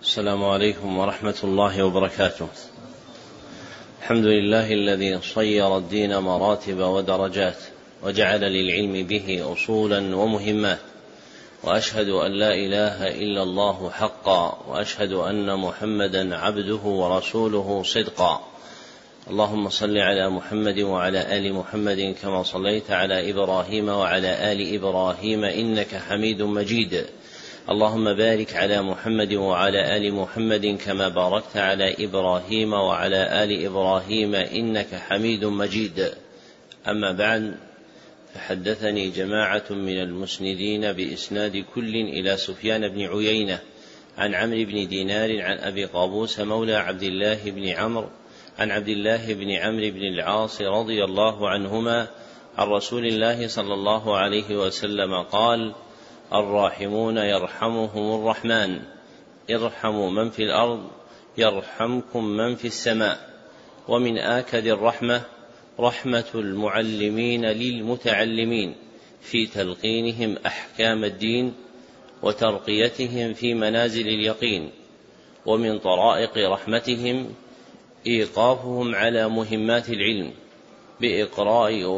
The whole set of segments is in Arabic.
السلام عليكم ورحمة الله وبركاته. الحمد لله الذي صير الدين مراتب ودرجات وجعل للعلم به أصولا ومهمات، وأشهد أن لا إله إلا الله حقا، وأشهد أن محمدا عبده ورسوله صدقا. اللهم صل على محمد وعلى آل محمد كما صليت على إبراهيم وعلى آل إبراهيم إنك حميد مجيد. اللهم بارك على محمد وعلى آل محمد كما باركت على إبراهيم وعلى آل إبراهيم إنك حميد مجيد. أما بعد، فحدثني جماعة من المسندين بإسناد كل إلى سفيان بن عيينة عن عمرو بن دينار عن أبي قابوس مولى عبد الله بن عمرو عن عبد الله بن عمرو بن العاص رضي الله عنهما عن رسول الله صلى الله عليه وسلم قال: الراحمون يرحمهم الرحمن، ارحموا من في الأرض يرحمكم من في السماء. ومن آكد الرحمة رحمة المعلمين للمتعلمين في تلقينهم أحكام الدين وترقيتهم في منازل اليقين. ومن طرائق رحمتهم إيقافهم على مهمات العلم بإقراء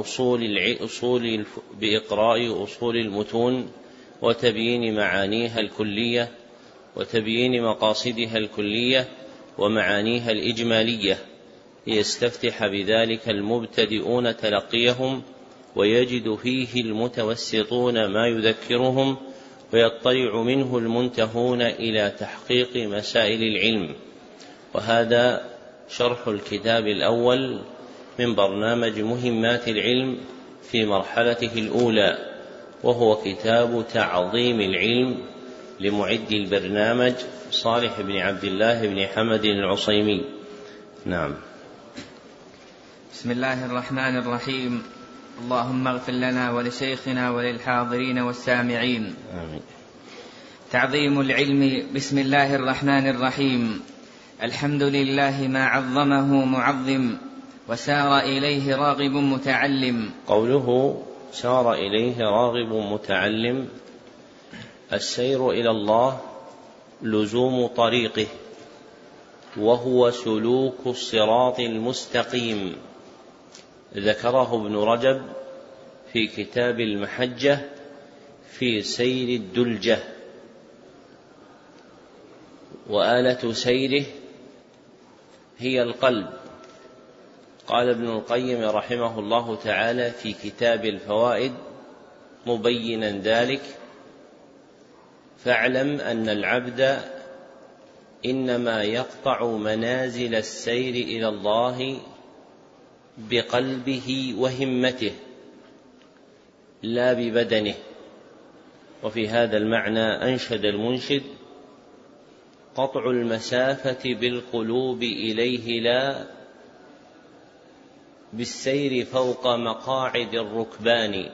أصول المتون وتبيين معانيها الكلية وتبيين مقاصدها الكلية ومعانيها الإجمالية، ليستفتح بذلك المبتدئون تلقيهم، ويجد فيه المتوسطون ما يذكرهم، ويطلع منه المنتهون إلى تحقيق مسائل العلم. وهذا شرح الكتاب الأول من برنامج مهمات العلم في مرحلته الأولى، وهو كتاب تعظيم العلم لمعد البرنامج صالح بن عبد الله بن حمد العصيمي. نعم. بسم الله الرحمن الرحيم. اللهم اغفر لنا ولشيخنا وللحاضرين والسامعين. آمين. تعظيم العلم. بسم الله الرحمن الرحيم. الحمد لله ما عظمه معظم، وسار إليه راغب متعلم. قوله سار إليه راغب متعلم، السير إلى الله لزوم طريقه، وهو سلوك الصراط المستقيم. ذكره ابن رجب في كتاب المحجة في سير الدلجة. وآلة سيره هي القلب. قال ابن القيم رحمه الله تعالى في كتاب الفوائد مبينا ذلك: فاعلم أن العبد إنما يقطع منازل السير إلى الله بقلبه وهمته لا ببدنه. وفي هذا المعنى أنشد المنشد: قطع المسافة بالقلوب إليه لا بالسير فوق مقاعد الركبان.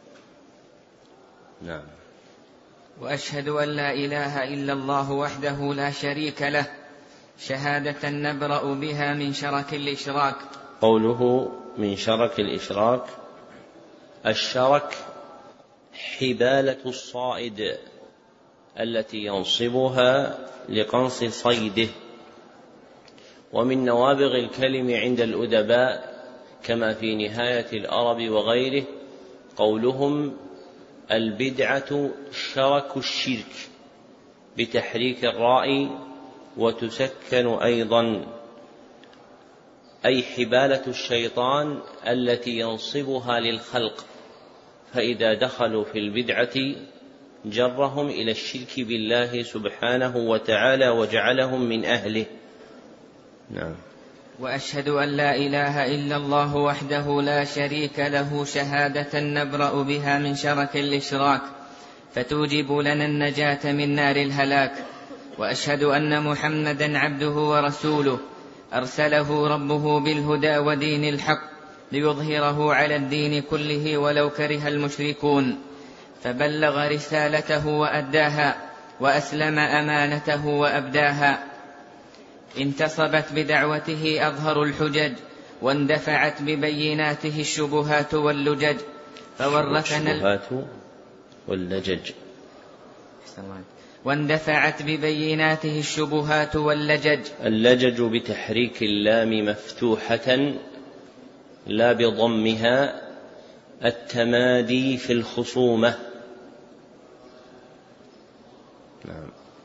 نعم. وأشهد أن لا إله إلا الله وحده لا شريك له، شهادة نبرأ بها من شرك الإشراك. قوله من شرك الإشراك، الشرك حبالة الصائد التي ينصبها لقنص صيده. ومن نوابغ الكلم عند الأدباء كما في نهاية الأرب وغيره قولهم: البدعة شرك الشرك بتحريك الراء، وتسكن أيضا، أي حبالة الشيطان التي ينصبها للخلق، فإذا دخلوا في البدعة جرهم إلى الشرك بالله سبحانه وتعالى وجعلهم من أهله. نعم. وأشهد أن لا إله إلا الله وحده لا شريك له، شهادة نبرأ بها من شرك الإشراك، فتوجب لنا النجاة من نار الهلاك. وأشهد أن محمدا عبده ورسوله، أرسله ربه بالهدى ودين الحق، ليظهره على الدين كله ولو كره المشركون، فبلغ رسالته وأداها، وأسلم أمانته وأبداها. انتصبت بدعوته أظهر الحجج، واندفعت ببيناته الشبهات واللجج، فورثنا واندفعت ببيناته الشبهات واللجج. اللجج بتحريك اللام مفتوحة لا بضمها، التمادي في الخصومة. نعم.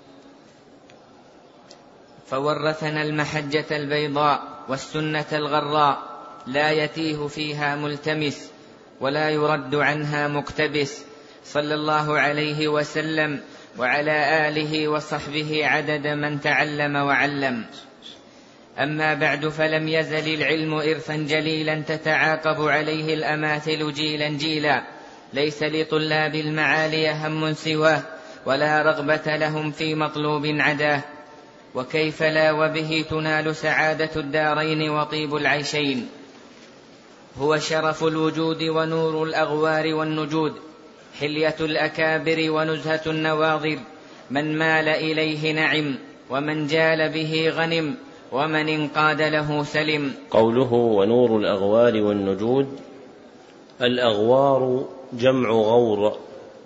فورثنا المحجة البيضاء والسنة الغراء، لا يتيه فيها ملتمس ولا يرد عنها مقتبس، صلى الله عليه وسلم وعلى آله وصحبه عدد من تعلم وعلم. أما بعد، فلم يزل العلم إرثا جليلا تتعاقب عليه الأماثل جيلا جيلا، ليس لطلاب المعالي هم سواه ولا رغبة لهم في مطلوب عداه، وكيف لا وبه تنال سعادة الدارين وطيب العيشين. هو شرف الوجود ونور الأغوار والنجود، حلية الأكابر ونزهة النواظر، من مال إليه نعم ومن جال به غنم ومن انقاد له سلم. قوله ونور الأغوار والنجود، الأغوار جمع غور،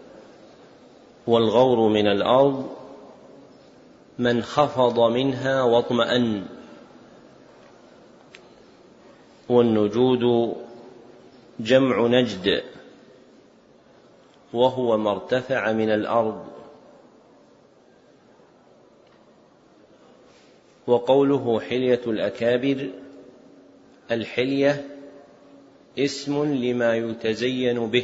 والغور من الأرض من خفض منها واطمأن، والنجود جمع نجد وهو ما ارتفع من الأرض. وقوله حلية الأكابر، الحلية اسم لما يتزين به،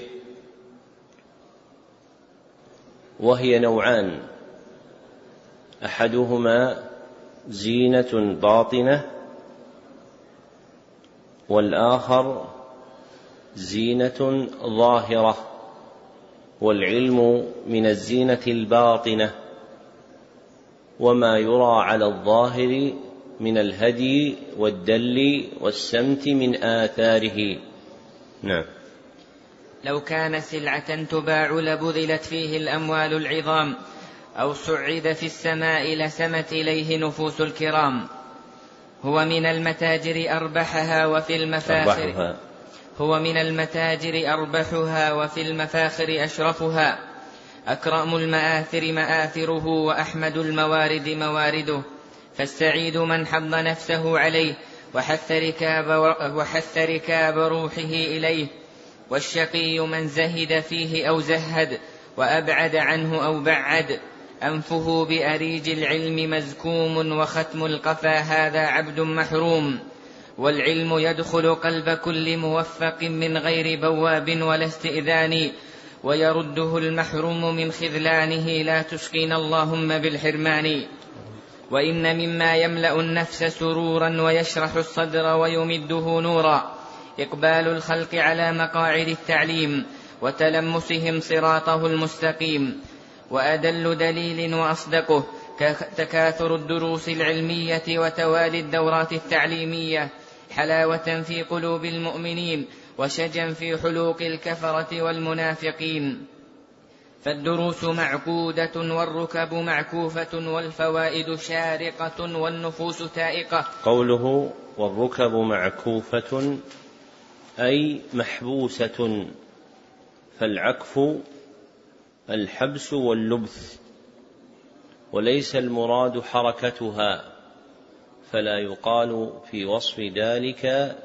وهي نوعان، أحدهما زينة باطنة والآخر زينة ظاهرة، والعلم من الزينة الباطنة وما يرى على الظاهر من الهدي والدل والسمت من آثاره. نعم. لو كان سلعة تباع لبذلت فيه الأموال العظام، أو صعد في السماء لسمت إليه نفوس الكرام. هو من المتاجر أربحها وفي المفاخر هو من المتاجر أربحها وفي المفاخر أشرفها، أكرم المآثر مآثره وأحمد الموارد موارده، فالسعيد من حض نفسه عليه وحث ركاب روحه إليه، والشقي من زهد فيه أو زهد وأبعد عنه أو بعد، أنفه بأريج العلم مزكوم وختم القفا هذا عبد محروم. والعلم يدخل قلب كل موفق من غير بواب ولا استئذان، ويرده المحروم من خذلانه، لا تشقينا اللهم بالحرمان. وإن مما يملأ النفس سرورا ويشرح الصدر ويمده نورا إقبال الخلق على مقاعد التعليم وتلمسهم صراطه المستقيم. وأدل دليل وأصدقه تكاثر الدروس العلمية وتوالي الدورات التعليمية، حلاوة في قلوب المؤمنين وشجا في حلوق الكفرة والمنافقين. فالدروس معقودة والركب معكوفة والفوائد شارقة والنفوس تائقة. قوله والركب معكوفة أي محبوسة، فالعكف الحبس واللبث، وليس المراد حركتها، فلا يقال في وصف ذلك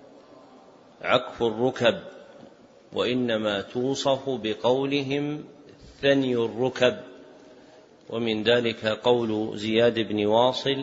عكف الركب، وإنما توصف بقولهم ثني الركب. ومن ذلك قول زياد بن واصل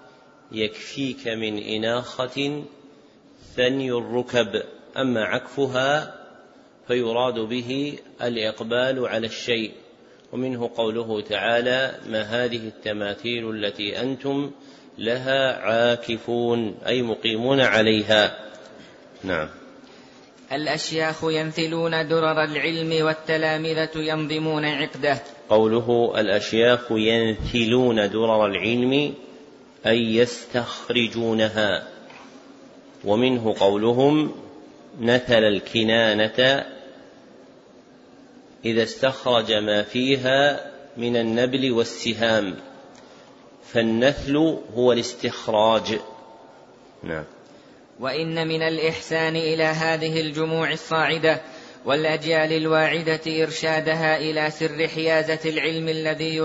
يكفيك من إناخة ثني الركب. أما عكفها فيراد به الإقبال على الشيء، ومنه قوله تعالى ما هذه التماثيل التي أنتم لها عاكفون، أي مقيمون عليها. نعم. الأشياخ ينثلون درر العلم والتلامذة ينظمون عقده. قوله الأشياخ ينثلون درر العلم أي يستخرجونها، ومنه قولهم نثل الكنانة إذا استخرج ما فيها من النبل والسهام، فالنثل هو الاستخراج. نعم. وإن من الإحسان إلى هذه الجموع الصاعدة والأجيال الواعدة إرشادها إلى سر حيازة العلم الذي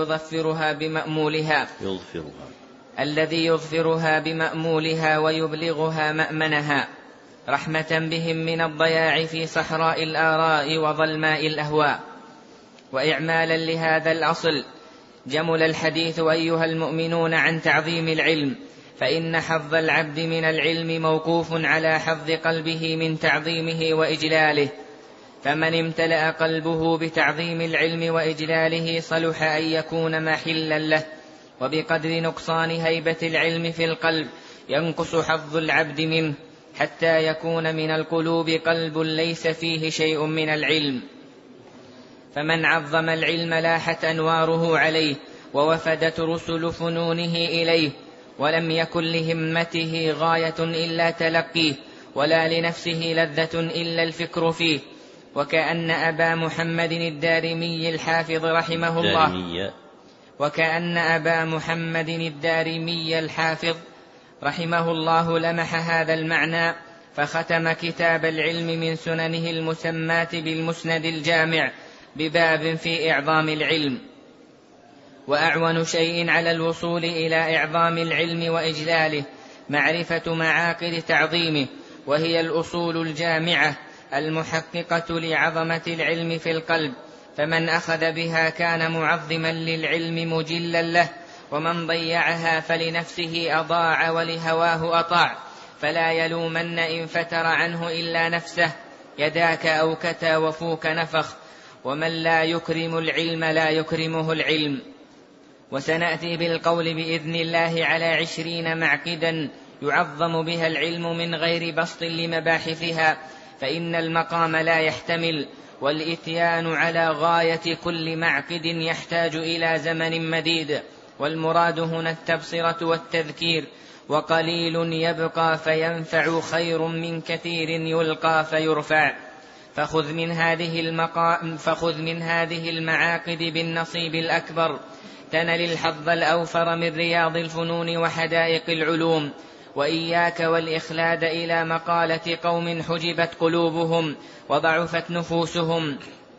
يظفرها بمأمولها ويبلغها مأمنها، رحمة بهم من الضياع في صحراء الآراء وظلماء الأهواء. وإعمالا لهذا الأصل جمل الحديث أيها المؤمنون عن تعظيم العلم، فإن حظ العبد من العلم موقوف على حظ قلبه من تعظيمه وإجلاله، فمن امتلأ قلبه بتعظيم العلم وإجلاله صلح أن يكون محلا له، وبقدر نقصان هيبة العلم في القلب ينقص حظ العبد منه، حتى يكون من القلوب قلب ليس فيه شيء من العلم. فمن عظم العلم لاحت أنواره عليه، ووفدت رسل فنونه إليه، ولم يكن لهمته غاية إلا تلقيه، ولا لنفسه لذة إلا الفكر فيه. وكأن أبا محمد الدارمي الحافظ رحمه الله لمح هذا المعنى، فختم كتاب العلم من سننه المسماة بالمسند الجامع بباب في إعظام العلم. وأعون شيء على الوصول إلى إعظام العلم وإجلاله معرفة معاقد تعظيمه، وهي الأصول الجامعة المحققة لعظمة العلم في القلب، فمن أخذ بها كان معظما للعلم مجلا له، ومن ضيعها فلنفسه أضاع ولهواه أطاع. فلا يلومن إن فتر عنه إلا نفسه، يداك أوكتا وفوك نفخ، ومن لا يكرم العلم لا يكرمه العلم. وسنأتي بالقول بإذن الله على 20 معقدا يعظم بها العلم من غير بسط لمباحثها، فإن المقام لا يحتمل، والإتيان على غاية كل معقد يحتاج إلى زمن مديد. والمراد هنا التبصرة والتذكير، وقليل يبقى فينفع خير من كثير يلقى فيرفع. فخذ من هذه المعاقد بالنصيب الأكبر، تنل الحظ الأوفر من رياض الفنون وحدائق العلوم. وإياك والإخلاد إلى مقالة قوم حجبت قلوبهم وضعفت نفوسهم،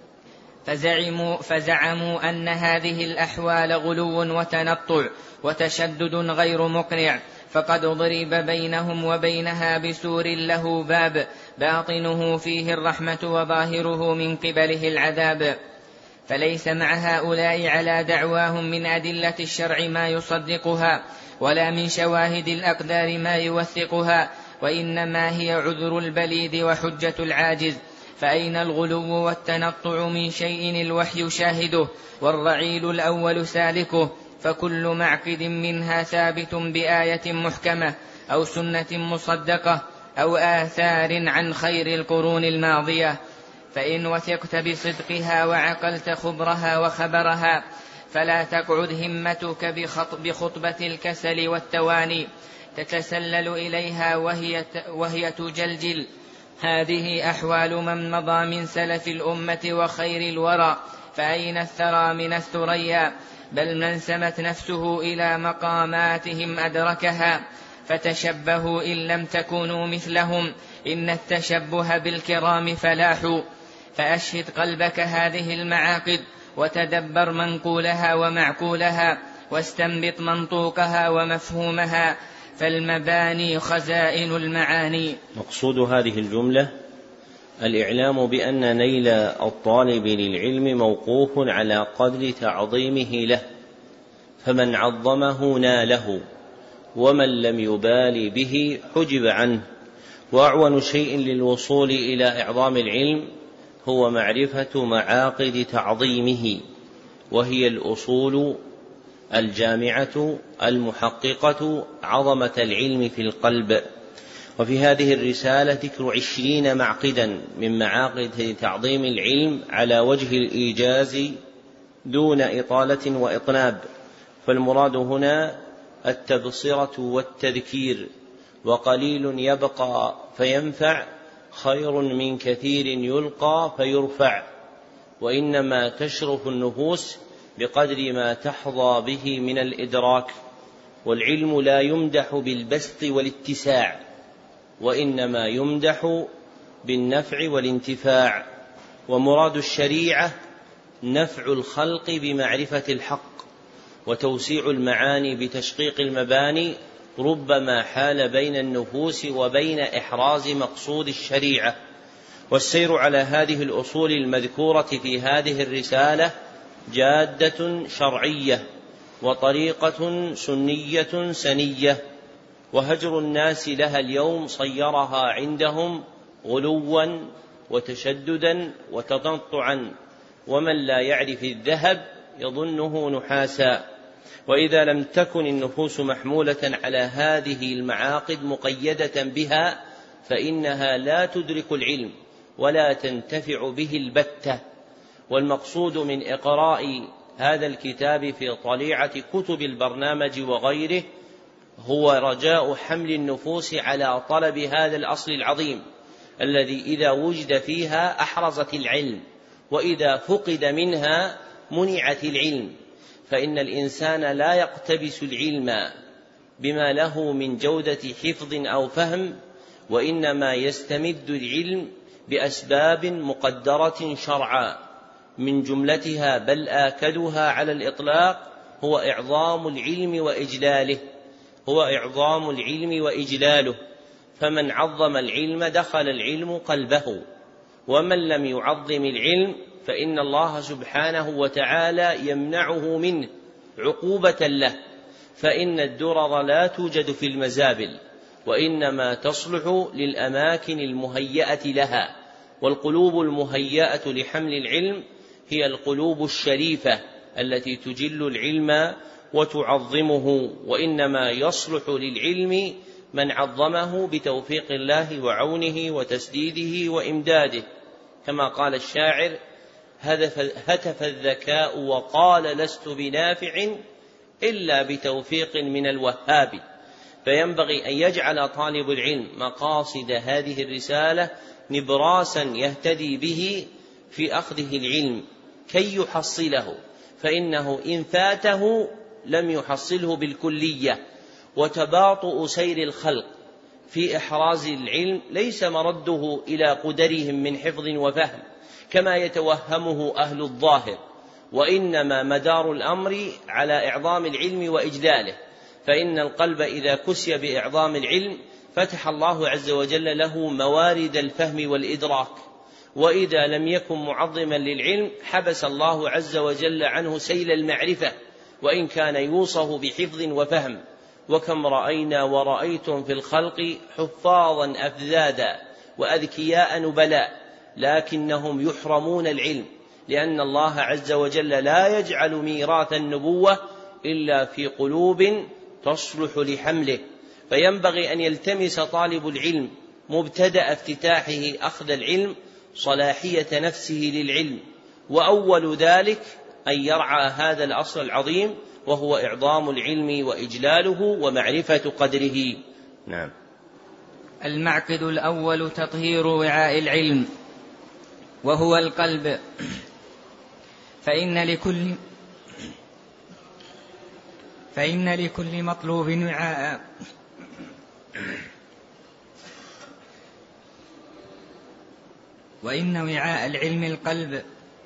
فزعموا أن هذه الأحوال غلو وتنطع وتشدد غير مقنع، فقد ضرب بينهم وبينها بسور له باب باطنه فيه الرحمة وظاهره من قبله العذاب. فليس مع هؤلاء على دعواهم من أدلة الشرع ما يصدقها، ولا من شواهد الأقدار ما يوثقها، وإنما هي عذر البليد وحجة العاجز. فأين الغلو والتنطع من شيء الوحي شاهده والرعيل الأول سالكه؟ فكل معقد منها ثابت بآية محكمة أو سنة مصدقة أو آثار عن خير القرون الماضية. فإن وثقت بصدقها وعقلت خبرها وخبرها، فلا تقعد همتك بخطبة الكسل والتواني تتسلل إليها وهي تجلجل. هذه أحوال من مضى من سلف الأمة وخير الورى، فأين الثرى من الثريا؟ بل من سمت نفسه إلى مقاماتهم أدركها. فتشبهوا إن لم تكونوا مثلهم، إن التشبه بالكرام فلاح. فأشهد قلبك هذه المعاقد، وتدبر منقولها ومعقولها، واستنبط منطوقها ومفهومها، فالمباني خزائن المعاني. مقصود هذه الجملة الإعلام بأن نيل الطالب للعلم موقوف على قدر تعظيمه له، فمن عظمه ناله، ومن لم يبال به حجب عنه. وأعون شيء للوصول إلى إعظام العلم هو معرفة معاقد تعظيمه، وهي الأصول الجامعة المحققة عظمة العلم في القلب. وفي هذه الرسالة ذكر 20 معقدا من معاقد تعظيم العلم على وجه الإيجاز دون إطالة وإطناب. فالمراد هنا التبصرة والتذكير. وقليل يبقى فينفع خير من كثير يلقى فيرفع. وإنما تشرف النفوس بقدر ما تحظى به من الإدراك، والعلم لا يمدح بالبسط والاتساع، وإنما يمدح بالنفع والانتفاع. ومراد الشريعة نفع الخلق بمعرفة الحق وتوسيع المعاني بتشقيق المباني، ربما حال بين النفوس وبين إحراز مقصود الشريعة. والسير على هذه الأصول المذكورة في هذه الرسالة جادة شرعية وطريقة سنية سنية، وهجر الناس لها اليوم صيرها عندهم غلوا وتشددا وتنطعا، ومن لا يعرف الذهب يظنه نحاسا. وإذا لم تكن النفوس محمولة على هذه المعاقد مقيدة بها فإنها لا تدرك العلم ولا تنتفع به البتة. والمقصود من إقراء هذا الكتاب في طليعة كتب البرنامج وغيره هو رجاء حمل النفوس على طلب هذا الأصل العظيم الذي إذا وجد فيها أحرزت العلم، وإذا فقد منها منعت العلم. فإن الإنسان لا يقتبس العلم بما له من جودة حفظ أو فهم، وإنما يستمد العلم بأسباب مقدرة شرعا، من جملتها بل آكدها على الإطلاق هو إعظام العلم وإجلاله. فمن عظم العلم دخل العلم قلبه، ومن لم يعظم العلم فإن الله سبحانه وتعالى يمنعه منه عقوبة له. فإن الدرر لا توجد في المزابل، وإنما تصلح للأماكن المهيئة لها. والقلوب المهيئة لحمل العلم هي القلوب الشريفة التي تجل العلم وتعظمه، وإنما يصلح للعلم من عظمه بتوفيق الله وعونه وتسديده وإمداده. كما قال الشاعر: هتف الذكاء وقال لست بنافع إلا بتوفيق من الوهاب. فينبغي أن يجعل طالب العلم مقاصد هذه الرسالة نبراسا يهتدي به في أخذه العلم كي يحصله، فإنه إن فاته لم يحصله بالكلية. وتباطؤ سير الخلق في إحراز العلم ليس مرده إلى قدرهم من حفظ وفهم كما يتوهمه أهل الظاهر، وإنما مدار الأمر على إعظام العلم وإجلاله. فإن القلب إذا كسي بإعظام العلم فتح الله عز وجل له موارد الفهم والإدراك، وإذا لم يكن معظما للعلم حبس الله عز وجل عنه سيل المعرفة وإن كان يوصف بحفظ وفهم. وكم رأينا ورأيتم في الخلق حفاظا أفذاذا وأذكياء نبلاء، لكنهم يحرمون العلم، لأن الله عز وجل لا يجعل ميراث النبوة إلا في قلوب تصلح لحمله. فينبغي أن يلتمس طالب العلم مبتدأ افتتاحه أخذ العلم صلاحية نفسه للعلم، وأول ذلك أن يرعى هذا الأصل العظيم وهو إعظام العلم وإجلاله ومعرفة قدره. نعم. المعقد الأول تطهير وعاء العلم وهو القلب، فإن لكل مطلوب وعاء، وإن وعاء العلم القلب،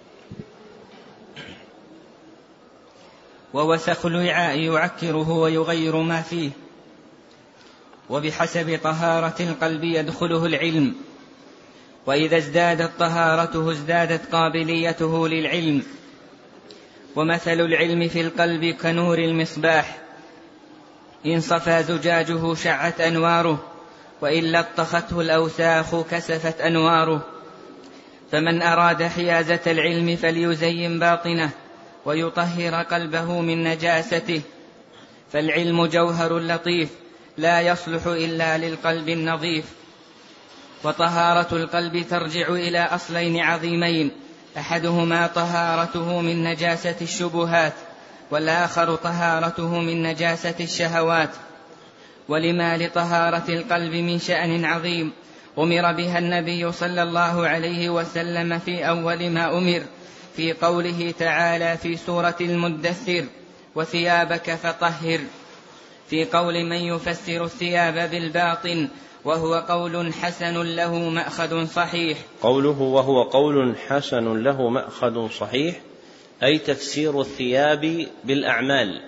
ووسخ الوعاء يعكره ويغير ما فيه، وبحسب طهارة القلب يدخله العلم، وإذا ازدادت طهارته ازدادت قابليته للعلم. ومثل العلم في القلب كنور المصباح، إن صفى زجاجه شعت أنواره، وإن لطخته الأوساخ كسفت أنواره. فمن أراد حيازة العلم فليزين باطنه ويطهر قلبه من نجاسته، فالعلم جوهر لطيف لا يصلح إلا للقلب النظيف. وطهارة القلب ترجع إلى أصلين عظيمين، أحدهما طهارته من نجاسة الشبهات، والآخر طهارته من نجاسة الشهوات. ولما لطهارة القلب من شأن عظيم أمر بها النبي صلى الله عليه وسلم في أول ما أمر، في قوله تعالى في سورة المدثر: وثيابك فطهر. في قول من يفسر الثياب بالباطن وهو قول حسن له مأخذ صحيح. قوله وهو قول حسن له مأخذ صحيح أي تفسير الثياب بالأعمال،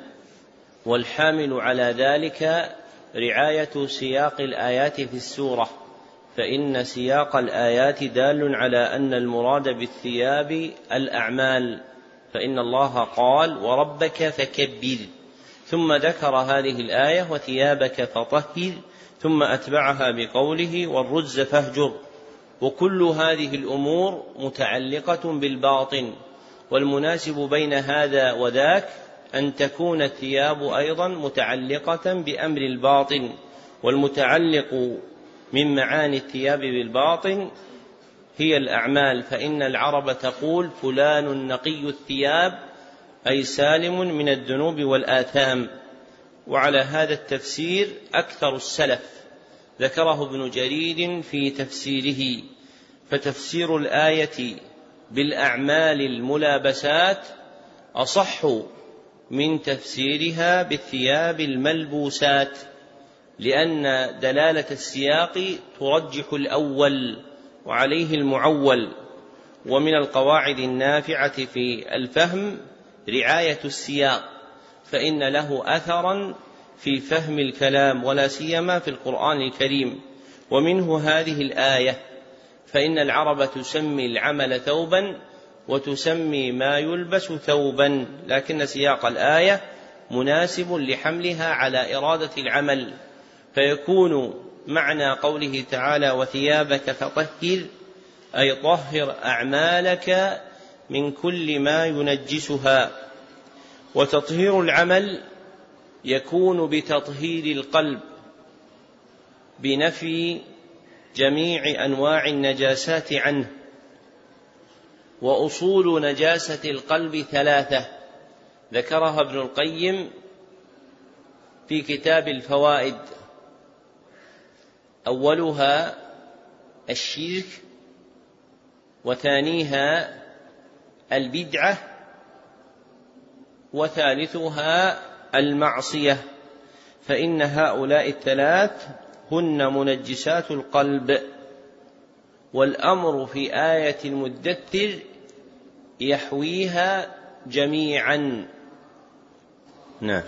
والحامل على ذلك رعاية سياق الآيات في السورة، فإن سياق الآيات دال على أن المراد بالثياب الأعمال، فإن الله قال وربك فكبر، ثم ذكر هذه الآية وثيابك فطهر، ثم أتبعها بقوله والرجز فاهجر. وكل هذه الأمور متعلقة بالباطن، والمناسب بين هذا وذاك أن تكون الثياب أيضا متعلقة بأمر الباطن، والمتعلق من معاني الثياب بالباطن هي الأعمال، فإن العرب تقول فلان نقي الثياب أي سالم من الذنوب والآثام. وعلى هذا التفسير أكثر السلف، ذكره ابن جرير في تفسيره، فتفسير الآية بالأعمال الملابسات أصح من تفسيرها بالثياب الملبوسات، لأن دلالة السياق ترجح الأول وعليه المعول. ومن القواعد النافعة في الفهم رعاية السياق، فإن له أثرا في فهم الكلام ولا سيما في القرآن الكريم. ومنه هذه الآية فإن العرب تسمي العمل ثوبا وتسمي ما يلبس ثوبا، لكن سياق الآية مناسب لحملها على إرادة العمل، فيكون معنى قوله تعالى وثيابك فطهر أي طهر أعمالك من كل ما ينجسها. وتطهير العمل يكون بتطهير القلب بنفي جميع أنواع النجاسات عنه. وأصول نجاسة القلب 3 ذكرها ابن القيم في كتاب الفوائد، أولها الشرك، وثانيها البدعة، وثالثها المعصية، فإن هؤلاء 3 هن منجسات القلب. والأمر في آية المدثر يحويها جميعا. نعم.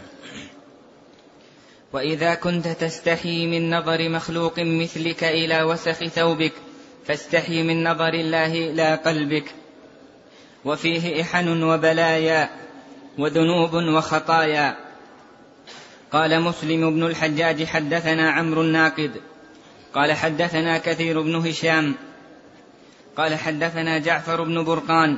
وإذا كنت تستحي من نظر مخلوق مثلك إلى وسخ ثوبك فاستحي من نظر الله إلى قلبك، وفيه إحن وبلايا وذنوب وخطايا. قال مسلم بن الحجاج حدثنا عمرو الناقد قال حدثنا كثير بن هشام قال حدثنا جعفر بن برقان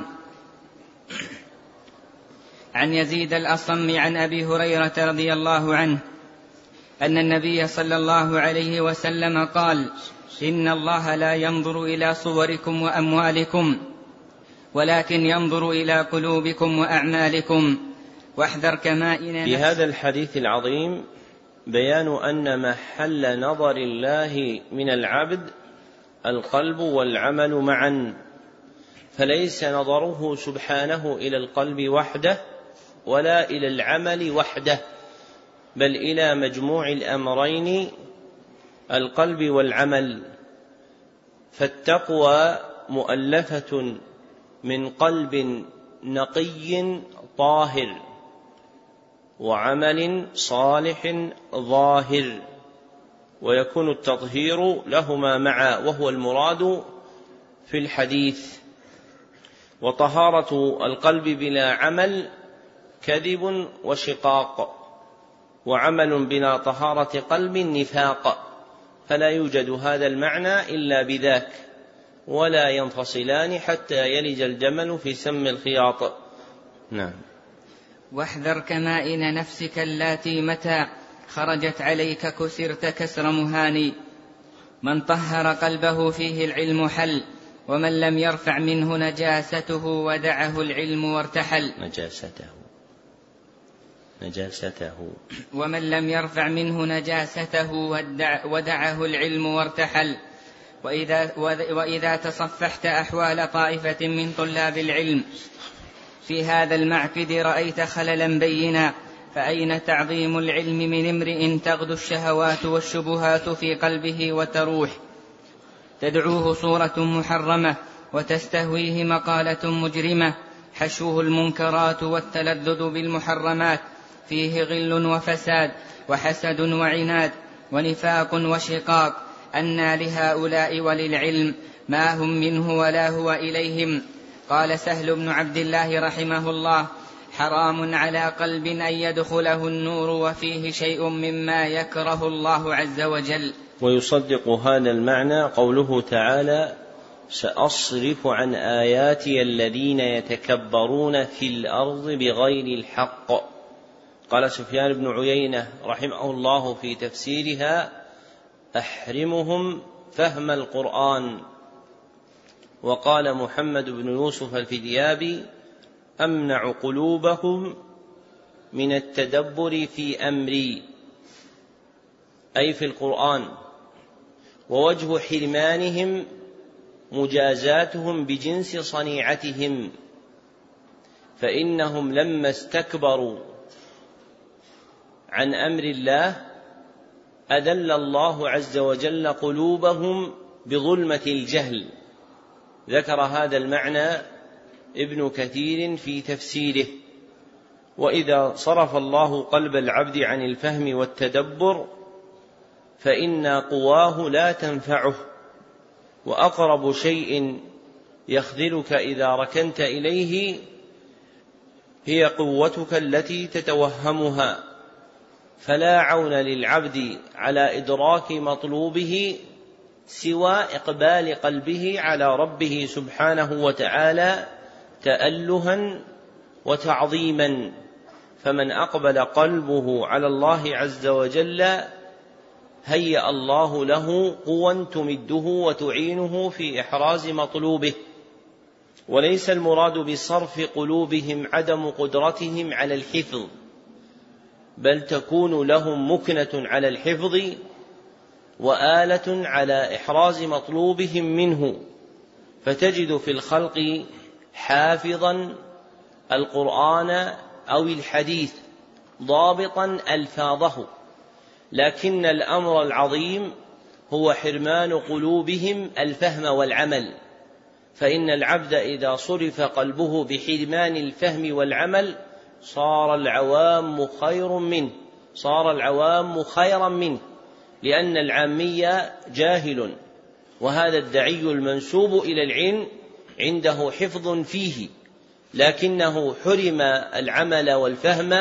عن يزيد الأصم عن أبي هريرة رضي الله عنه أن النبي صلى الله عليه وسلم قال إن الله لا ينظر إلى صوركم وأموالكم ولكن ينظر إلى قلوبكم وأعمالكم واحذر كمائن. في هذا الحديث العظيم بيان أن محل نظر الله من العبد القلب والعمل معا، فليس نظره سبحانه إلى القلب وحده ولا إلى العمل وحده، بل إلى مجموع الأمرين القلب والعمل. فالتقوى مؤلفة من قلب نقي طاهر وعمل صالح ظاهر، ويكون التطهير لهما معا، وهو المراد في الحديث. وطهارة القلب بلا عمل كذب وشقاق، وعمل بلا طهارة قلب نفاق، فلا يوجد هذا المعنى إلا بذاك، ولا ينفصلان حتى يلج الجمل في سم الخياط. نعم. واحذر كمائن نفسك اللاتي متى خرجت عليك كسرت كسر مهاني. من طهر قلبه فيه العلم حل، ومن لم يرفع منه نجاسته ودعه العلم وارتحل. نجاسته ومن لم يرفع منه نجاسته ودعه العلم وارتحل. وإذا تصفحت أحوال طائفة من طلاب العلم في هذا المعقد رأيت خللا بينا، فأين تعظيم العلم من امرئ تغدو الشهوات والشبهات في قلبه وتروح تدعوه صورة محرمة وتستهويه مقالة مجرمة حشوه المنكرات والتلذذ بالمحرمات فيه غل وفساد وحسد وعناد ونفاق وشقاق أنى لهؤلاء وللعلم ما هم منه ولا هو إليهم. قال سهل بن عبد الله رحمه الله: حرام على قلب أن يدخله النور وفيه شيء مما يكره الله عز وجل. ويصدق هذا المعنى قوله تعالى: سأصرف عن آياتي الذين يتكبرون في الأرض بغير الحق. قال سفيان بن عيينة رحمه الله في تفسيرها: أحرمهم فهم القرآن. وقال محمد بن يوسف الفديابي: أمنع قلوبهم من التدبر في أمري، أي في القرآن. ووجه حرمانهم مجازاتهم بجنس صنيعتهم، فإنهم لما استكبروا عن أمر الله أذل الله عز وجل قلوبهم بظلمة الجهل. ذكر هذا المعنى ابن كثير في تفسيره. وإذا صرف الله قلب العبد عن الفهم والتدبر فإن قواه لا تنفعه، وأقرب شيء يخذلك إذا ركنت إليه هي قوتك التي تتوهمها. فلا عون للعبد على إدراك مطلوبه سوى إقبال قلبه على ربه سبحانه وتعالى تألها وتعظيما. فمن أقبل قلبه على الله عز وجل هيأ الله له قوى تمده وتعينه في إحراز مطلوبه. وليس المراد بصرف قلوبهم عدم قدرتهم على الحفظ، بل تكون لهم مكنة على الحفظ وآلة على إحراز مطلوبهم منه. فتجد في الخلق حافظا القرآن أو الحديث ضابطا ألفاظه، لكن الأمر العظيم هو حرمان قلوبهم الفهم والعمل. فإن العبد إذا صرف قلبه بحرمان الفهم والعمل صار العوام خيرا منه، لأن العامي جاهل، وهذا الدعي المنسوب إلى العلم عنده حفظ فيه، لكنه حرم العمل والفهم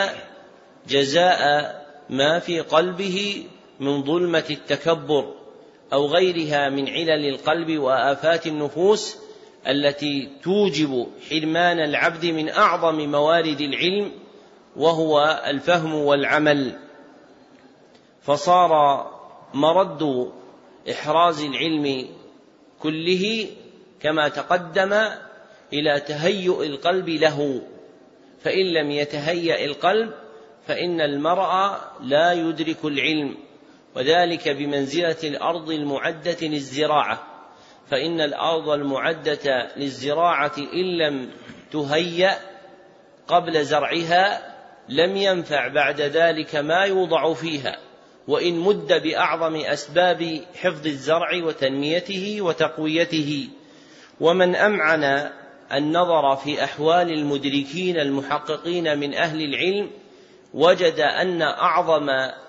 جزاء ما في قلبه من ظلمة التكبر أو غيرها من علل القلب وآفات النفوس التي توجب حرمان العبد من أعظم موارد العلم، وهو الفهم والعمل. فصار مرد إحراز العلم كله كما تقدم إلى تهيؤ القلب له، فإن لم يتهيأ القلب فإن المرء لا يدرك العلم، وذلك بمنزلة الأرض المعدة للزراعة. فإن الأرض المعدة للزراعة إن لم تهيأ قبل زرعها لم ينفع بعد ذلك ما يوضع فيها، وإن مد بأعظم أسباب حفظ الزرع وتنميته وتقويته. ومن أمعن النظر في أحوال المدركين المحققين من أهل العلم وجد أن أعظم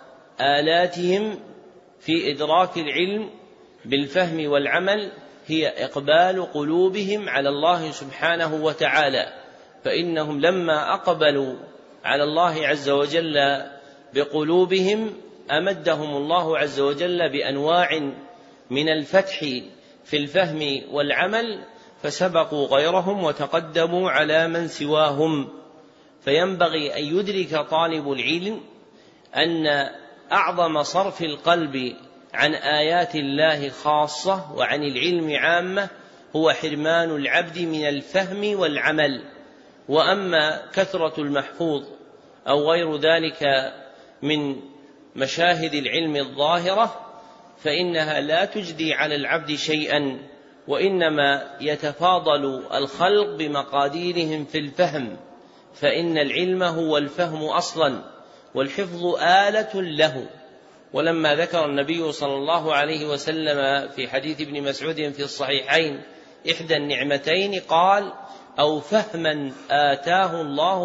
آلاتهم في إدراك العلم بالفهم والعمل هي إقبال قلوبهم على الله سبحانه وتعالى. فإنهم لما أقبلوا على الله عز وجل بقلوبهم أمدهم الله عز وجل بأنواع من الفتح في الفهم والعمل، فسبقوا غيرهم وتقدموا على من سواهم. فينبغي أن يدرك طالب العلم أن أعظم صرف القلب عن آيات الله خاصة وعن العلم عامة هو حرمان العبد من الفهم والعمل. وأما كثرة المحفوظ أو غير ذلك من مشاهد العلم الظاهرة فإنها لا تجدي على العبد شيئا، وإنما يتفاضل الخلق بمقاديرهم في الفهم، فإن العلم هو الفهم أصلا، والحفظ آلة له. ولما ذكر النبي صلى الله عليه وسلم في حديث ابن مسعود في الصحيحين إحدى النعمتين قال: أو فهما آتاه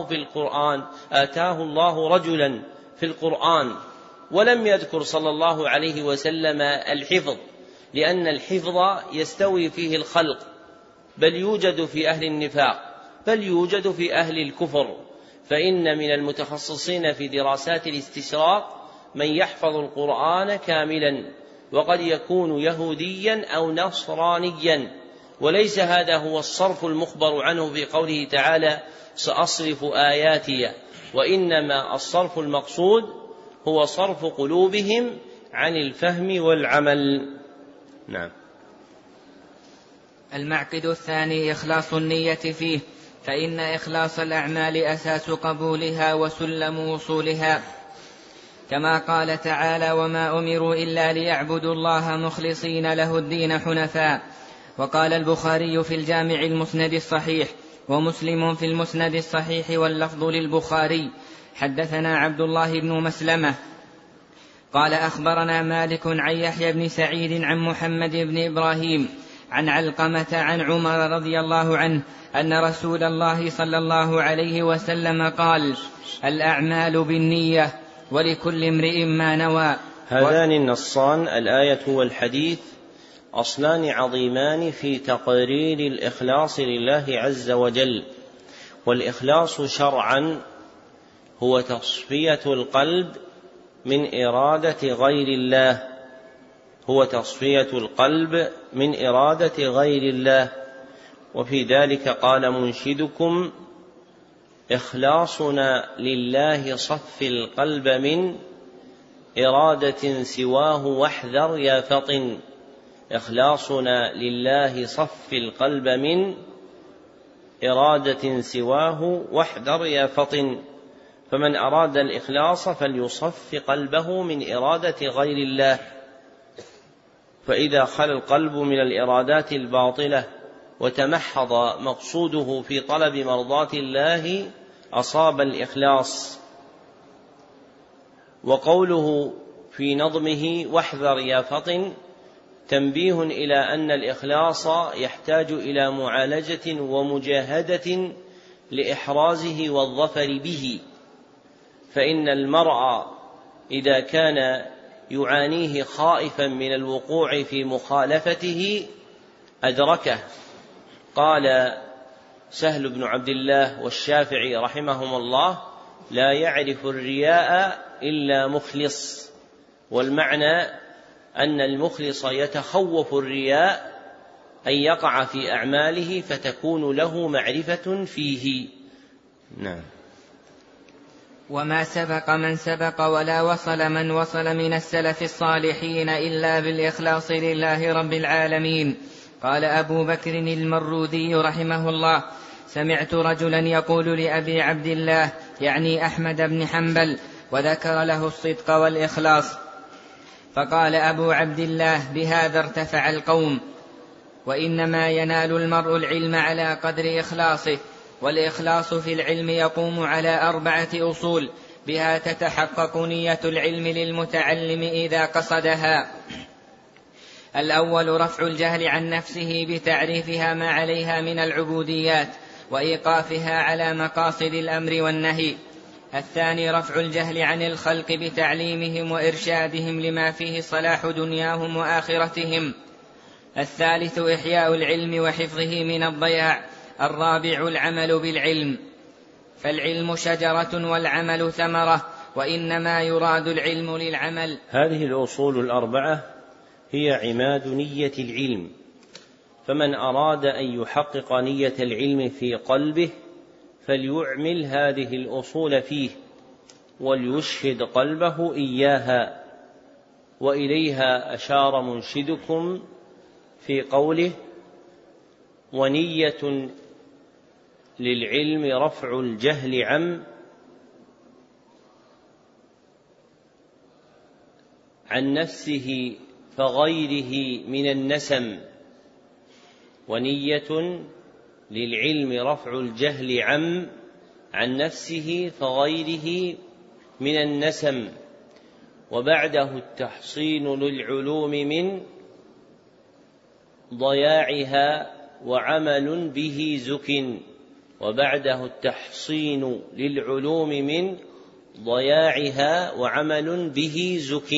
الله رجلا في القرآن، ولم يذكر صلى الله عليه وسلم الحفظ، لأن الحفظ يستوي فيه الخلق، بل يوجد في أهل النفاق، بل يوجد في أهل الكفر. فإن من المتخصصين في دراسات الاستشراق من يحفظ القرآن كاملا، وقد يكون يهوديا أو نصرانيا، وليس هذا هو الصرف المخبر عنه في قوله تعالى: سأصرف آياتي، وإنما الصرف المقصود هو صرف قلوبهم عن الفهم والعمل. نعم. المعقد الثاني إخلاص النية فيه، فإن إخلاص الأعمال أساس قبولها وسلم وصولها، كما قال تعالى: وما أمروا إلا ليعبدوا الله مخلصين له الدين حنفاء. وقال البخاري في الجامع المسند الصحيح، ومسلم في المسند الصحيح واللفظ للبخاري: حدثنا عبد الله بن مسلمة قال أخبرنا مالك عن يحيى بن سعيد عن محمد بن إبراهيم عن علقمة عن عمر رضي الله عنه أن رسول الله صلى الله عليه وسلم قال: الأعمال بالنية ولكل امرئ ما نوى. هذان النصان، الآية والحديث، أصلان عظيمان في تقرير الإخلاص لله عز وجل. والإخلاص شرعا هو تصفية القلب من إرادة غير الله، هو تصفية القلب من إرادة غير الله. وفي ذلك قال منشدكم: إخلاصنا لله صف القلب من إرادة سواه واحذر يا فطن. إخلاصنا لله صف القلب من إرادة سواه واحذر يا فطن. فمن أراد الإخلاص فليصف قلبه من إرادة غير الله، فإذا خلا القلب من الإرادات الباطلة وتمحض مقصوده في طلب مرضاة الله أصاب الإخلاص. وقوله في نظمه واحذر يا فطن تنبيه إلى أن الإخلاص يحتاج إلى معالجة ومجاهدة لإحرازه والظفر به، فإن المرء إذا كان يعانيه خائفا من الوقوع في مخالفته أدركه. قال سهل بن عبد الله والشافعي رحمهم الله: لا يعرف الرياء إلا مخلص. والمعنى أن المخلص يتخوف الرياء أن يقع في أعماله فتكون له معرفة فيه. نعم. وما سبق من سبق ولا وصل من وصل من السلف الصالحين إلا بالإخلاص لله رب العالمين. قال أبو بكر المرودي رحمه الله: سمعت رجلا يقول لأبي عبد الله يعني أحمد بن حنبل، وذكر له الصدق والإخلاص، فقال أبو عبد الله: بهذا ارتفع القوم. وإنما ينال المرء العلم على قدر إخلاصه، والإخلاص في العلم يقوم على 4 أصول بها تتحقق نية العلم للمتعلم إذا قصدها. الأول رفع الجهل عن نفسه بتعريفها ما عليها من العبوديات وإيقافها على مقاصد الأمر والنهي. الثاني رفع الجهل عن الخلق بتعليمهم وإرشادهم لما فيه صلاح دنياهم وآخرتهم. الثالث إحياء العلم وحفظه من الضياع. الرابع العمل بالعلم، فالعلم شجرة والعمل ثمرة، وإنما يراد العلم للعمل. هذه الأصول 4 هي عماد نية العلم، فمن أراد أن يحقق نية العلم في قلبه فليعمل هذه الأصول فيه وليشهد قلبه إياها. وإليها أشار منشدكم في قوله: ونية للعلم رفع الجهل عن نفسه فغيره من النسم. ونية للعلم رفع الجهل عن نفسه فغيره من النسم، وبعده التحصين للعلوم من ضياعها وعمل به زك. وبعده التحصين للعلوم من ضياعها وعمل به زك.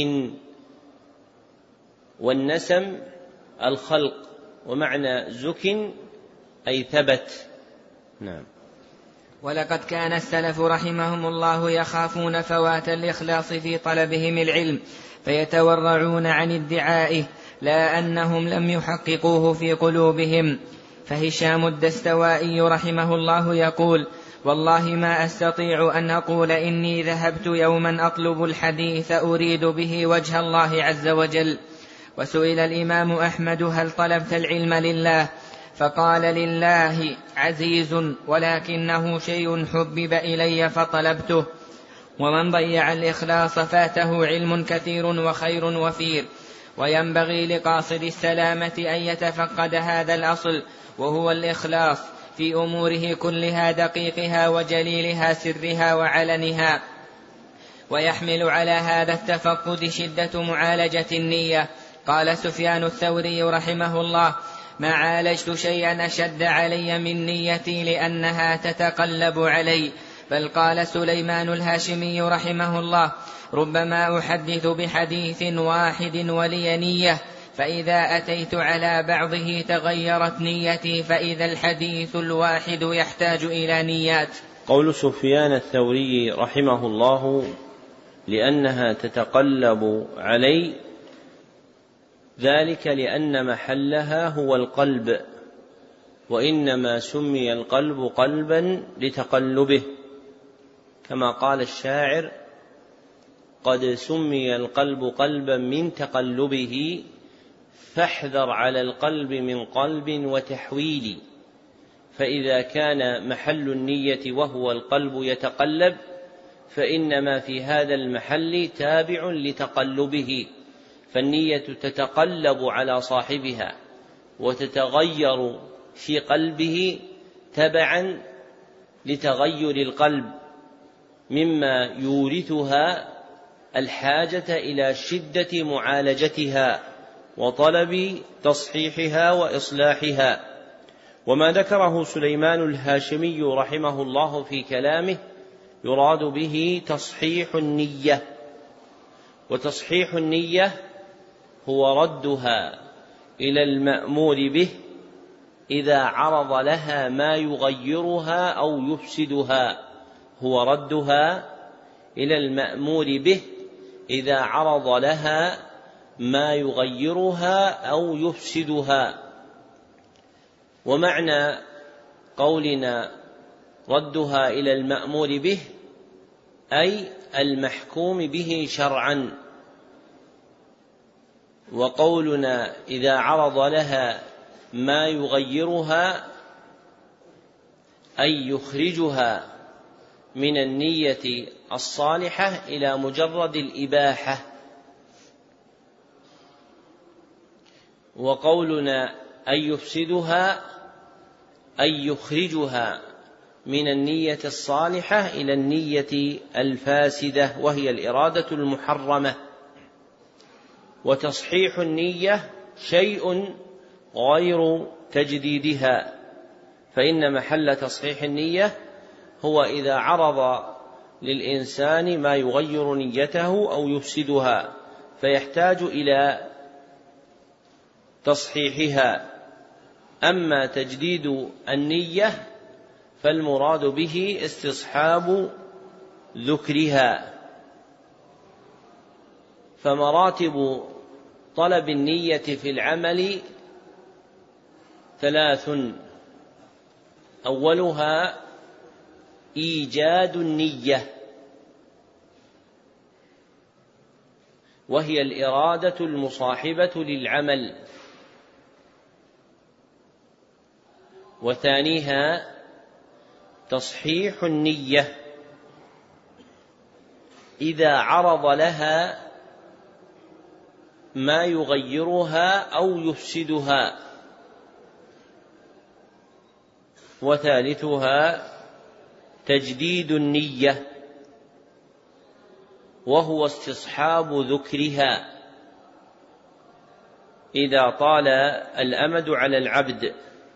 والنسم الخلق، ومعنى زك أي ثبت. نعم. ولقد كان السلف رحمهم الله يخافون فوات الإخلاص في طلبهم العلم فيتورعون عن ادعائه، لا أنهم لم يحققوه في قلوبهم. فهشام الدستوائي رحمه الله يقول: والله ما أستطيع أن أقول إني ذهبت يوما أطلب الحديث أريد به وجه الله عز وجل. وسئل الإمام أحمد: هل طلبت العلم لله؟ فقال: لله عزيز، ولكنه شيء حبب إلي فطلبته. ومن ضيع الإخلاص فاته علم كثير وخير وفير. وينبغي لقاصد السلامة أن يتفقد هذا الأصل، وهو الإخلاص في أموره كلها، دقيقها وجليلها، سرها وعلنها. ويحمل على هذا التفقد شدة معالجة النية. قال سفيان الثوري رحمه الله: ما عالجت شيئا أشد علي من نيتي لأنها تتقلب علي. بل قال سليمان الهاشمي رحمه الله: ربما أحدث بحديث واحد ولي نية، فإذا أتيت على بعضه تغيرت نيتي، فإذا الحديث الواحد يحتاج إلى نيات. قول سفيان الثوري رحمه الله: لأنها تتقلب علي، ذلك لأن محلها هو القلب، وإنما سمي القلب قلبا لتقلبه، كما قال الشاعر: قد سمي القلب قلبا من تقلبه، فاحذر على القلب من قلب وتحويل. فإذا كان محل النية وهو القلب يتقلب، فإنما في هذا المحل تابع لتقلبه، فالنية تتقلب على صاحبها وتتغير في قلبه تبعا لتغير القلب، مما يورثها الحاجة إلى شدة معالجتها وطلب تصحيحها وإصلاحها. وما ذكره سليمان الهاشمي رحمه الله في كلامه يراد به تصحيح النية. وتصحيح النية هو ردها إلى المأمور به إذا عرض لها ما يغيرها أو يفسدها. هو ردها إلى المأمور به إذا عرض لها ما يغيرها أو يفسدها. ومعنى قولنا ردها إلى المأمور به أي المحكوم به شرعا. وقولنا إذا عرض لها ما يغيرها أي يخرجها من النية الصالحة إلى مجرد الإباحة. وقولنا أن يفسدها أي يخرجها من النية الصالحة إلى النية الفاسدة، وهي الإرادة المحرمة. وتصحيح النية شيء غير تجديدها، فإن محل تصحيح النية هو إذا عرض للإنسان ما يغير نيته أو يفسدها فيحتاج إلى تصحيحها. أما تجديد النية فالمراد به استصحاب ذكرها. فمراتب طلب النية في العمل ثلاث: أولها إيجاد النية، وهي الإرادة المصاحبة للعمل. وثانيها تصحيح النية إذا عرض لها ما يغيرها أو يفسدها. وثالثها تجديد النية وهو استصحاب ذكرها إذا طال الأمد على العبد.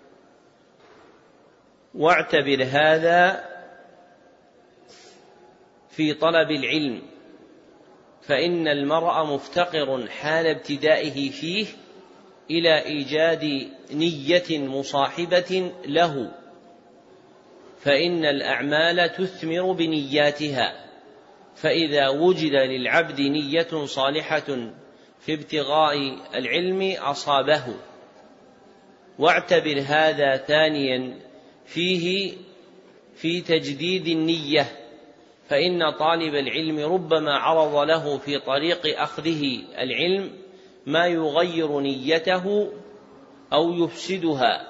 واعتبر هذا في طلب العلم، فإن المرء مفتقر حال ابتدائه فيه إلى إيجاد نية مصاحبة له، فإن الأعمال تثمر بنياتها، فإذا وجد للعبد نية صالحة في ابتغاء العلم أصابه. واعتبر هذا ثانيا فيه في تجديد النية، فإن طالب العلم ربما عرض له في طريق أخذه العلم ما يغير نيته أو يفسدها،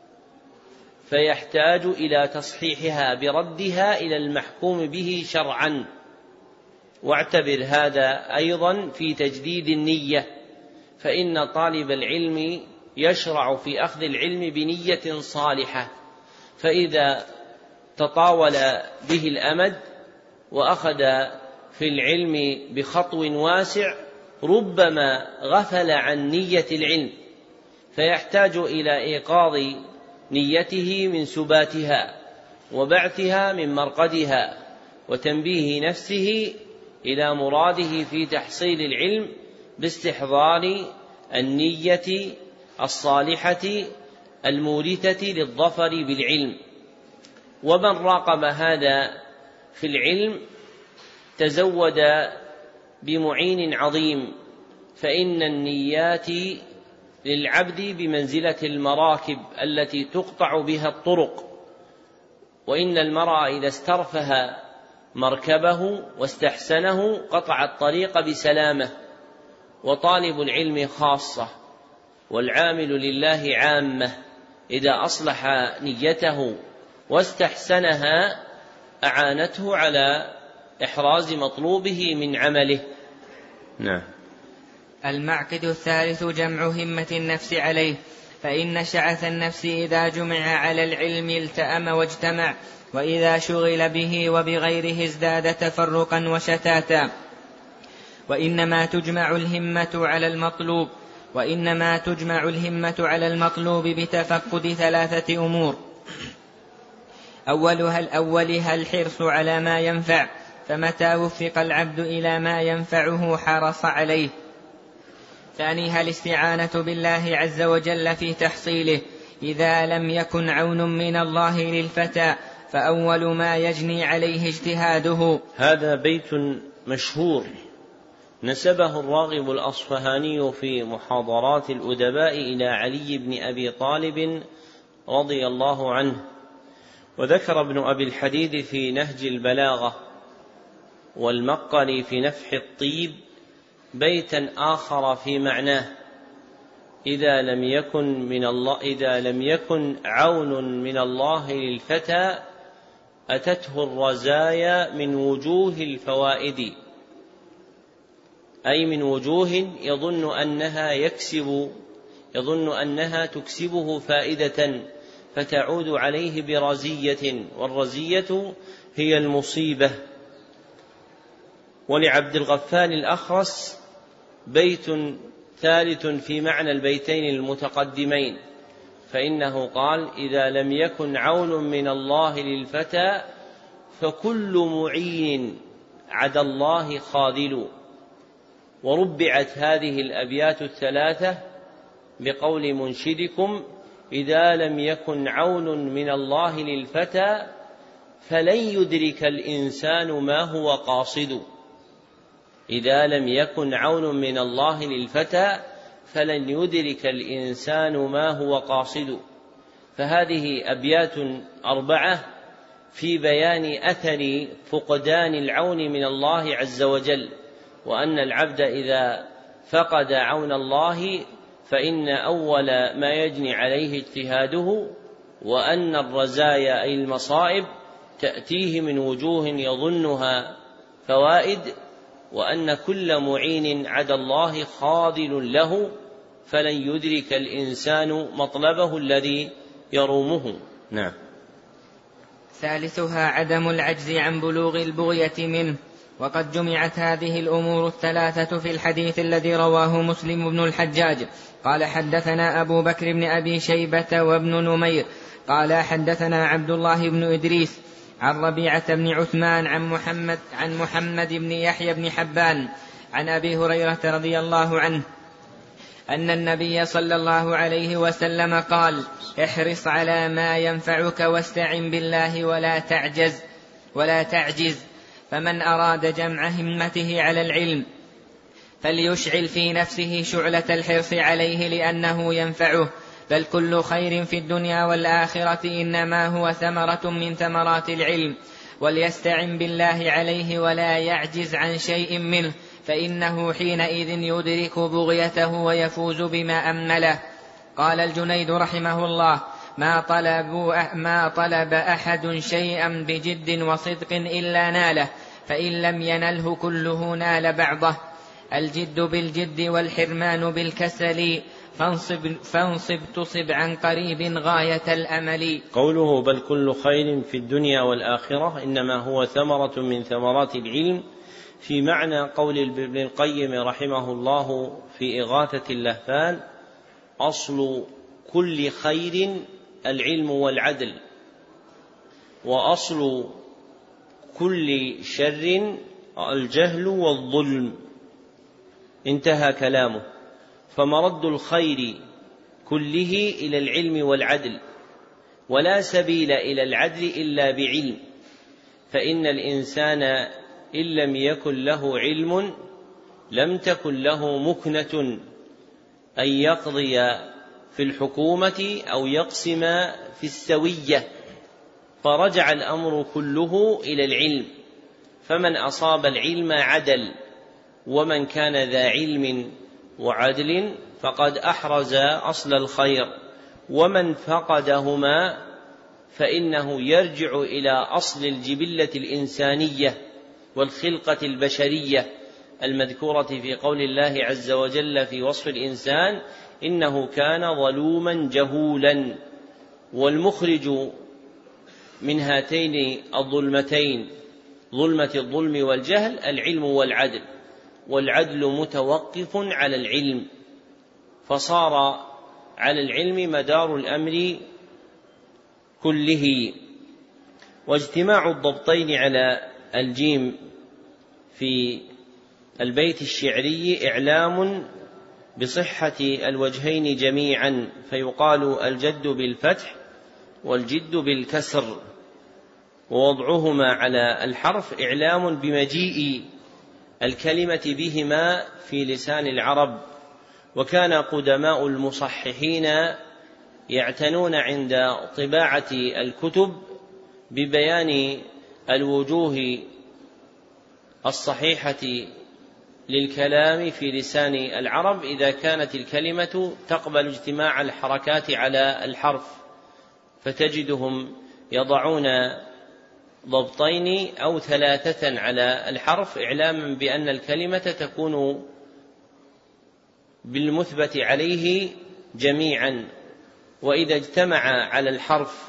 فيحتاج إلى تصحيحها بردها إلى المحكوم به شرعا. واعتبر هذا أيضا في تجديد النية، فإن طالب العلم يشرع في أخذ العلم بنية صالحة، فإذا تطاول به الأمد وأخذ في العلم بخطو واسع ربما غفل عن نية العلم، فيحتاج إلى إيقاظ نيته من سباتها وبعثها من مرقدها، وتنبيه نفسه إلى مراده في تحصيل العلم باستحضار النية الصالحة المورثة للظفر بالعلم. ومن راقب هذا في العلم تزود بمعين عظيم، فإن النيات للعبد بمنزلة المراكب التي تقطع بها الطرق، وإن المرء إذا استرفه مركبه واستحسنه قطع الطريق بسلامة. وطالب العلم خاصة والعامل لله عامة إذا أصلح نيته واستحسنها أعانته على إحراز مطلوبه من عمله. نعم. المعقد الثالث جمع همة النفس عليه، فإن شعث النفس إذا جمع على العلم التأم واجتمع، وإذا شغل به وبغيره ازداد تفرقا وشتاتا. وإنما تجمع الهمة على المطلوب بتفقد ثلاثة أمور: أولها الحرص على ما ينفع، فمتى وفق العبد إلى ما ينفعه حرص عليه. ثانيها الاستعانة بالله عز وجل في تحصيله، إذا لم يكن عون من الله للفتى فأول ما يجني عليه اجتهاده. هذا بيت مشهور نسبه الراغب الأصفهاني في محاضرات الأدباء إلى علي بن أبي طالب رضي الله عنه، وذكر ابن أبي الحديد في نهج البلاغة والمقري في نفح الطيب بيتا آخر في معناه: إذا لم يكن عون من الله للفتى أتته الرزايا من وجوه الفوائد، أي من وجوه يظن أنها تكسبه فائدة فتعود عليه برزية، والرزية هي المصيبة. ولعبد الغفال الأخرس بيت ثالث في معنى البيتين المتقدمين، فإنه قال: إذا لم يكن عون من الله للفتى فكل معين عدا الله خاذل. وربعت هذه الأبيات الثلاثة بقول منشدكم: إذا لم يكن عون من الله للفتى فلن يدرك الإنسان ما هو قاصد. إذا لم يكن عون من الله للفتى فلن يدرك الإنسان ما هو قاصد. فهذه أبيات 4 في بيان أثر فقدان العون من الله عز وجل، وأن العبد إذا فقد عون الله فإن أول ما يجني عليه اجتهاده، وأن الرزايا أي المصائب تأتيه من وجوه يظنها فوائد، وأن كل معين عدا الله خاذل له فلن يدرك الإنسان مطلبه الذي يرومه. نعم. ثالثها عدم العجز عن بلوغ البغية منه، وقد جمعت هذه الأمور الثلاثة في الحديث الذي رواه مسلم بن الحجاج قال حدثنا أبو بكر بن أبي شيبة وابن نمير قال حدثنا عبد الله بن إدريس عن ربيعة بن عثمان عن محمد بن يحيى بن حبان عن أبي هريرة رضي الله عنه أن النبي صلى الله عليه وسلم قال: احرص على ما ينفعك واستعن بالله ولا تعجز فمن أراد جمع همته على العلم فليشعل في نفسه شعلة الحرص عليه لأنه ينفعه، بل كل خير في الدنيا والآخرة إنما هو ثمرة من ثمرات العلم، وليستعن بالله عليه ولا يعجز عن شيء منه، فإنه حينئذ يدرك بغيته ويفوز بما أمله. قال الجنيد رحمه الله: ما طلب أحد شيئا بجد وصدق إلا ناله، فإن لم ينله كله نال بعضه. الجد بالجد والحرمان بالكسل، فانصب تصب عن قريب غاية الأمل. قوله بل كل خير في الدنيا والآخرة إنما هو ثمرة من ثمرات العلم في معنى قول ابن القيم رحمه الله في إغاثة اللهفان: أصل كل خير العلم والعدل، وأصل كل شر الجهل والظلم. انتهى كلامه. فمرد الخير كله إلى العلم والعدل، ولا سبيل إلى العدل إلا بعلم، فإن الإنسان إن لم يكن له علم لم تكن له مكنة أن يقضي في الحكومة أو يقسم في السوية، فرجع الأمر كله إلى العلم، فمن أصاب العلم عدل، ومن كان ذا علم وعدل فقد أحرز أصل الخير، ومن فقدهما فإنه يرجع إلى أصل الجبلة الإنسانية والخلقة البشرية المذكورة في قول الله عز وجل في وصف الإنسان: إنه كان ظلوما جهولا. والمخرج من هاتين الظلمتين، ظلمة الظلم والجهل، العلم والعدل، والعدل متوقف على العلم، فصار على العلم مدار الأمر كله. واجتماع الضبطين على الجيم في البيت الشعري إعلام بصحة الوجهين جميعا، فيقال الجد بالفتح والجد بالكسر، ووضعهما على الحرف إعلام بمجيء الكلمة بهما في لسان العرب. وكان قدماء المصححين يعتنون عند طباعة الكتب ببيان الوجوه الصحيحة للكلام في لسان العرب إذا كانت الكلمة تقبل اجتماع الحركات على الحرف، فتجدهم يضعون ضبطين أو 3 على الحرف إعلاما بأن الكلمة تكون بالمثبت عليه جميعا. وإذا اجتمع على الحرف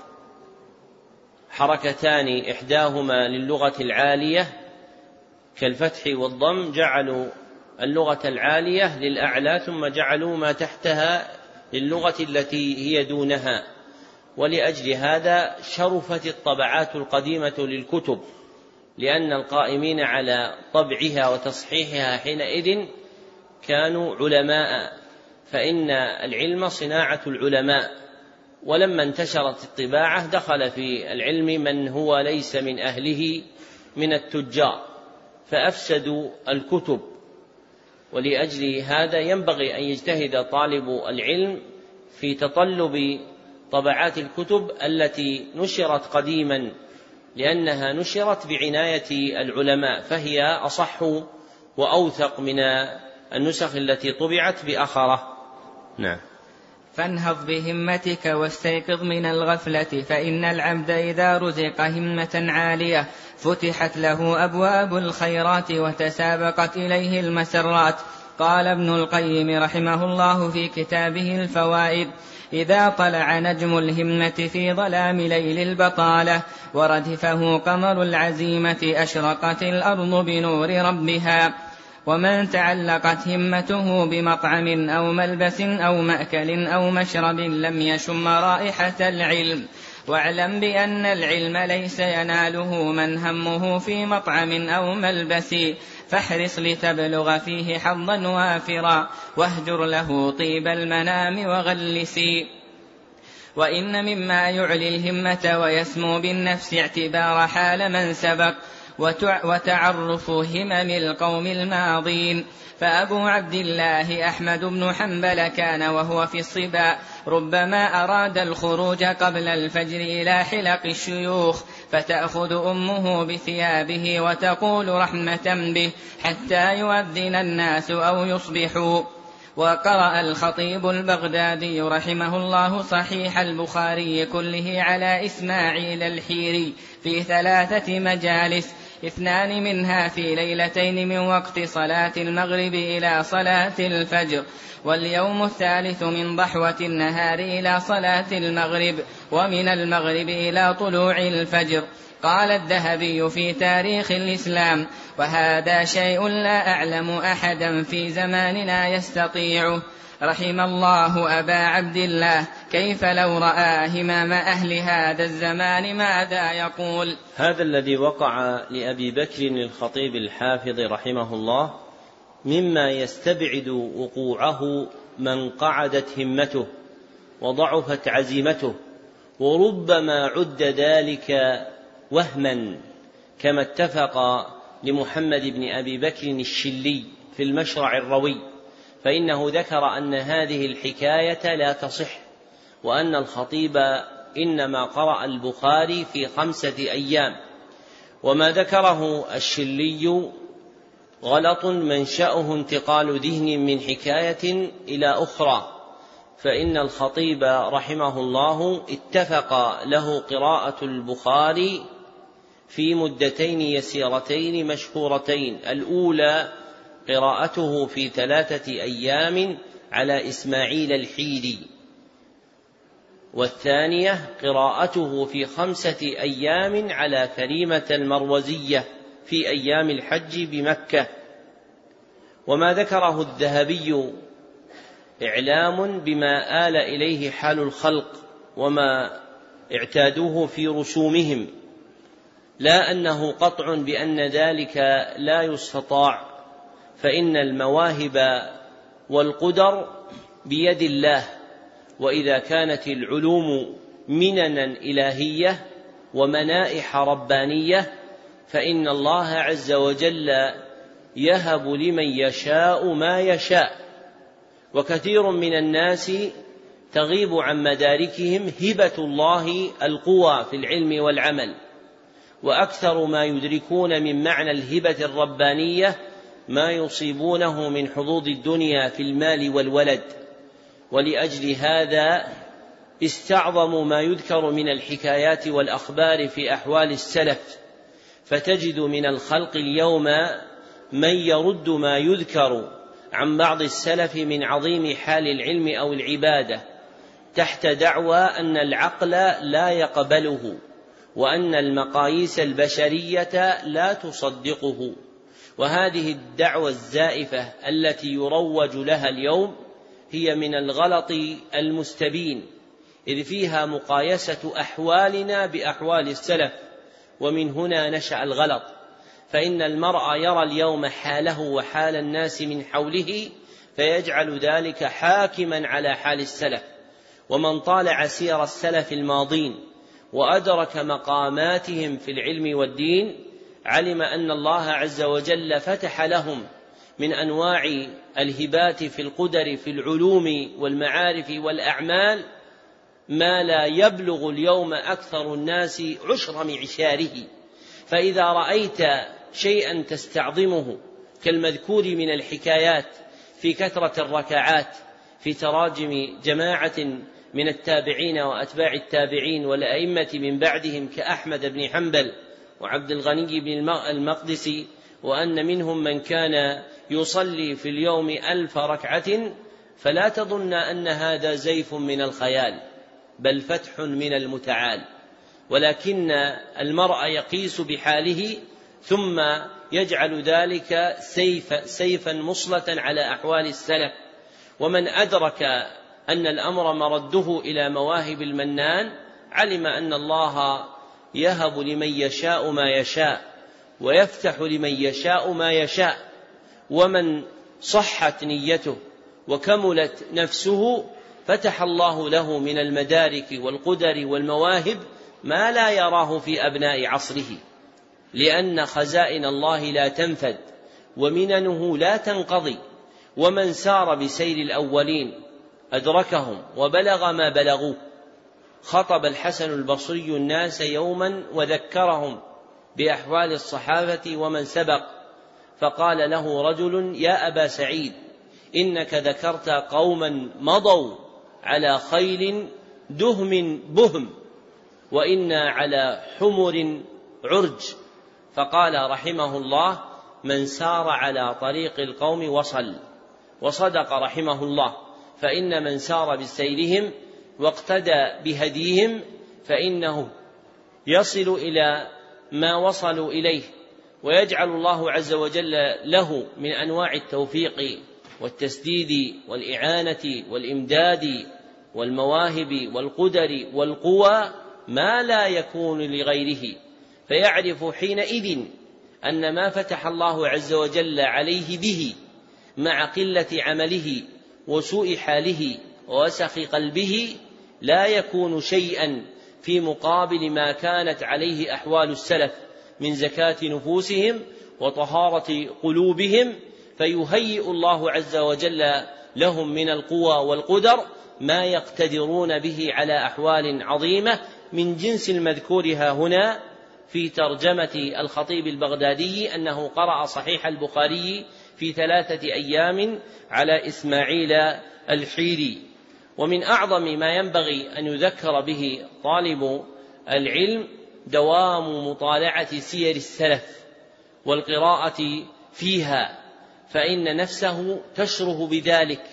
حركتان إحداهما للغة العالية كالفتح والضم جعلوا اللغة العالية للأعلى، ثم جعلوا ما تحتها للغة التي هي دونها. ولأجل هذا شرفت الطبعات القديمة للكتب، لأن القائمين على طبعها وتصحيحها حينئذ كانوا علماء، فإن العلم صناعة العلماء. ولما انتشرت الطباعة دخل في العلم من هو ليس من أهله من التجار، فأفسدوا الكتب. ولأجل هذا ينبغي أن يجتهد طالب العلم في تطلب طبعات الكتب التي نشرت قديما، لأنها نشرت بعناية العلماء، فهي أصح وأوثق من النسخ التي طبعت بأخرة. نعم. فانهض بهمتك واستيقظ من الغفلة، فإن العبد إذا رزق همة عالية فتحت له أبواب الخيرات وتسابقت إليه المسرات، قال ابن القيم رحمه الله في كتابه الفوائد: إذا طلع نجم الهمة في ظلام ليل البطالة وردفه قمر العزيمة أشرقت الأرض بنور ربها. ومن تعلقت همته بمطعم أو ملبس أو مأكل أو مشرب لم يشم رائحة العلم. واعلم بأن العلم ليس يناله من همه في مطعم أو ملبس، فاحرص لتبلغ فيه حظا وافرا، واهجر له طيب المنام وغلسي. وإن مما يعلي الهمة ويسمو بالنفس اعتبار حال من سبق وتعرف همم القوم الماضين. فأبو عبد الله أحمد بن حنبل كان وهو في الصبا ربما أراد الخروج قبل الفجر إلى حلق الشيوخ، فتأخذ أمه بثيابه وتقول رحمة به حتى يؤذن الناس أو يصبحوا. وقرأ الخطيب البغدادي رحمه الله صحيح البخاري كله على إسماعيل الحيري في 3 مجالس، 2 منها في ليلتين من وقت صلاة المغرب إلى صلاة الفجر، واليوم الثالث من ضحوة النهار إلى صلاة المغرب، ومن المغرب إلى طلوع الفجر. قال الذهبي في تاريخ الإسلام: وهذا شيء لا أعلم أحدا في زماننا يستطيعه. رحم الله أبا عبد الله، كيف لو رأى همام أهل هذا الزمان ماذا يقول؟ هذا الذي وقع لأبي بكر الخطيب الحافظ رحمه الله مما يستبعد وقوعه من قعدت همته وضعفت عزيمته، وربما عد ذلك وهما، كما اتفق لمحمد بن أبي بكر الشلي في المشرع الروي، فإنه ذكر أن هذه الحكاية لا تصح، وأن الخطيب إنما قرأ البخاري في 5 أيام. وما ذكره الشلي غلط منشأه انتقال ذهن من حكاية إلى أخرى، فإن الخطيب رحمه الله اتفق له قراءة البخاري في مدتين يسيرتين مشهورتين: الأولى قراءته في 3 أيام على إسماعيل الحيري، والثانية قراءته في 5 أيام على كريمة المروزية في أيام الحج بمكة. وما ذكره الذهبي إعلام بما آل إليه حال الخلق وما اعتادوه في رسومهم، لا أنه قطع بأن ذلك لا يستطاع، فإن المواهب والقدر بيد الله، وإذا كانت العلوم مننا إلهية ومنائح ربانية فإن الله عز وجل يهب لمن يشاء ما يشاء. وكثير من الناس تغيب عن مداركهم هبة الله القوى في العلم والعمل، وأكثر ما يدركون من معنى الهبة الربانية ما يصيبونه من حظوظ الدنيا في المال والولد. ولأجل هذا استعظموا ما يذكر من الحكايات والأخبار في أحوال السلف، فتجد من الخلق اليوم من يرد ما يذكر عن بعض السلف من عظيم حال العلم أو العبادة تحت دعوى أن العقل لا يقبله، وأن المقاييس البشرية لا تصدقه. وهذه الدعوة الزائفة التي يروج لها اليوم هي من الغلط المستبين، إذ فيها مقايسة أحوالنا بأحوال السلف، ومن هنا نشأ الغلط. فإن المرء يرى اليوم حاله وحال الناس من حوله فيجعل ذلك حاكما على حال السلف. ومن طالع سير السلف الماضين وأدرك مقاماتهم في العلم والدين علم أن الله عز وجل فتح لهم من أنواع الهبات في القدر في العلوم والمعارف والأعمال ما لا يبلغ اليوم أكثر الناس عشر معشاره. فإذا رأيت شيئا تستعظمه كالمذكور من الحكايات في كثرة الركعات في تراجم جماعة من التابعين وأتباع التابعين والأئمة من بعدهم كأحمد بن حنبل وعبد الغني بن المقدسي، وأن منهم من كان يصلي في اليوم 1000 ركعة فلا تظن أن هذا زيف من الخيال، بل فتح من المتعال، ولكن المرء يقيس بحاله ثم يجعل ذلك سيفا مصلة على أحوال السلف. ومن أدرك أن الأمر مرده إلى مواهب المنان علم أن الله يهب لمن يشاء ما يشاء ويفتح لمن يشاء ما يشاء، ومن صحت نيته وكملت نفسه فتح الله له من المدارك والقدر والمواهب ما لا يراه في أبناء عصره، لأن خزائن الله لا تنفد ومننه لا تنقضي. ومن سار بسير الأولين أدركهم وبلغ ما بلغوه. خطب الحسن البصري الناس يوما وذكرهم بأحوال الصحابة ومن سبق، فقال له رجل: يا أبا سعيد، إنك ذكرت قوما مضوا على خيل دهم بهم وإنا على حمر عرج. فقال رحمه الله: من سار على طريق القوم وصل. وصدق رحمه الله، فإن من سار بسيرهم واقتدى بهديهم فإنه يصل إلى ما وصلوا إليه، ويجعل الله عز وجل له من أنواع التوفيق والتسديد والإعانة والإمداد والمواهب والقدر والقوى ما لا يكون لغيره، فيعرف حينئذ أن ما فتح الله عز وجل عليه به مع قلة عمله وسوء حاله ووسخ قلبه لا يكون شيئا في مقابل ما كانت عليه أحوال السلف من زكاة نفوسهم وطهارة قلوبهم، فيهيئ الله عز وجل لهم من القوى والقدر ما يقتدرون به على أحوال عظيمة من جنس المذكور هنا في ترجمة الخطيب البغدادي أنه قرأ صحيح البخاري في 3 أيام على إسماعيل الحيري. ومن أعظم ما ينبغي أن يذكر به طالب العلم دوام مطالعة سير السلف والقراءة فيها، فإن نفسه تشره بذلك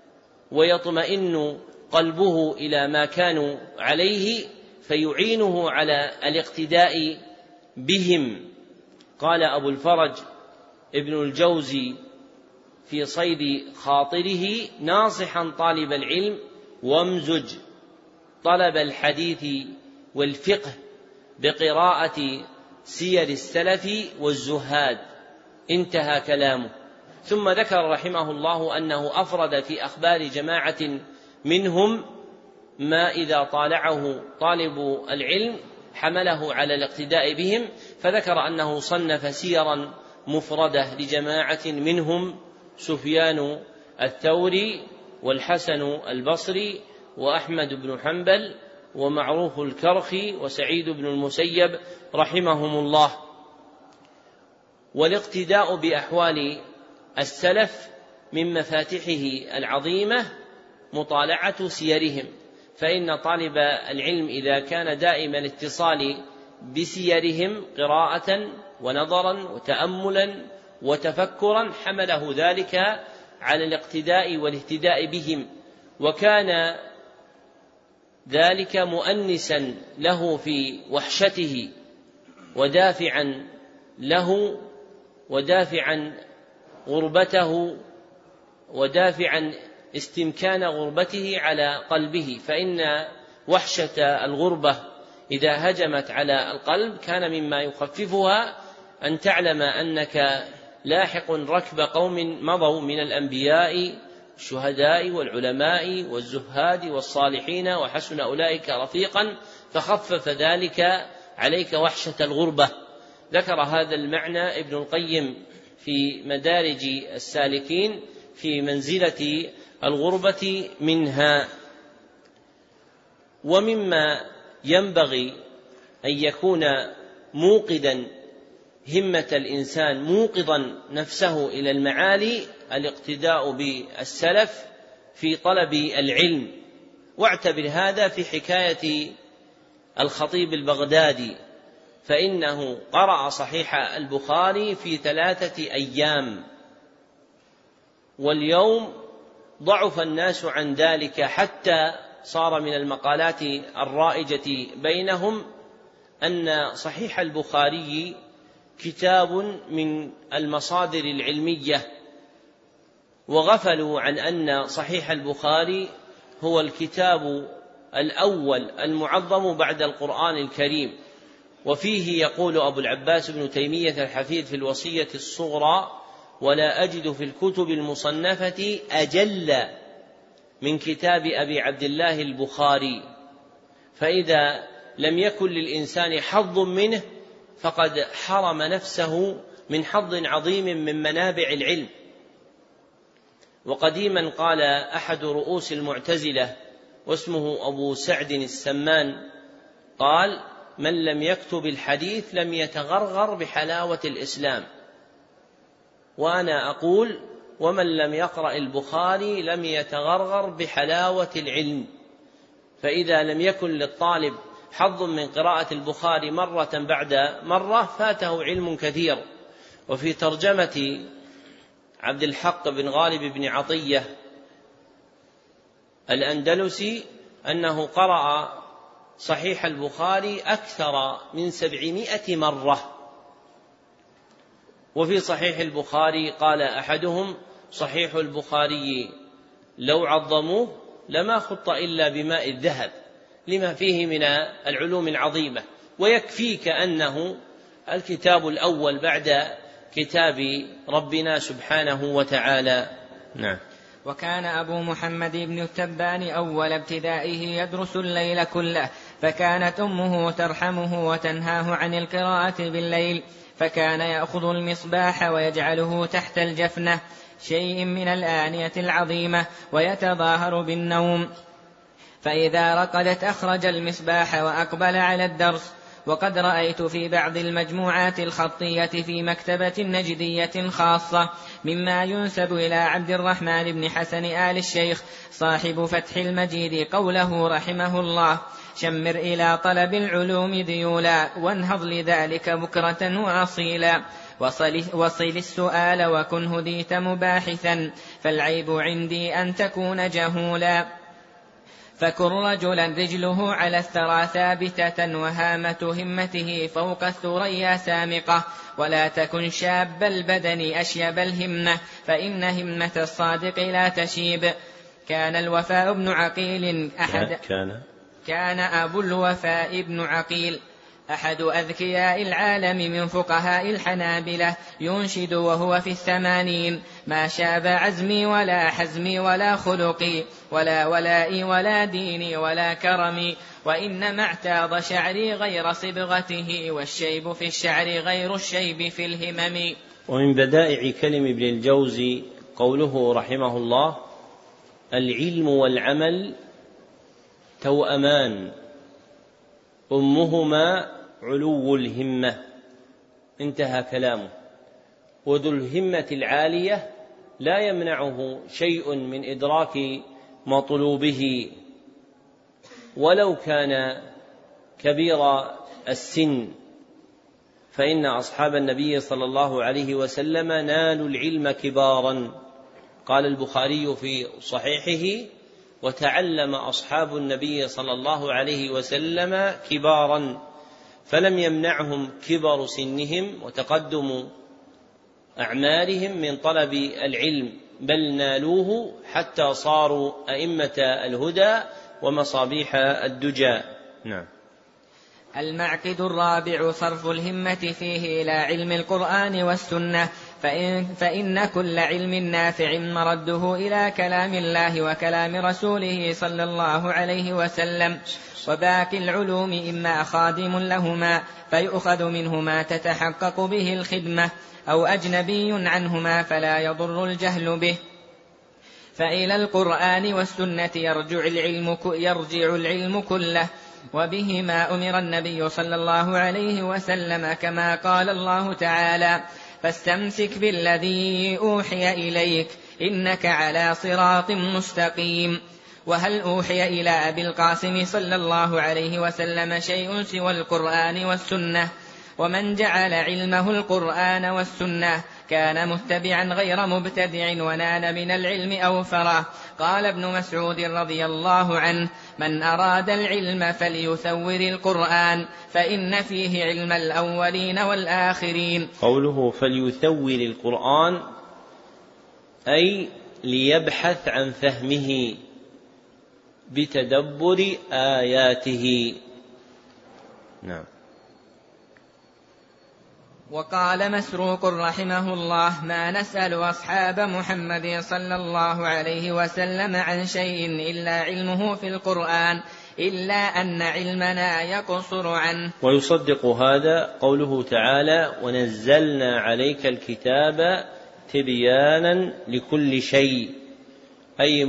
ويطمئن قلبه إلى ما كانوا عليه فيعينه على الاقتداء بهم. قال أبو الفرج ابن الجوزي في صيد خاطره ناصحا طالب العلم: وامزج طلب الحديث والفقه بقراءة سير السلف والزهاد. انتهى كلامه. ثم ذكر رحمه الله أنه أفرد في أخبار جماعة منهم ما إذا طالعه طالب العلم حمله على الاقتداء بهم، فذكر أنه صنف سيرا مفردة لجماعة منهم: سفيان الثوري والحسن البصري وأحمد بن حنبل ومعروف الكرخي وسعيد بن المسيب رحمهم الله. والاقتداء بأحوال السلف من مفاتحه العظيمة مطالعة سيرهم، فإن طالب العلم إذا كان دائما الاتصال بسيرهم قراءة ونظرا وتأملا وتفكرا حمله ذلك على الاقتداء والاهتداء بهم، وكان ذلك مؤنسا له في وحشته ودافعا له ودافعا غربته ودافعا استمكان غربته على قلبه، فإن وحشة الغربة إذا هجمت على القلب كان مما يخففها أن تعلم أنك لاحق ركب قوم مضوا من الأنبياء الشهداء والعلماء والزهاد والصالحين وحسن أولئك رفيقا، فخفف ذلك عليك وحشة الغربة. ذكر هذا المعنى ابن القيم في مدارج السالكين في منزلة الغربة منها. ومما ينبغي أن يكون موقدا همة الإنسان موقظا نفسه إلى المعالي الاقتداء بالسلف في طلب العلم. واعتبر هذا في حكاية الخطيب البغدادي، فإنه قرأ صحيح البخاري في 3 أيام واليوم ضعف الناس عن ذلك، حتى صار من المقالات الرائجة بينهم أن صحيح البخاري كتاب من المصادر العلمية، وغفلوا عن أن صحيح البخاري هو الكتاب الأول المعظم بعد القرآن الكريم. وفيه يقول أبو العباس بن تيمية الحفيد في الوصية الصغرى: ولا أجد في الكتب المصنفة أجل من كتاب أبي عبد الله البخاري. فإذا لم يكن للإنسان حظ منه فقد حرم نفسه من حظ عظيم من منابع العلم. وقديما قال أحد رؤوس المعتزلة واسمه أبو سعد السمان، قال: من لم يكتب الحديث لم يتغرغر بحلاوة الإسلام. وأنا أقول: ومن لم يقرأ البخاري لم يتغرغر بحلاوة العلم. فإذا لم يكن للطالب حظ من قراءة البخاري مرة بعد مرة فاته علم كثير. وفي ترجمة عبد الحق بن غالب بن عطية الأندلسي أنه قرأ صحيح البخاري أكثر من 700 مرة. وفي صحيح البخاري قال أحدهم: صحيح البخاري لو عظموه لما خط إلا بماء الذهب، لما فيه من العلوم العظيمة، ويكفيك أنه الكتاب الأول بعد كتاب ربنا سبحانه وتعالى. نعم. وكان أبو محمد بن التبان أول ابتدائه يدرس الليل كله، فكانت أمه ترحمه وتنهاه عن القراءة بالليل، فكان يأخذ المصباح ويجعله تحت الجفنة، شيء من الآنية العظيمة، ويتظاهر بالنوم، فإذا رقدت أخرج المصباح وأقبل على الدرس. وقد رأيت في بعض المجموعات الخطية في مكتبة نجدية خاصة مما ينسب إلى عبد الرحمن بن حسن آل الشيخ صاحب فتح المجيد قوله رحمه الله: شمر إلى طلب العلوم ذيولا، وانهض لذلك بكرة وأصيلا، وصل السؤال وكن هديت مباحثا، فالعيب عندي أن تكون جهولا. فكن رجلا رجله على الثرى ثابتة، وهامة همته فوق الثريا سامقة، ولا تكن شاب البدن أشيب الهمة، فإن همة الصادق لا تشيب. كان الوفاء بن عقيل كان أبو الوفاء بن عقيل أحد أذكياء العالم من فقهاء الحنابلة، ينشد وهو في 80: ما شاب عزمي ولا حزمي ولا خلقي، ولا ولائي ولا ديني ولا كرمي، وإنما اعتاض شعري غير صبغته، والشيب في الشعر غير الشيب في الهمم. ومن بدائع كلم ابن الجوزي قوله رحمه الله: العلم والعمل توأمان، أمهما علو الهمة. انتهى كلامه. وذو الهمة العالية لا يمنعه شيء من إدراك مطلوبه ولو كان كبير السن، فإن أصحاب النبي صلى الله عليه وسلم نالوا العلم كبارا. قال البخاري في صحيحه: وتعلم أصحاب النبي صلى الله عليه وسلم كبارا، فلم يمنعهم كبر سنهم وتقدم أعمارهم من طلب العلم، بل نالوه حتى صاروا أئمة الهدى ومصابيح الدجى. نعم. المعقد الرابع صرف الهمة فيه إلى علم القرآن والسنة، فإن كل علم نافع مرده إلى كلام الله وكلام رسوله صلى الله عليه وسلم، وباقي العلوم إما خادم لهما فيؤخذ منهما تتحقق به الخدمة، أو أجنبي عنهما فلا يضر الجهل به. فإلى القرآن والسنة يرجع العلم كله، وبهما أمر النبي صلى الله عليه وسلم، كما قال الله تعالى: فاستمسك بالذي أوحي إليك إنك على صراط مستقيم. وهل أوحي إلى أبي القاسم صلى الله عليه وسلم شيء سوى القرآن والسنة؟ ومن جعل علمه القرآن والسنة كان متبعا غير مبتدع ونال من العلم أوفره. قال ابن مسعود رضي الله عنه: من أراد العلم فليثور القرآن فإن فيه علم الأولين والآخرين. قوله فليثور القرآن أي ليبحث عن فهمه بتدبر آياته. نعم. وقال مسروق رحمه الله: ما نسأل أصحاب محمد صلى الله عليه وسلم عن شيء إلا علمه في القرآن إلا أن علمنا يقصر عنه. ويصدق هذا قوله تعالى: ونزلنا عليك الكتاب تبيانا لكل شيء، أي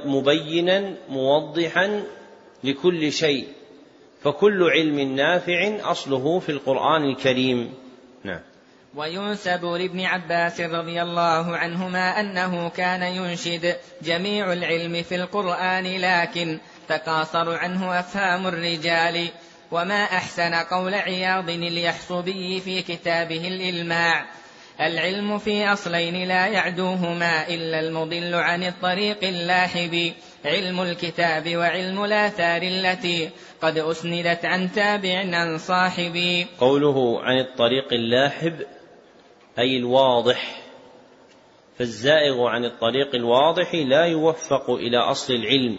مبينا موضحا لكل شيء، فكل علم نافع أصله في القرآن الكريم. نعم. وينسب لابن عباس رضي الله عنهما أنه كان ينشد: جميع العلم في القرآن لكن تقاصر عنه أفهام الرجال. وما أحسن قول عياض اليحصبي في كتابه الإلماع: العلم في أصلين لا يعدوهما إلا المضل عن الطريق اللاحب، علم الكتاب وعلم الآثار التي قد أسندت عن تابع عن صاحبي. قوله عن الطريق اللاحب أي الواضح، فالزائغ عن الطريق الواضح لا يوفق إلى أصل العلم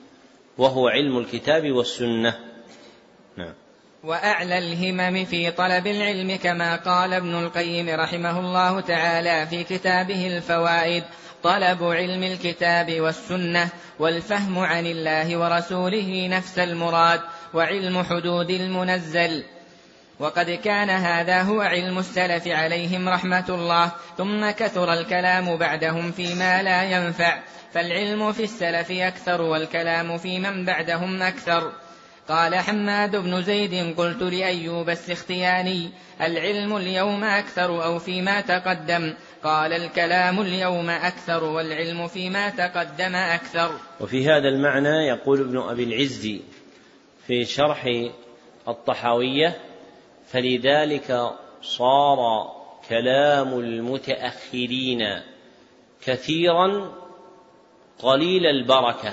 وهو علم الكتاب والسنة. نعم. وأعلى الهمم في طلب العلم كما قال ابن القيم رحمه الله تعالى في كتابه الفوائد: طلب علم الكتاب والسنة والفهم عن الله ورسوله نفس المراد وعلم حدود المنزل. وقد كان هذا هو علم السلف عليهم رحمة الله، ثم كثر الكلام بعدهم فيما لا ينفع، فالعلم في السلف أكثر والكلام في من بعدهم أكثر. قال حماد بن زيد: قلت لأيوب السختياني: العلم اليوم أكثر أو فيما تقدم؟ قال: الكلام اليوم أكثر والعلم فيما تقدم أكثر. وفي هذا المعنى يقول ابن أبي العز في شرح الطحاوية: فلذلك صار كلام المتأخرين كثيرا قليل البركة.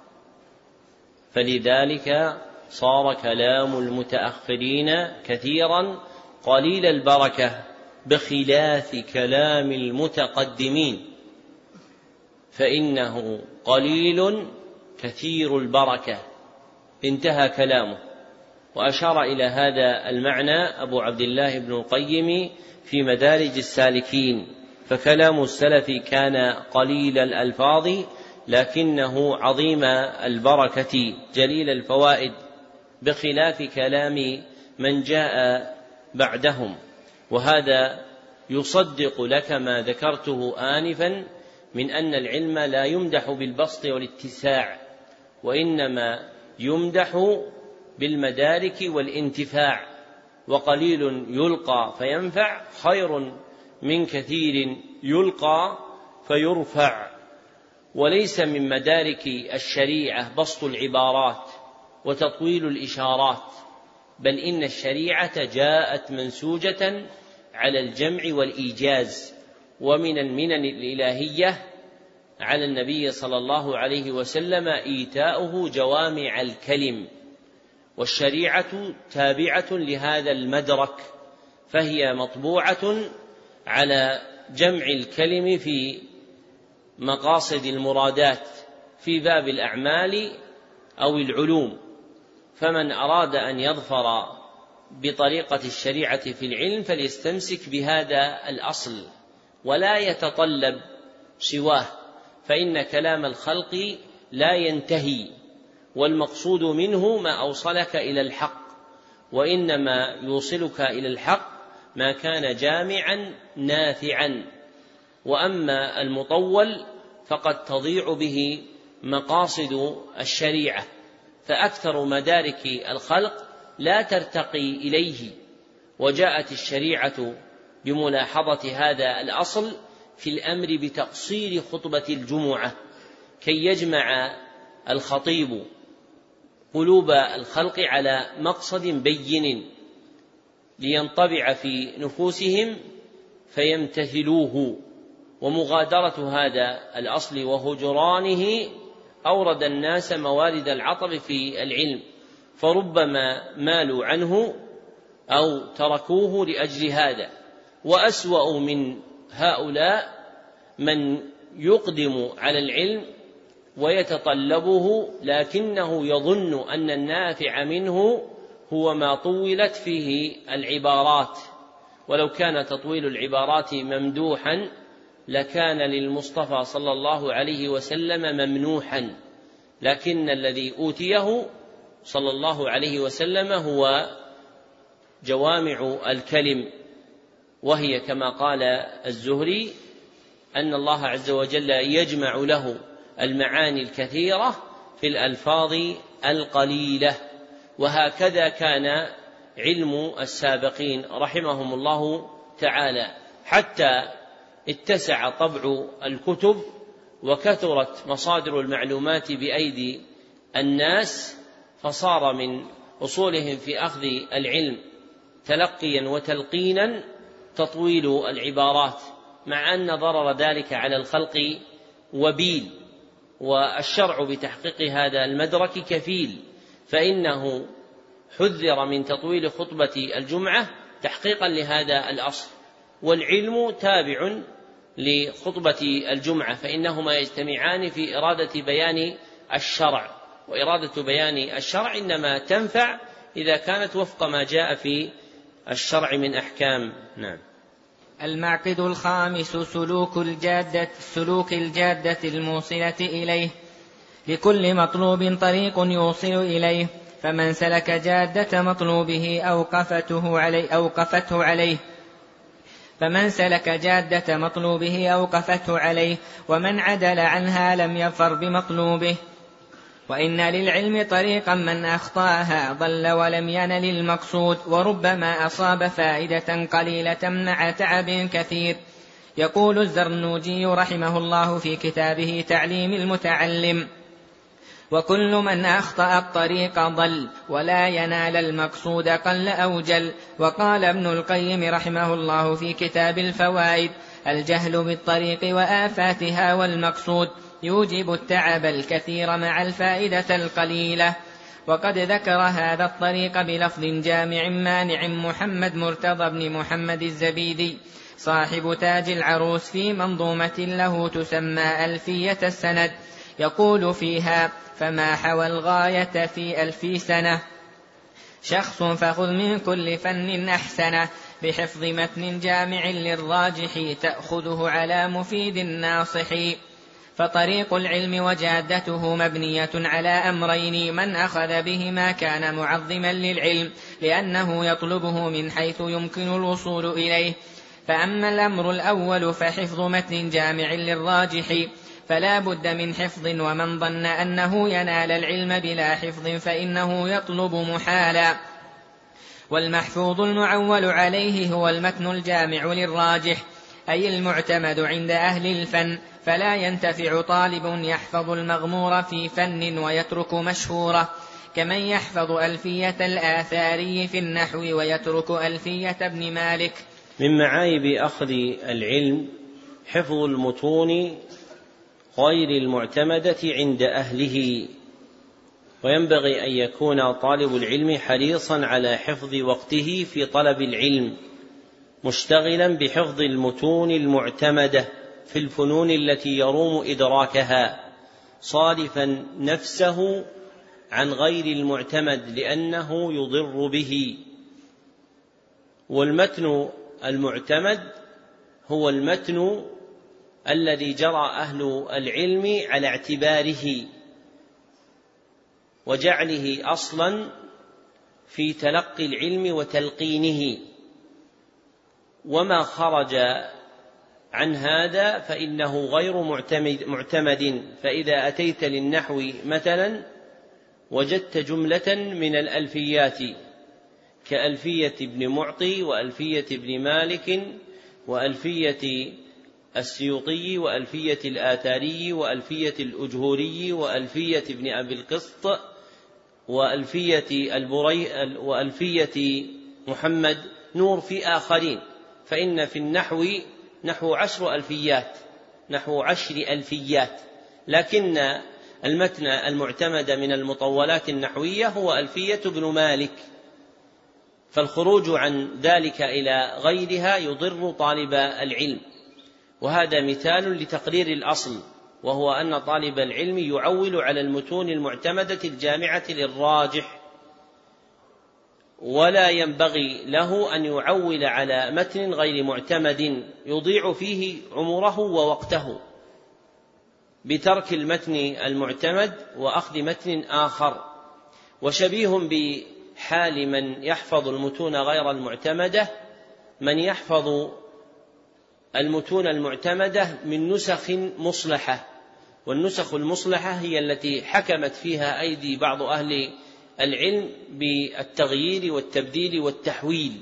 فلذلك صار كلام المتأخرين كثيرا قليل البركة بخلاف كلام المتقدمين، فإنه قليل كثير البركة. انتهى كلامه. وأشار إلى هذا المعنى أبو عبد الله بن القيم في مدارج السالكين، فكلام السلف كان قليل الألفاظ لكنه عظيم البركة جليل الفوائد، بخلاف كلام من جاء بعدهم. وهذا يصدق لك ما ذكرته آنفا من أن العلم لا يمدح بالبسط والاتساع، وإنما يمدح بالمدارك والانتفاع، وقليل يلقى فينفع خير من كثير يلقى فيرفع. وليس من مدارك الشريعة بسط العبارات وتطويل الإشارات، بل إن الشريعة جاءت منسوجة على الجمع والإيجاز. ومن المنن الإلهية على النبي صلى الله عليه وسلم إيتاؤه جوامع الكلم، والشريعة تابعة لهذا المدرك، فهي مطبوعة على جمع الكلم في مقاصد المرادات في باب الأعمال أو العلوم. فمن أراد أن يظفر بطريقة الشريعة في العلم فليستمسك بهذا الأصل ولا يتطلب سواه، فإن كلام الخلق لا ينتهي، والمقصود منه ما أوصلك إلى الحق، وإنما يوصلك إلى الحق ما كان جامعا نافعا. وأما المطول فقد تضيع به مقاصد الشريعة، فأكثر مدارك الخلق لا ترتقي إليه. وجاءت الشريعة بملاحظة هذا الأصل في الأمر بتقصير خطبة الجمعة كي يجمع الخطيب قلوب الخلق على مقصد بين لينطبع في نفوسهم فيمتثلوه. ومغادرة هذا الأصل وهجرانه أورد الناس موارد العطب في العلم، فربما مالوا عنه أو تركوه لأجل هذا. وأسوأ من هؤلاء من يقدم على العلم ويتطلبه لكنه يظن أن النافع منه هو ما طولت فيه العبارات، ولو كان تطويل العبارات ممدوحا لكان للمصطفى صلى الله عليه وسلم ممنوحا، لكن الذي أوتيه صلى الله عليه وسلم هو جوامع الكلم، وهي كما قال الزهري أن الله عز وجل يجمع له المعاني الكثيرة في الألفاظ القليلة. وهكذا كان علم السابقين رحمهم الله تعالى، حتى اتسع طبع الكتب وكثرت مصادر المعلومات بأيدي الناس، فصار من أصولهم في أخذ العلم تلقيا وتلقينا تطويل العبارات، مع أن ضرر ذلك على الخلق وبيل، والشرع بتحقيق هذا المدرك كفيل، فإنه حذر من تطويل خطبة الجمعة تحقيقا لهذا الأصل. والعلم تابع لخطبة الجمعة، فإنهما يجتمعان في إرادة بيان الشرع، وإرادة بيان الشرع إنما تنفع إذا كانت وفق ما جاء في الشرع من أحكام. نعم. المعقد الخامس سلوك الجادة الموصلة إليه. لكل مطلوب طريق يوصل إليه، فمن سلك جادة مطلوبه أوقفته عليه، ومن عدل عنها لم يظفر بمطلوبه. وإن للعلم طريقا من أخطاها ضل ولم ينل المقصود، وربما أصاب فائدة قليلة مع تعب كثير. يقول الزرنوجي رحمه الله في كتابه تعليم المتعلم: وكل من أخطأ الطريق ضل ولا ينال المقصود قل أو جل. وقال ابن القيم رحمه الله في كتاب الفوائد: الجهل بالطريق وآفاتها والمقصود يوجب التعب الكثير مع الفائدة القليلة. وقد ذكر هذا الطريق بلفظ جامع مانع محمد مرتضى بن محمد الزبيدي صاحب تاج العروس في منظومة له تسمى ألفية السند، يقول فيها: فما حوى الغاية في 1000 سنة شخص فخذ من كل فن أحسنه، بحفظ متن جامع للراجح تأخذه على مفيد ناصح. فطريق العلم وجادته مبنية على أمرين: من أخذ بهما كان معظما للعلم لأنه يطلبه من حيث يمكن الوصول إليه. فأما الأمر الأول فحفظ متن جامع للراجح فلا بد من حفظ، ومن ظن أنه ينال العلم بلا حفظ فإنه يطلب محالا. والمحفوظ المعول عليه هو المتن الجامع للراجح، أي المعتمد عند أهل الفن، فلا ينتفع طالب يحفظ المغمور في فن ويترك مشهورة، كمن يحفظ ألفية الآثاري في النحو ويترك ألفية ابن مالك. من معايب أخذ العلم حفظ المتون غير المعتمدة عند أهله، وينبغي أن يكون طالب العلم حريصا على حفظ وقته في طلب العلم، مشتغلا بحفظ المتون المعتمدة في الفنون التي يروم إدراكها، صارفا نفسه عن غير المعتمد لأنه يضر به. والمتن المعتمد هو المتن الذي جرى أهل العلم على اعتباره وجعله أصلا في تلقي العلم وتلقينه، وما خرج عن هذا فإنه غير معتمد. فإذا أتيت للنحو مثلا وجدت جملة من الألفيات كألفية ابن معطي وألفية ابن مالك وألفية السيوطي وألفية الآثاري وألفية الأجهوري وألفية ابن أبي القسط وألفية محمد نور في آخرين، فإن في النحو نحو 10 ألفيات، لكن المتن المعتمد من المطولات النحوية هو ألفية ابن مالك، فالخروج عن ذلك إلى غيرها يضر طالب العلم. وهذا مثال لتقرير الأصل، وهو أن طالب العلم يعول على المتون المعتمدة الجامعة للراجح، ولا ينبغي له أن يعول على متن غير معتمد يضيع فيه عمره ووقته بترك المتن المعتمد وأخذ متن آخر. وشبيه بحال من يحفظ المتون غير المعتمدة من يحفظ المتون المعتمدة من نسخ مصلحة، والنسخ المصلحة هي التي حكمت فيها أيدي بعض أهل العلم بالتغيير والتبديل والتحويل،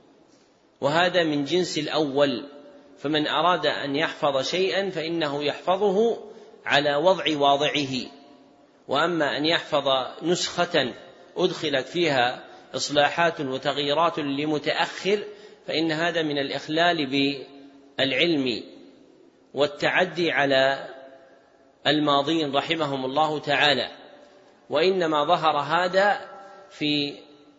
وهذا من جنس الأول. فمن أراد أن يحفظ شيئا فإنه يحفظه على وضع واضعه، وأما أن يحفظ نسخة أدخلت فيها إصلاحات وتغييرات لمتأخر فإن هذا من الإخلال بالعلم والتعدي على الماضين رحمهم الله تعالى. وإنما ظهر هذا في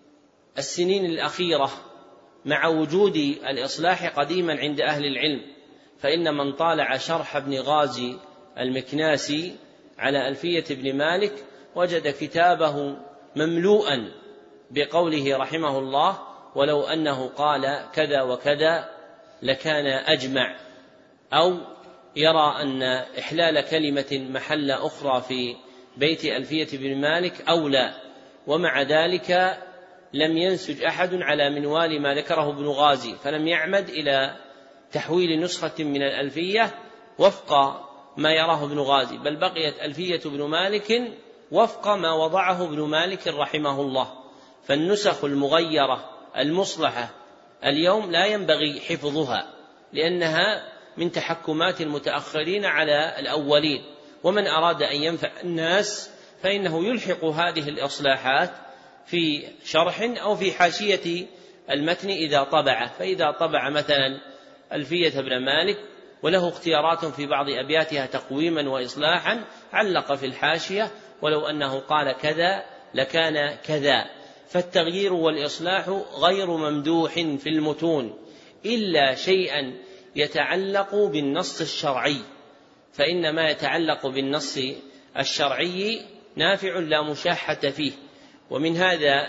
السنين الأخيرة مع وجود الإصلاح قديما عند أهل العلم، فإن من طالع شرح ابن غازي المكناسي على ألفية ابن مالك وجد كتابه مملوءا بقوله رحمه الله: ولو أنه قال كذا وكذا لكان أجمع، أو يرى أن إحلال كلمة محل أخرى في بيت ألفية ابن مالك أولى. ومع ذلك لم ينسج أحد على منوال ما ذكره ابن غازي، فلم يعمد إلى تحويل نسخة من الألفية وفق ما يراه ابن غازي، بل بقيت ألفية ابن مالك وفق ما وضعه ابن مالك رحمه الله. فالنسخ المغيرة المصلحة اليوم لا ينبغي حفظها، لأنها من تحكمات المتأخرين على الأولين. ومن أراد أن ينفع الناس فإنه يلحق هذه الإصلاحات في شرح أو في حاشية المتن إذا طبع. فإذا طبع مثلا ألفية ابن مالك وله اختيارات في بعض أبياتها تقويما وإصلاحا، علق في الحاشية: ولو أنه قال كذا لكان كذا. فالتغيير والإصلاح غير ممدوح في المتون إلا شيئا يتعلق بالنص الشرعي، فإن ما يتعلق بالنص الشرعي نافع لا مشاحة فيه. ومن هذا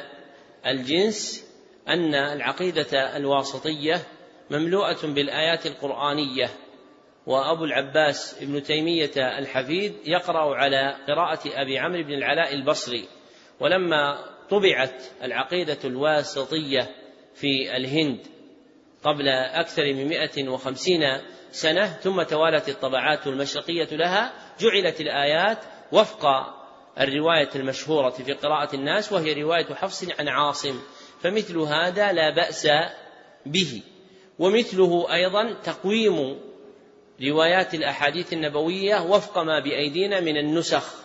الجنس أن العقيدة الواسطية مملوءة بالآيات القرآنية، وأبو العباس ابن تيمية الحفيد يقرأ على قراءة أبي عمرو بن العلاء البصري. ولما طبعت العقيدة الواسطية في الهند قبل أكثر من 150 سنة ثم توالت الطبعات المشرقية لها، جعلت الآيات وفق الرواية المشهورة في قراءة الناس، وهي رواية حفص عن عاصم، فمثل هذا لا بأس به. ومثله أيضا تقويم روايات الأحاديث النبوية وفق ما بأيدينا من النسخ.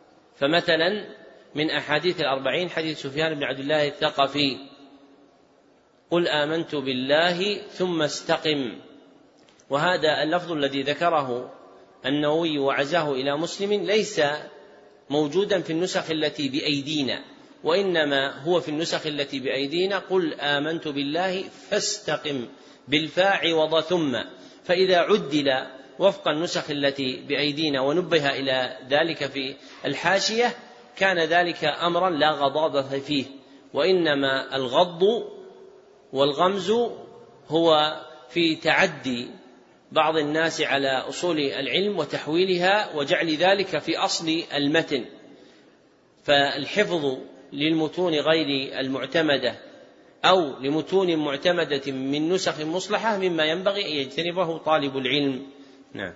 فمثلا من أحاديث 40 حديث سفيان بن عبد الله الثقفي: قل آمنت بالله ثم استقم. وهذا اللفظ الذي ذكره النووي وعزاه إلى مسلم ليس موجودا في النسخ التي بأيدينا، وإنما هو في النسخ التي بأيدينا: قل آمنت بالله فاستقم بالفاء عوض ثم. فإذا عدل وفق النسخ التي بأيدينا ونبه إلى ذلك في الحاشية كان ذلك أمرا لا غضاضة فيه، وإنما الغض والغمز هو في تعدي بعض الناس على أصول العلم وتحويلها وجعل ذلك في أصل المتن. فالحفظ للمتون غير المعتمدة أو لمتون معتمدة من نسخ مصلحة مما ينبغي أن يجتنبه طالب العلم. نعم.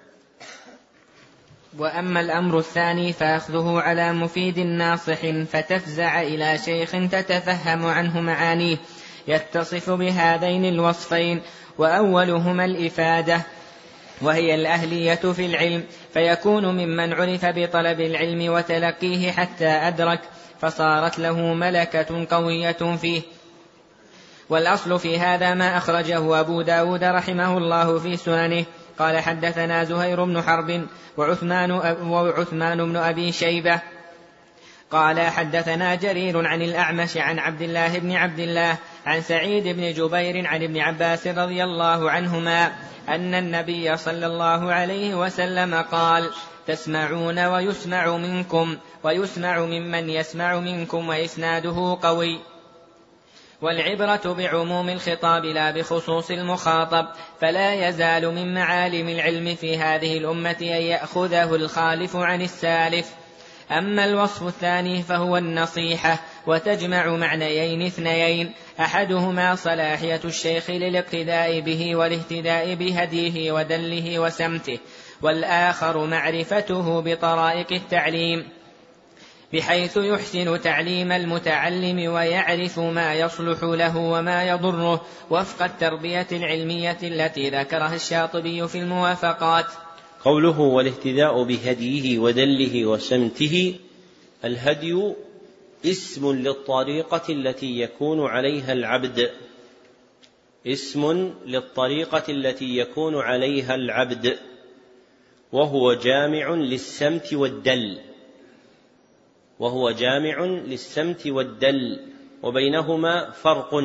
وأما الأمر الثاني فأخذه على مفيد ناصح، فتفزع إلى شيخ تتفهم عنه معانيه يتصف بهذين الوصفين، وأولهما الإفادة وهي الأهلية في العلم، فيكون ممن عرف بطلب العلم وتلقيه حتى أدرك، فصارت له ملكة قوية فيه. والأصل في هذا ما أخرجه أبو داود رحمه الله في سننه. قال حدثنا زهير بن حرب وعثمان بن أبي شيبة قال حدثنا جرير عن الأعمش عن عبد الله بن عبد الله عن سعيد بن جبير عن ابن عباس رضي الله عنهما أن النبي صلى الله عليه وسلم قال: تسمعون ويسمع منكم ويسمع ممن يسمع منكم وإسناده قوي. والعبرة بعموم الخطاب لا بخصوص المخاطب، فلا يزال من معالم العلم في هذه الأمة أن يأخذه الخالف عن السالف. أما الوصف الثاني فهو النصيحة، وتجمع معنيين اثنيين: أحدهما صلاحية الشيخ للاقتداء به والاهتداء بهديه ودله وسمته، والآخر معرفته بطرائق التعليم بحيث يحسن تعليم المتعلم ويعرف ما يصلح له وما يضره وفق التربية العلمية التي ذكرها الشاطبي في الموافقات. قوله والاهتداء بهديه ودله وسمته: الهدي اسم للطريقة التي يكون عليها العبد، اسم للطريقة التي يكون عليها العبد، وهو جامع للسمت والدل، وهو جامع للسمت والدل، وبينهما فرق.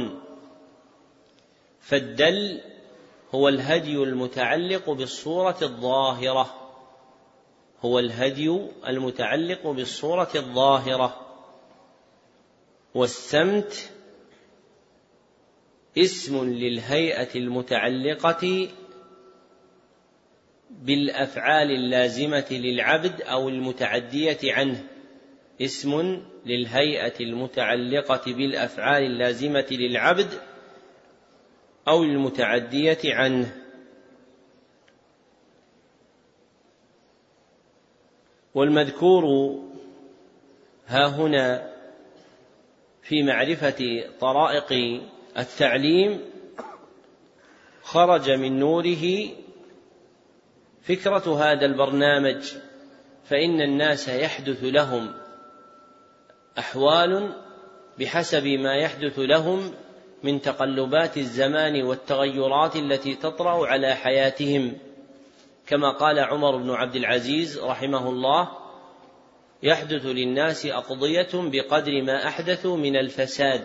فالدل هو الهدي المتعلق بالصورة الظاهرة، هو الهدي المتعلق بالصورة الظاهرة، والسمت اسم للهيئة المتعلقة بالأفعال اللازمة للعبد أو المتعدية عنه، اسم للهيئة المتعلقة بالأفعال اللازمة للعبد أو المتعدية عنه. والمذكور هاهنا في معرفة طرائق التعليم خرج من نوره فكرة هذا البرنامج، فإن الناس يحدث لهم أحوال بحسب ما يحدث لهم من تقلبات الزمان والتغيرات التي تطرأ على حياتهم، كما قال عمر بن عبد العزيز رحمه الله: يحدث للناس أقضية بقدر ما أحدثوا من الفساد.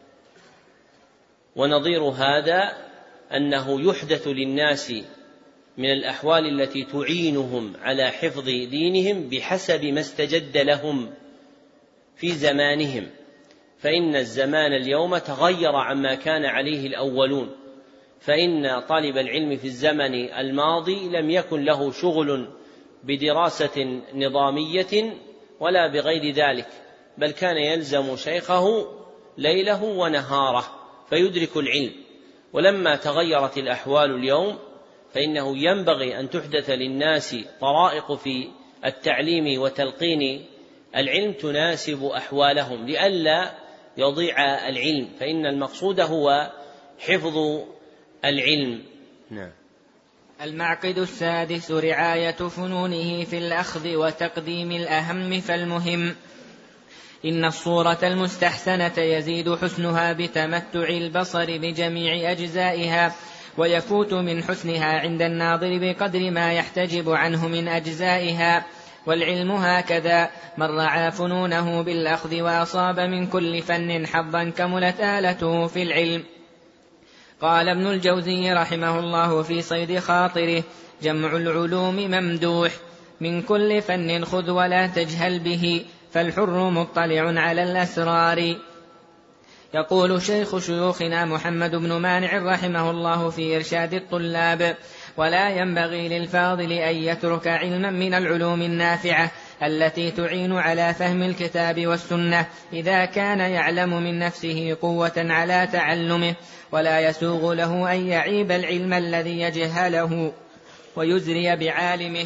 ونظير هذا أنه يحدث للناس من الأحوال التي تعينهم على حفظ دينهم بحسب ما استجد لهم في زمانهم، فإن الزمان اليوم تغير عما كان عليه الأولون، فإن طالب العلم في الزمن الماضي لم يكن له شغل بدراسة نظامية ولا بغير ذلك، بل كان يلزم شيخه ليله ونهاره فيدرك العلم. ولما تغيرت الأحوال اليوم فإنه ينبغي أن تحدث للناس طرائق في التعليم وتلقين العلم تناسب أحوالهم لئلا يضيع العلم، فإن المقصود هو حفظ العلم. نعم. المعقد السادس: رعاية فنونه في الأخذ وتقديم الأهم فالمهم. إن الصورة المستحسنة يزيد حسنها بتمتع البصر بجميع أجزائها، ويفوت من حسنها عند الناظر بقدر ما يحتجب عنه من أجزائها. والعلم هكذا: من رعى فنونه بالأخذ وأصاب من كل فن حظا كملت آلته في العلم. قال ابن الجوزي رحمه الله في صيد خاطره: جمع العلوم ممدوح، من كل فن خذ ولا تجهل به، فالحر مطلع على الأسرار. يقول شيخ شيوخنا محمد بن مانع رحمه الله في إرشاد الطلاب: ولا ينبغي للفاضل أن يترك علما من العلوم النافعة التي تعين على فهم الكتاب والسنة إذا كان يعلم من نفسه قوة على تعلمه، ولا يسوغ له أن يعيب العلم الذي يجهله ويزري بعالمه،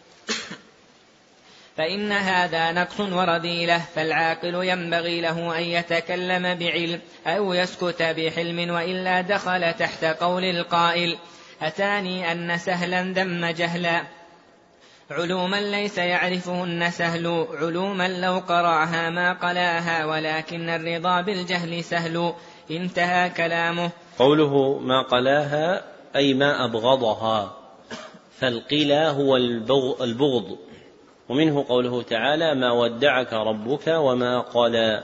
فإن هذا نقص ورذيلة. فالعاقل ينبغي له أن يتكلم بعلم أو يسكت بحلم، وإلا دخل تحت قول القائل: أتاني أن سهلا ذم جهلا. علوما ليس يعرفهن سهل، علوما لو قرعها ما قلاها، ولكن الرضا بالجهل سهل. انتهى كلامه. قوله ما قلاها أي ما أبغضها، فالقلا هو البغض، ومنه قوله تعالى ما ودعك ربك وما قلى.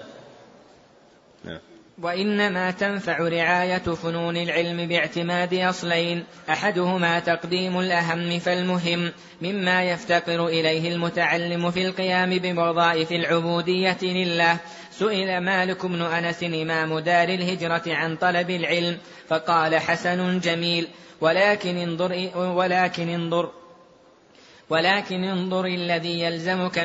وإنما تنفع رعاية فنون العلم باعتماد أصلين، أحدهما تقديم الأهم فالمهم مما يفتقر إليه المتعلم في القيام بوظائف العبودية لله. سئل مالك بن أنس إمام دار الهجرة عن طلب العلم فقال حسن جميل، ولكن انظر الذي يلزمك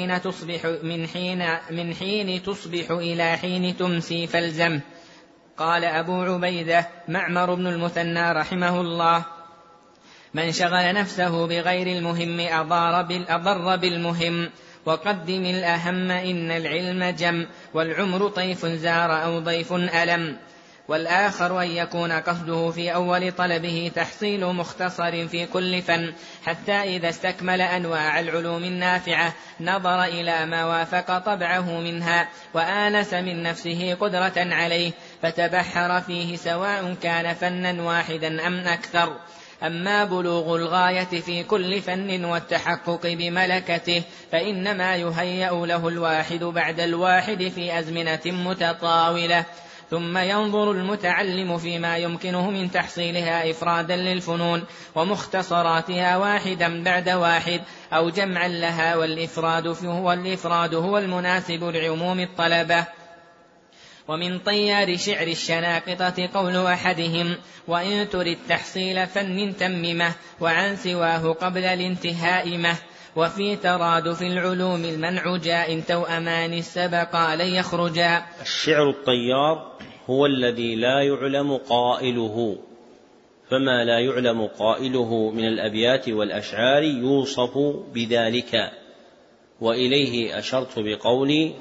من حين تصبح إلى حين تمسي فالزمه. قال أبو عبيدة معمر بن المثنى رحمه الله من شغل نفسه بغير المهم أضر بالمهم، وقدم الأهم إن العلم جم، والعمر طيف زار أو ضيف ألم. والآخر أن يكون قصده في أول طلبه تحصيل مختصر في كل فن، حتى إذا استكمل أنواع العلوم النافعة نظر إلى ما وافق طبعه منها وآنس من نفسه قدرة عليه فتبحر فيه، سواء كان فنا واحدا أم أكثر. أما بلوغ الغاية في كل فن والتحقق بملكته فإنما يهيأ له الواحد بعد الواحد في أزمنة متطاولة، ثم ينظر المتعلم فيما يمكنه من تحصيلها إفرادا للفنون ومختصراتها واحدا بعد واحد أو جمعا لها، والإفراد هو المناسب لعموم الطلبة. ومن طيار شعر الشناقطة قول أحدهم وإن ترد تحصيل فن تممه وعن سواه قبل الانتهاء مه، وفي ترادف العلوم المنع جاء توأمان السبقا لن يخرجا. الشعر الطيار هو الذي لا يعلم قائله، فما لا يعلم قائله من الأبيات والأشعار يوصف بذلك، وإليه أشرت بقولي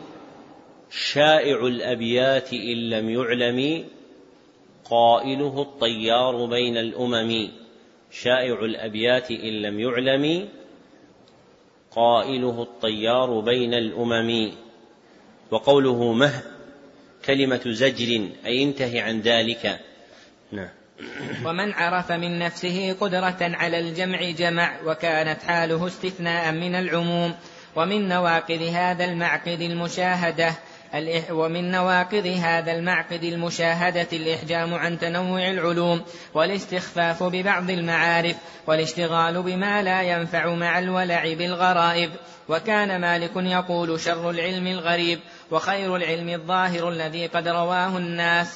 شائع الأبيات إن لم يعلم قائله الطيار بين الأمم. شائع الأبيات إن لم يعلم قائله الطيار بين الأمم. وقوله مه كلمة زجر أي انتهي عن ذلك. ومن عرف من نفسه قدرة على الجمع جمع، وكانت حاله استثناء من العموم. ومن نواقض هذا المعقد المشاهدة الإحجام عن تنوع العلوم والاستخفاف ببعض المعارف والاشتغال بما لا ينفع مع الولع بالغرائب. وكان مالك يقول شر العلم الغريب وخير العلم الظاهر الذي قد رواه الناس.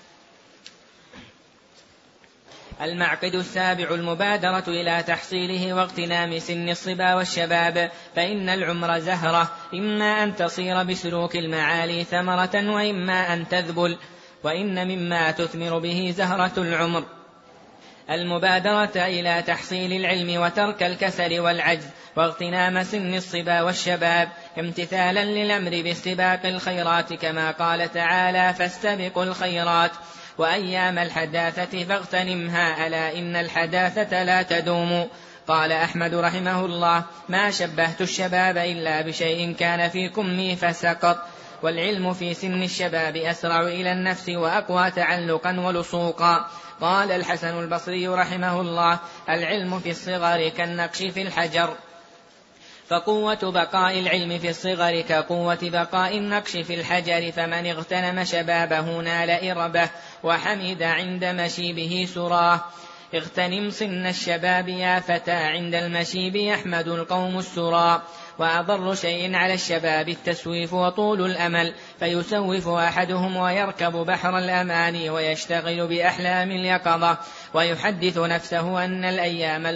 المعقد السابع المبادرة إلى تحصيله واغتنام سن الصبا والشباب، فإن العمر زهرة إما أن تصير بسلوك المعالي ثمرة وإما أن تذبل، وإن مما تثمر به زهرة العمر المبادرة إلى تحصيل العلم وترك الكسل والعجز واغتنام سن الصبا والشباب، امتثالا للأمر باستباق الخيرات كما قال تعالى فاستبقوا الخيرات. وأيام الحداثة فاغتنمها ألا إن الحداثة لا تدوم. قال أحمد رحمه الله ما شبهت الشباب إلا بشيء كان في كمي فسقط. والعلم في سن الشباب أسرع إلى النفس وأقوى تعلقا ولصوقا. قال الحسن البصري رحمه الله العلم في الصغر كالنقش في الحجر، فقوة بقاء العلم في الصغر كقوة بقاء النقش في الحجر، فمن اغتنم شبابه نال إربه وحمد عند مشيبه سراه. اغتنم سن الشباب يا فتى عند المشيب يحمد القوم السرى. وأضر شيء على الشباب التسويف وطول الأمل، فيسوف أحدهم ويركب بحر الأماني ويشتغل بأحلام اليقظة ويحدث نفسه أن الأيام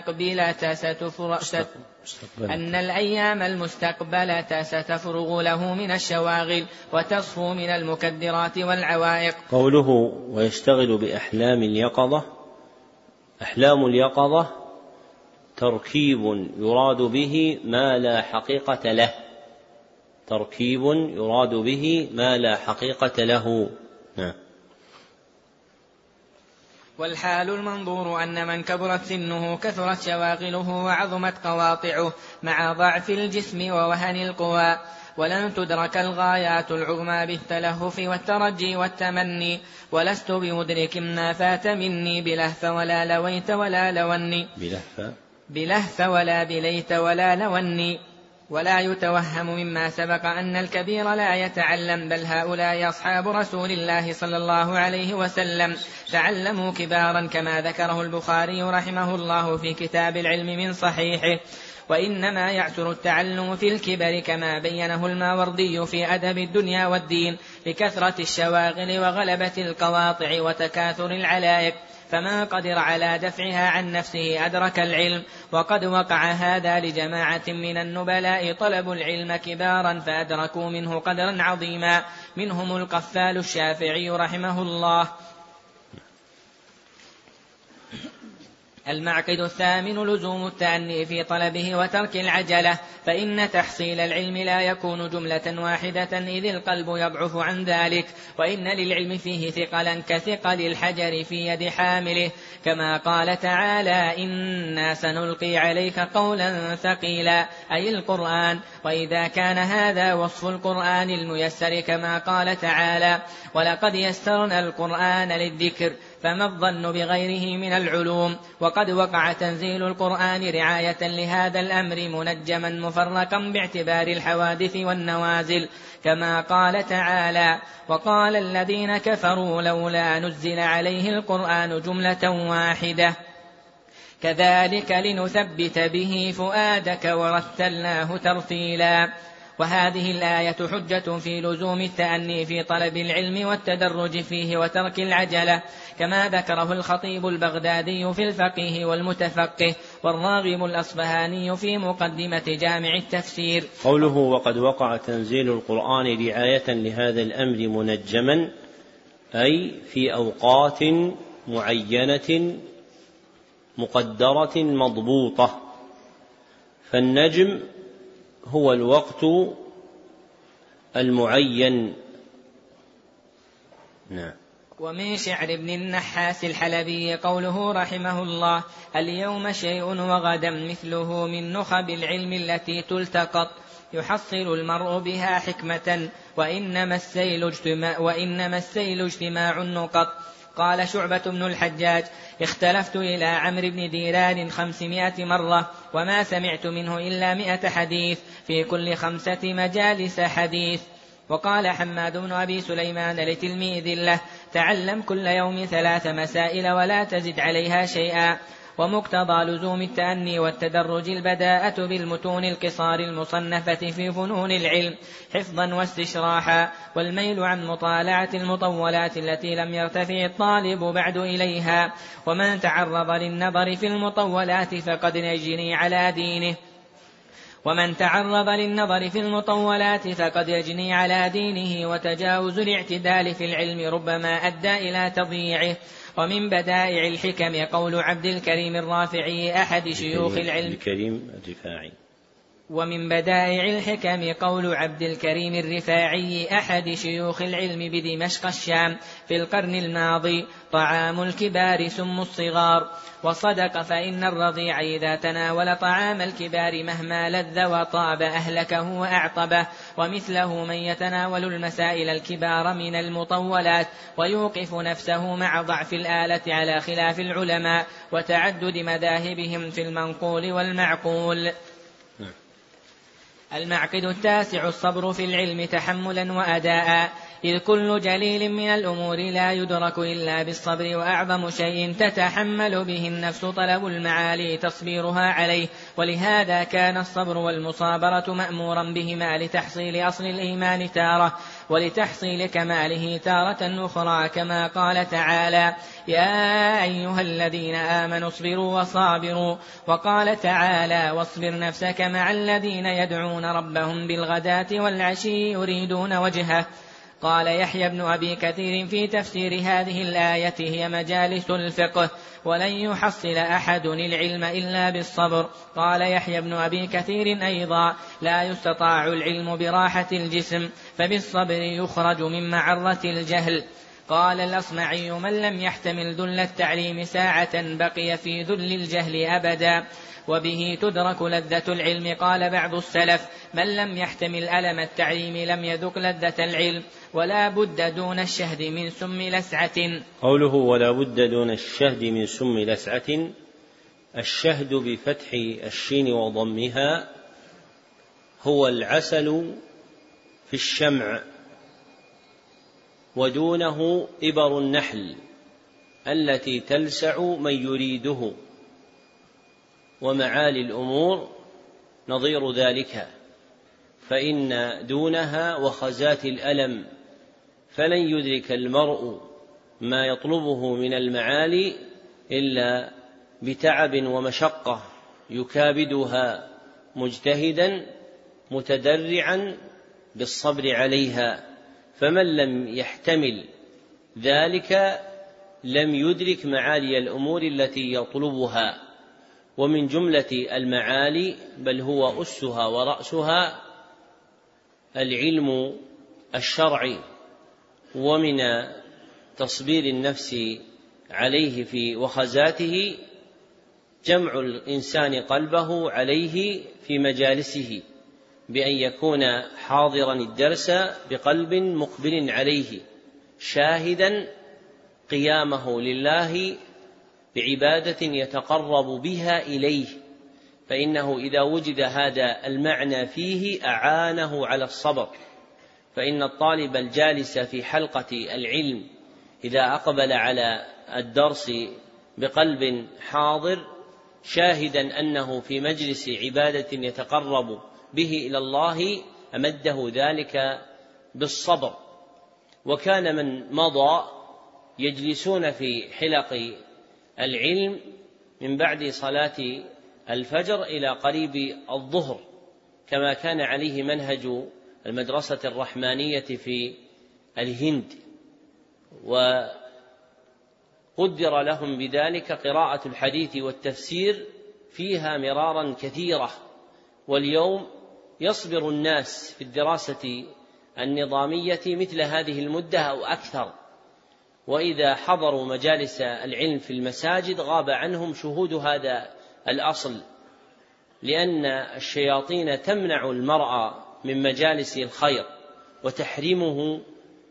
المستقبلة ستفرغ له من الشواغل وتصفو من المكدرات والعوائق. قوله ويشتغل بأحلام اليقظة، أحلام اليقظة تركيب يراد به ما لا حقيقة له، تركيب يراد به ما لا حقيقة له. والحال المنظور أن من كبرت سنه كثرت شواغله وعظمت قواطعه مع ضعف الجسم ووهن القوى، ولن تدرك الغايات العظمى بالتلهف والترجي والتمني، ولست بمدرك ما فات مني بلهف ولا لويت ولا لوني، بلهف ولا بليت ولا لوني. ولا يتوهم مما سبق أن الكبير لا يتعلم، بل هؤلاء أصحاب رسول الله صلى الله عليه وسلم تعلموا كبارا، كما ذكره البخاري رحمه الله في كتاب العلم من صحيحه. وإنما يعسر التعلم في الكبر، كما بينه الماوردي في أدب الدنيا والدين، لكثرة الشواغل وغلبة القواطع وتكاثر العلايق، فما قدر على دفعها عن نفسه أدرك العلم. وقد وقع هذا لجماعة من النبلاء طلبوا العلم كبارا فأدركوا منه قدرا عظيما، منهم القفال الشافعي رحمه الله. المعقد الثامن لزوم التأني في طلبه وترك العجلة، فإن تحصيل العلم لا يكون جملة واحدة إذ القلب يضعف عن ذلك، وإن للعلم فيه ثقلا كثقل الحجر في يد حامله، كما قال تعالى إنا سنلقي عليك قولا ثقيلا، أي القرآن. وإذا كان هذا وصف القرآن الميسر كما قال تعالى ولقد يسرنا القرآن للذكر، فما الظن بغيره من العلوم. وقد وقع تنزيل القرآن رعاية لهذا الأمر منجما مفرقا باعتبار الحوادث والنوازل، كما قال تعالى وقال الذين كفروا لولا نزل عليه القرآن جملة واحدة كذلك لنثبت به فؤادك ورتلناه ترتيلا. وهذه الآية حجة في لزوم التأني في طلب العلم والتدرج فيه وترك العجلة، كما ذكره الخطيب البغدادي في الفقيه والمتفقه، والراغب الأصبهاني في مقدمة جامع التفسير. قوله وقد وقع تنزيل القرآن رعاية لهذا الأمر منجما، أي في أوقات معينة مقدرة مضبوطة، فالنجم هو الوقت المعين. نعم. ومن شعر ابن النحاس الحلبي قوله رحمه الله اليوم شيء وغدا مثله من نخب العلم التي تلتقط، يحصل المرء بها حكمة، وإنما السيل اجتماع النقط. قال شعبة بن الحجاج اختلفت إلى عمرو بن دينار 500 مرة وما سمعت منه إلا 100 حديث، في كل 5 مجالس حديث. وقال حماد بن أبي سليمان لتلميذ له تعلم كل يوم 3 مسائل ولا تزد عليها شيئا. ومقتضى لزوم التأني والتدرج البداءة بالمتون القصار المصنفة في فنون العلم حفظا واستشراحا، والميل عن مطالعة المطولات التي لم يرتفع الطالب بعد إليها. ومن تعرض للنظر في المطولات فقد يجني على دينه وتجاوز الاعتدال في العلم ربما أدى إلى تضييعه. ومن بدائع الحكم قول عبد الكريم الرافعي أحد شيوخ العلم أحد شيوخ العلم بدمشق الشام في القرن الماضي طعام الكبار سم الصغار. وصدق، فإن الرضيع إذا تناول طعام الكبار مهما لذ وطاب أهلكه وأعطبه. ومثله من يتناول المسائل الكبار من المطولات ويوقف نفسه مع ضعف الآلة على خلاف العلماء وتعدد مذاهبهم في المنقول والمعقول. المعقد التاسع الصبر في العلم تحملا وأداء، إذ كل جليل من الأمور لا يدرك إلا بالصبر، وأعظم شيء تتحمل به النفس طلب المعالي تصبيرها عليه، ولهذا كان الصبر والمصابرة مأمورا بهما لتحصيل أصل الإيمان تارة ولتحصيل كماله تارة أخرى، كما قال تعالى يا أيها الذين آمنوا اصبروا وصابروا. وقال تعالى واصبر نفسك مع الذين يدعون ربهم بالغداة والعشي يريدون وجهه. قال يحيى بن أبي كثير في تفسير هذه الآية هي مجالس الفقه، ولن يحصل أحد العلم إلا بالصبر. قال يحيى بن أبي كثير أيضا لا يستطاع العلم براحة الجسم، فبالصبر يخرج من معرة الجهل. قال الأصمعي: من لم يحتمل ذل التعليم ساعة بقي في ذل الجهل أبدا، وبه تدرك لذة العلم. قال بعض السلف: من لم يحتمل ألم التعليم لم يذق لذة العلم، ولا بد دون الشهد من سم لسعة. قوله ولا بد دون الشهد من سم لسعة، الشهد بفتح الشين وضمها هو العسل في الشمع، ودونه إبر النحل التي تلسع من يريده، ومعالي الأمور نظير ذلك، فإن دونها وخزات الألم، فلن يدرك المرء ما يطلبه من المعالي إلا بتعب ومشقة يكابدها مجتهدا متدرعا بالصبر عليها، فمن لم يحتمل ذلك لم يدرك معالي الأمور التي يطلبها. ومن جملة المعالي بل هو أسها ورأسها العلم الشرعي، ومن تصبير النفس عليه في وخزاته جمع الإنسان قلبه عليه في مجالسه، بأن يكون حاضرا الدرس بقلب مقبل عليه، شاهدا قيامه لله بعبادة يتقرب بها إليه، فإنه إذا وجد هذا المعنى فيه أعانه على الصبر. فإن الطالب الجالس في حلقة العلم إذا أقبل على الدرس بقلب حاضر شاهدا أنه في مجلس عبادة يتقرب به إلى الله أمده ذلك بالصبر. وكان من مضى يجلسون في حلق العلم من بعد صلاة الفجر إلى قريب الظهر، كما كان عليه منهج المدرسة الرحمانية في الهند، وقدر لهم بذلك قراءة الحديث والتفسير فيها مرارا كثيرة. واليوم يصبر الناس في الدراسة النظامية مثل هذه المدة أو أكثر، وإذا حضروا مجالس العلم في المساجد غاب عنهم شهود هذا الأصل، لأن الشياطين تمنع المرء من مجالس الخير وتحرمه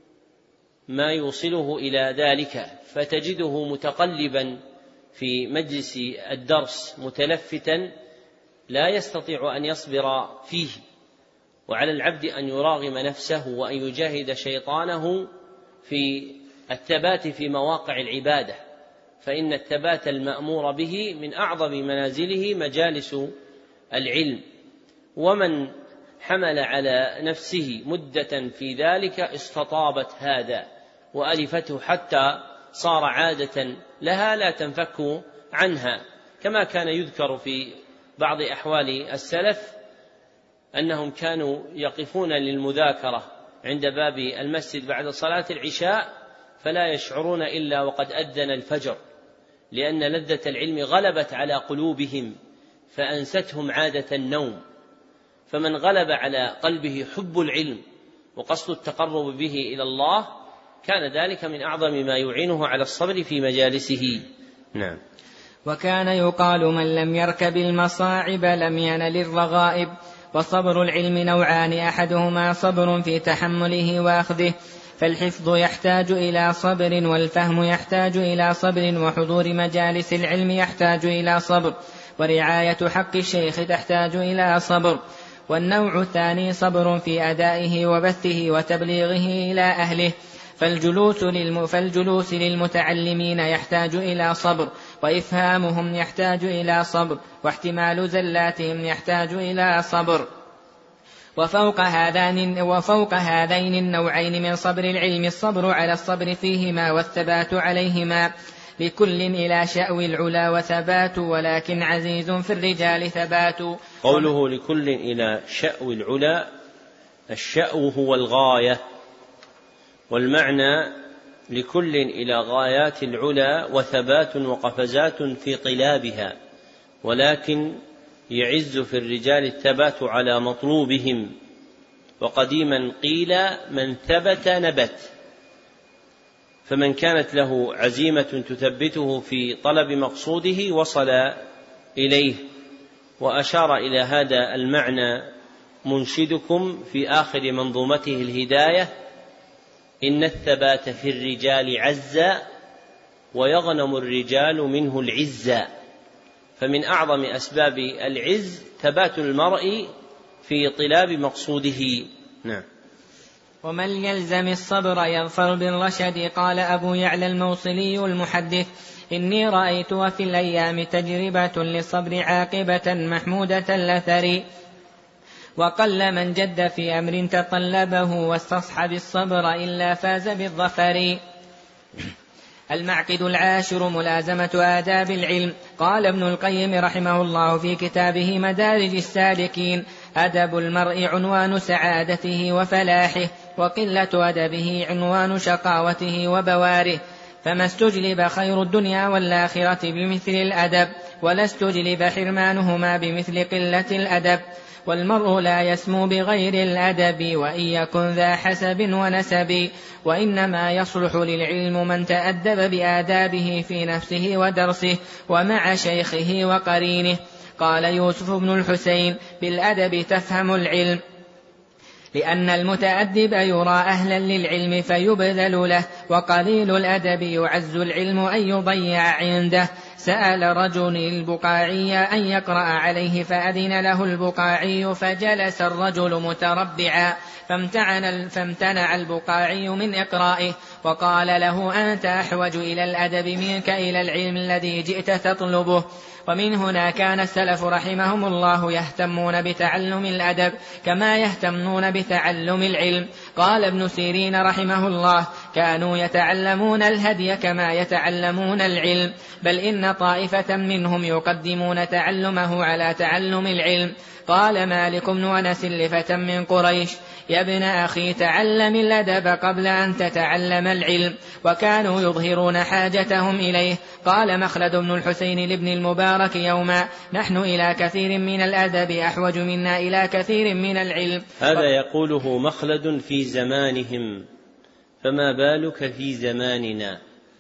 ما يوصله إلى ذلك، فتجده متقلبا في مجلس الدرس متلفتا لا يستطيع أن يصبر فيه. وعلى العبد أن يراغم نفسه وأن يجاهد شيطانه في الثبات في مواقع العبادة، فإن الثبات المأمور به من أعظم منازله مجالس العلم. ومن حمل على نفسه مدة في ذلك استطابت هذا وألفته حتى صار عادة لها لا تنفك عنها، كما كان يذكر في بعض أحوال السلف أنهم كانوا يقفون للمذاكرة عند باب المسجد بعد صلاة العشاء فلا يشعرون إلا وقد أذن الفجر، لأن لذة العلم غلبت على قلوبهم فأنستهم عادة النوم. فمن غلب على قلبه حب العلم وقصد التقرب به إلى الله كان ذلك من أعظم ما يعينه على الصبر في مجالسه. نعم. وكان يقال: من لم يركب المصاعب لم ينل الرغائب. وصبر العلم نوعان: أحدهما صبر في تحمله وأخذه، فالحفظ يحتاج إلى صبر، والفهم يحتاج إلى صبر، وحضور مجالس العلم يحتاج إلى صبر، ورعاية حق الشيخ تحتاج إلى صبر. والنوع الثاني صبر في أدائه وبثه وتبليغه إلى أهله، فالجلوس للمتعلمين يحتاج إلى صبر، وإفهامهم يحتاج إلى صبر، واحتمال زلاتهم يحتاج إلى صبر. وفوق هذين النوعين من صبر العلم الصبر على الصبر فيهما والثبات عليهما، لكل إلى شأو العلا وثبات، ولكن عزيز في الرجال ثبات. قوله لكل إلى شأو العلا، الشأو هو الغاية، والمعنى لكل إلى غايات العلا وثبات وقفزات في طلابها، ولكن يعز في الرجال الثبات على مطلوبهم. وقديما قيل: من ثبت نبت، فمن كانت له عزيمة تثبته في طلب مقصوده وصل إليه. وأشار إلى هذا المعنى منشدكم في آخر منظومته الهداية: إن الثبات في الرجال عزا ويغنم الرجال منه العزا. فمن أعظم أسباب العز ثبات المرء في طلاب مقصوده. نعم. ومن يلزم الصبر يظفر بالرشد. قال أبو يعلى الموصلي المحدث: إني رأيت وفي الأيام تجربة للصبر عاقبة محمودة الأثر، وقل من جد في أمر تطلبه واستصحب الصبر إلا فاز بالظفر. المعقد العاشر ملازمة آداب العلم. قال ابن القيم رحمه الله في كتابه مدارج السالكين: أدب المرء عنوان سعادته وفلاحه، وقلة أدبه عنوان شقاوته وبواره. فما استجلب خير الدنيا والآخرة بمثل الأدب، ولا استجلب حرمانهما بمثل قلة الأدب. والمرء لا يسمو بغير الأدب، وإن يكن ذا حسب ونسب. وإنما يصلح للعلم من تأدب بآدابه في نفسه ودرسه ومع شيخه وقرينه. قال يوسف بن الحسين: بالأدب تفهم العلم، لأن المتأدب يرى أهلا للعلم فيبذل له، وقليل الأدب يعز العلم أن يضيع عنده. سأل رجل البقاعي أن يقرأ عليه فأذن له البقاعي، فجلس الرجل متربعا فامتنع البقاعي من إقرائه، وقال له: أنت أحوج إلى الأدب منك إلى العلم الذي جئت تطلبه. ومن هنا كان السلف رحمهم الله يهتمون بتعلم الأدب كما يهتمون بتعلم العلم. قال ابن سيرين رحمه الله: كانوا يتعلمون الهدي كما يتعلمون العلم، بل إن طائفة منهم يقدمون تعلمه على تعلم العلم. قال مالك بن أنس لفتى من قريش: يا ابن أخي تعلم الأدب قبل أن تتعلم العلم. وكانوا يظهرون حاجتهم إليه. قال مخلد بن الحسين لابن المبارك يوما: نحن إلى كثير من الأدب أحوج منا إلى كثير من العلم. هذا يقوله مخلد في زمانهم، فما بالك في زماننا؟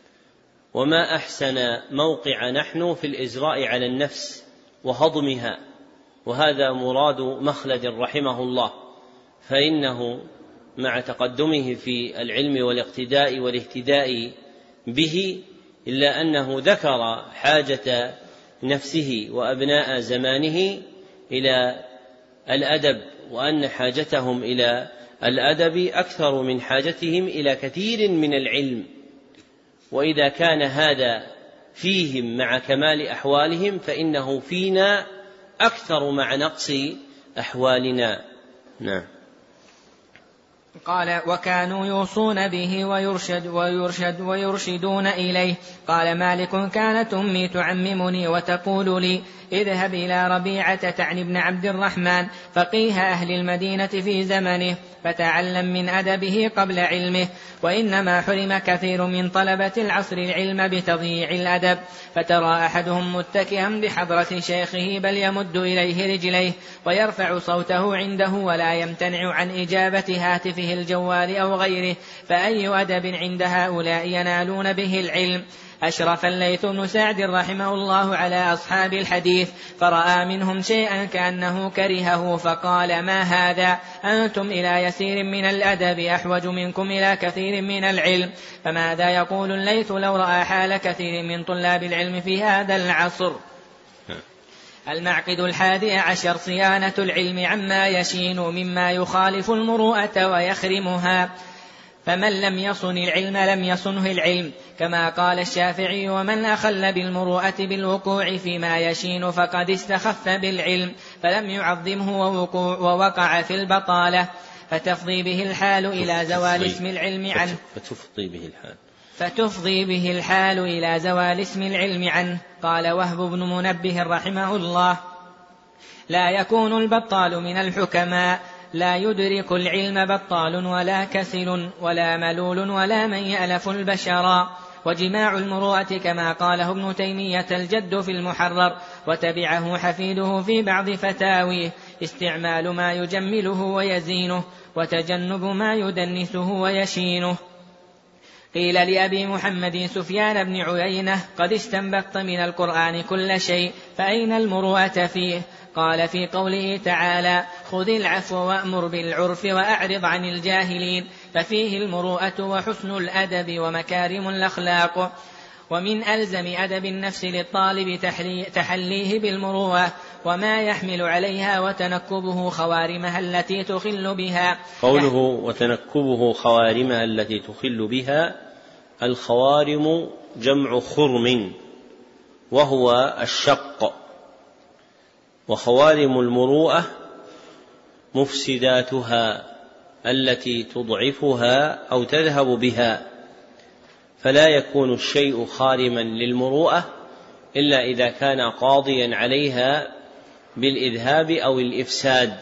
وما أحسن موقع نحن في الإجراء على النفس وهضمها. وهذا مراد مخلد رحمه الله، فإنه مع تقدمه في العلم والاقتداء والاهتداء به، إلا أنه ذكر حاجة نفسه وأبناء زمانه إلى الأدب، وأن حاجتهم إلى الأدب أكثر من حاجتهم إلى كثير من العلم. وإذا كان هذا فيهم مع كمال أحوالهم، فإنه فينا أكثر مع نقص أحوالنا. نعم. قال: وكانوا يوصون به ويرشدون إليه. قال مالك: كانت أمي تعممني وتقول لي: اذهب إلى ربيعة تعني ابن عبد الرحمن فقيه أهل المدينة في زمنه، فتعلم من أدبه قبل علمه. وإنما حرم كثير من طلبة العصر العلم بتضييع الأدب، فترى أحدهم متكئا بحضرة شيخه بل يمد إليه رجليه ويرفع صوته عنده ولا يمتنع عن إجابة هاتفه الجوال أو غيره، فأي أدب عند هؤلاء ينالون به العلم؟ أشرف الليث بن سعد رحمه الله على أصحاب الحديث، فرأى منهم شيئا كأنه كرهه، فقال: ما هذا؟ أنتم إلى يسير من الأدب أحوج منكم إلى كثير من العلم. فماذا يقول الليث لو رأى حال كثير من طلاب العلم في هذا العصر؟ المعقد 11 صيانة العلم عما يشين مما يخالف المروءة ويخرمها. فمن لم يصن العلم لم يصنه العلم، كما قال الشافعي: ومن أخل بالمروءة بالوقوع فيما يشين فقد استخف بالعلم فلم يعظمه ووقع في البطالة. فتفضي به الحال إلى زوال اسم العلم عنه إلى زوال اسم العلم عنه. قال وهب بن منبه رحمه الله: لا يكون البطال من الحكماء، لا يدرك العلم بطال ولا كسل ولا ملول ولا من يألف البشرا. وجماع المروءة كما قاله ابن تيمية الجد في المحرر وتبعه حفيده في بعض فتاويه: استعمال ما يجمله ويزينه، وتجنب ما يدنسه ويشينه. قيل لأبي محمد سفيان بن عيينة قد استنبطت من القرآن كل شيء، فأين المروءة فيه؟ قال في قوله تعالى خذ العفو وأمر بالعرف وأعرض عن الجاهلين، ففيه المروءة وحسن الأدب ومكارم الأخلاق. ومن ألزم أدب النفس للطالب تحليه بالمروءة وما يحمل عليها وتنكبه خوارمها التي تخل بها. قوله وتنكبه خوارمها التي تخل بها، الخوارم جمع خرم وهو الشق، وخوارم المروءة مفسداتها التي تضعفها أو تذهب بها، فلا يكون الشيء خارما للمروءة إلا إذا كان قاضيا عليها بالإذهاب أو الإفساد،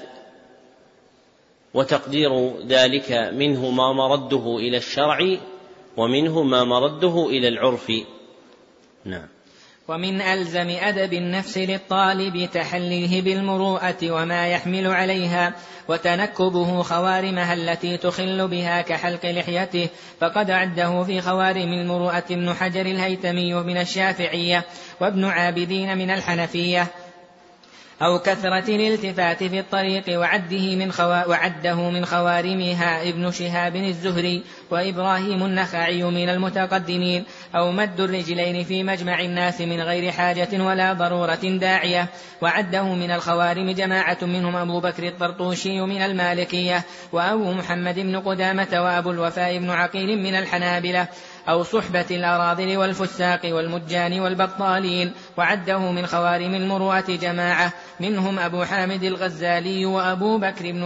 وتقدير ذلك منه ما مرده إلى الشرع ومنه ما مرده إلى العرف. نعم. ومن ألزم أدب النفس للطالب تحليه بالمروءة وما يحمل عليها وتنكبه خوارمها التي تخل بها كحلق لحيته، فقد عده في خوارم المروءة ابن حجر الهيثمي من الشافعية وابن عابدين من الحنفية، أو كثرة الالتفات في الطريق وعده من خوارمها ابن شهاب الزهري وإبراهيم النخعي من المتقدمين، أو مد الرجلين في مجمع الناس من غير حاجة ولا ضرورة داعية، وعده من الخوارم جماعة منهم أبو بكر الطرطوشي من المالكية وأبو محمد بن قدامة وأبو الوفاء بن عقيل من الحنابلة، أو صحبة الأراذل والفساق والمجان والبطالين، وعده من خوارم المروءة جماعة منهم أبو حامد الغزالي وأبو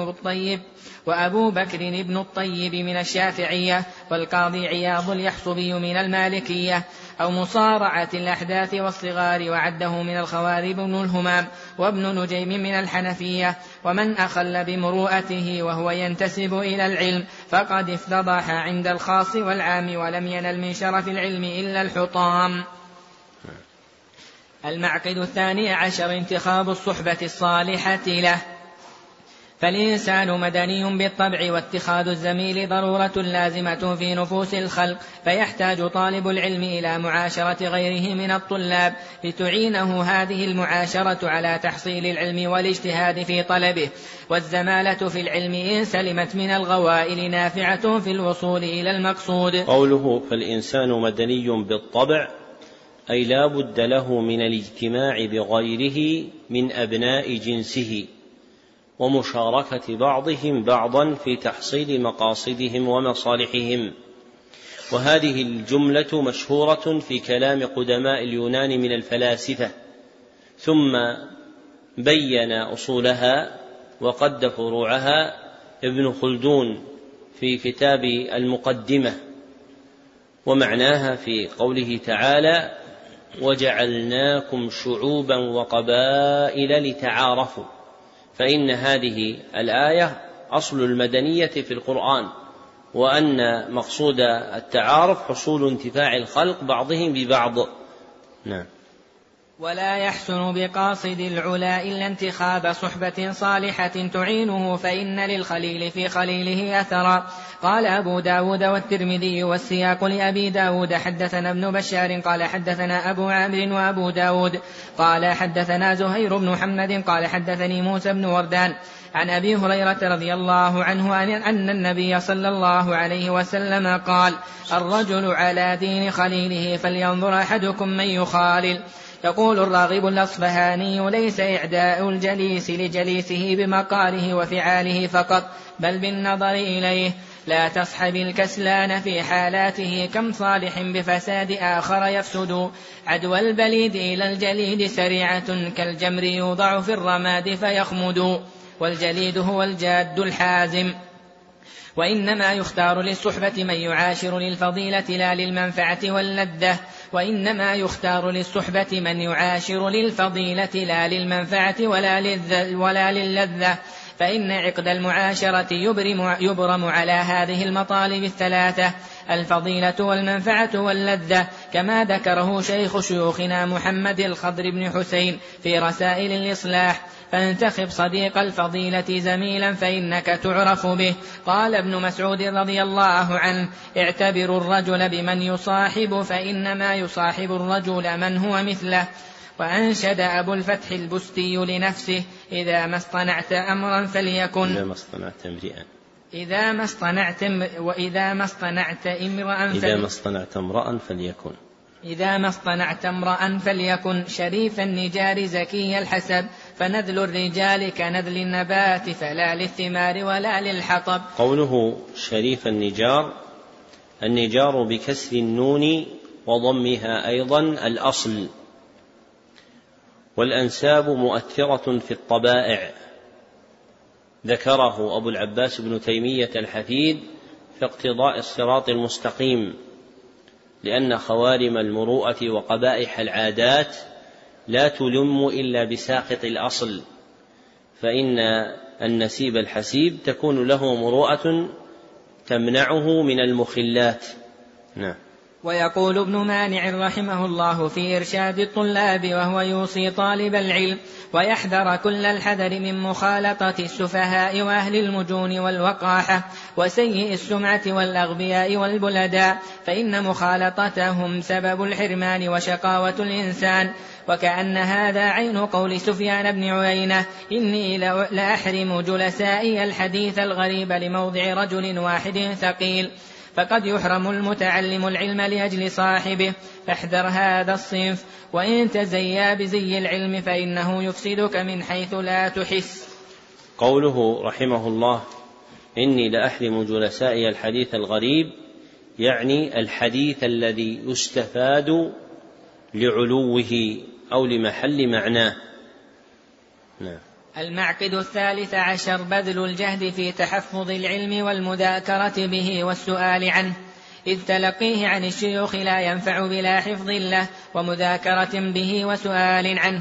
بكر بن الطيب من الشافعية والقاضي عياض اليحصبي من المالكية، أو مصارعة الأحداث والصغار، وعده من الخوارم بن الهمام وابن نجيم من الحنفية. ومن أخل بمروءته وهو ينتسب إلى العلم فقد افتضح عند الخاص والعام ولم ينل من شرف العلم إلا الحطام. المعقد 12 انتخاب الصحبة الصالحة له. فالإنسان مدني بالطبع، واتخاذ الزميل ضرورة لازمة في نفوس الخلق، فيحتاج طالب العلم إلى معاشرة غيره من الطلاب لتعينه هذه المعاشرة على تحصيل العلم والاجتهاد في طلبه. والزمالة في العلم إن سلمت من الغوائل نافعة في الوصول إلى المقصود. قوله فالإنسان مدني بالطبع أي لا بد له من الاجتماع بغيره من أبناء جنسه ومشاركة بعضهم بعضا في تحصيل مقاصدهم ومصالحهم. وهذه الجملة مشهورة في كلام قدماء اليونان من الفلاسفة، ثم بين أصولها وقد فروعها ابن خلدون في كتاب المقدمة. ومعناها في قوله تعالى وجعلناكم شعوبا وقبائل لتعارفوا، فإن هذه الآية أصل المدنية في القرآن، وأن مقصود التعارف حصول انتفاع الخلق بعضهم ببعض. نعم. ولا يحسن بقاصد العلا إلا انتخاب صحبة صالحة تعينه، فإن للخليل في خليله أثرا. قال أبو داود والترمذي والسياق لأبي داود حدثنا ابن بشار قال حدثنا أبو عامر وأبو داود قال حدثنا زهير بن محمد قال حدثني موسى بن وردان عن أبي هريرة رضي الله عنه أن النبي صلى الله عليه وسلم قال الرجل على دين خليله فلينظر أحدكم من يخالل. يقول الراغب الأصفهاني ليس إعداء الجليس لجليسه بمقاله وفعاله فقط، بل بالنظر إليه. لا تصحب الكسلان في حالاته، كم صالح بفساد آخر يفسد. عدوى البليد إلى الجليد سريعة، كالجمر يوضع في الرماد فيخمد. والجليد هو الجاد الحازم. وإنما يختار للصحبة من يعاشر للفضيلة لا للمنفعة واللذة. وإنما يختار للصحبة من يعاشر للفضيلة لا للمنفعة ولا للذة، فإن عقد المعاشرة يبرم على هذه المطالب الثلاثة: الفضيلة والمنفعة واللذة، كما ذكره شيخ شيوخنا محمد الخضر بن حسين في رسائل الإصلاح: فانتخب صديق الفضيلة زميلا فإنك تعرف به. قال ابن مسعود رضي الله عنه: اعتبروا الرجل بمن يصاحب، فإنما يصاحب الرجل من هو مثله. وأنشد أبو الفتح البستي لنفسه: إذا ما اصطنعت أمرا فليكن، إذا ما اصطنعت امرأ فليكن شريف النجار زكي الحسب، فنذل الرجال كنذل النبات، فلا للثمار ولا للحطب. قوله شريف النجار بكسر النون وضمها أيضا الأصل. والأنساب مؤثرة في الطبائع، ذكره أبو العباس بن تيمية الحفيد في اقتضاء الصراط المستقيم، لأن خوارم المروءة وقبائح العادات لا تلم إلا بساقط الأصل، فإن النسيب الحسيب تكون له مروءة تمنعه من المخلات. نعم. ويقول ابن مانع رحمه الله في إرشاد الطلاب وهو يوصي طالب العلم: ويحذر كل الحذر من مخالطة السفهاء وأهل المجون والوقاحة وسيء السمعة والأغبياء والبلداء، فإن مخالطتهم سبب الحرمان وشقاوة الإنسان. وكأن هذا عين قول سفيان بن عيينة: إني لأحرم جلسائي الحديث الغريب لموضع رجل واحد ثقيل. فقد يحرم المتعلم العلم لأجل صاحبه، فاحذر هذا الصنف. وإن تزيا بزي العلم فإنه يفسدك من حيث لا تحس. قوله رحمه الله: إني لأحرم جلسائي الحديث الغريب، يعني الحديث الذي يستفاد لعلوه أو لمحل معناه. نعم. المعقد 13 بذل الجهد في تحفظ العلم والمذاكرة به والسؤال عنه، إذ تلقيه عن الشيوخ لا ينفع بلا حفظ له ومذاكرة به وسؤال عنه،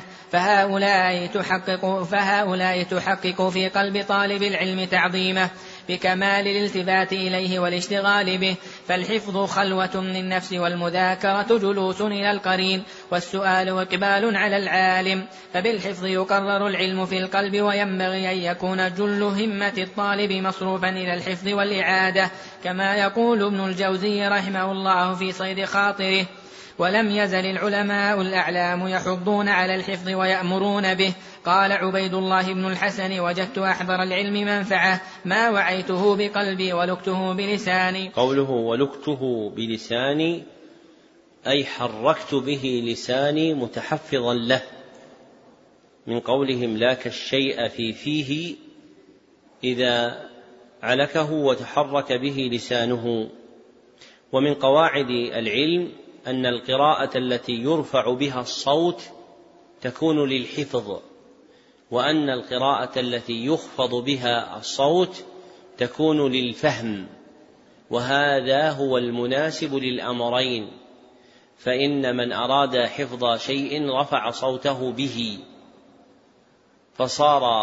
فهؤلاء تحقق في قلب طالب العلم تعظيمه بكمال الالتفات إليه والاشتغال به. فالحفظ خلوة من النفس، والمذاكرة جلوس إلى القرين، والسؤال إقبال على العالم. فبالحفظ يقرر العلم في القلب، وينبغي أن يكون جل همة الطالب مصروفا إلى الحفظ والإعادة، كما يقول ابن الجوزي رحمه الله في صيد خاطره: ولم يزل العلماء الأعلام يحضون على الحفظ ويأمرون به. قال عبيد الله بن الحسن: وجدت أحضر العلم منفعة ما وعيته بقلبي ولكته بلساني. قوله ولكته بلساني أي حركت به لساني متحفظا له، من قولهم لاك الشيء في فيه إذا علكه وتحرك به لسانه. ومن قواعد العلم أن القراءة التي يرفع بها الصوت تكون للحفظ، وأن القراءة التي يخفض بها الصوت تكون للفهم، وهذا هو المناسب للأمرين. فإن من أراد حفظ شيء رفع صوته به، فصار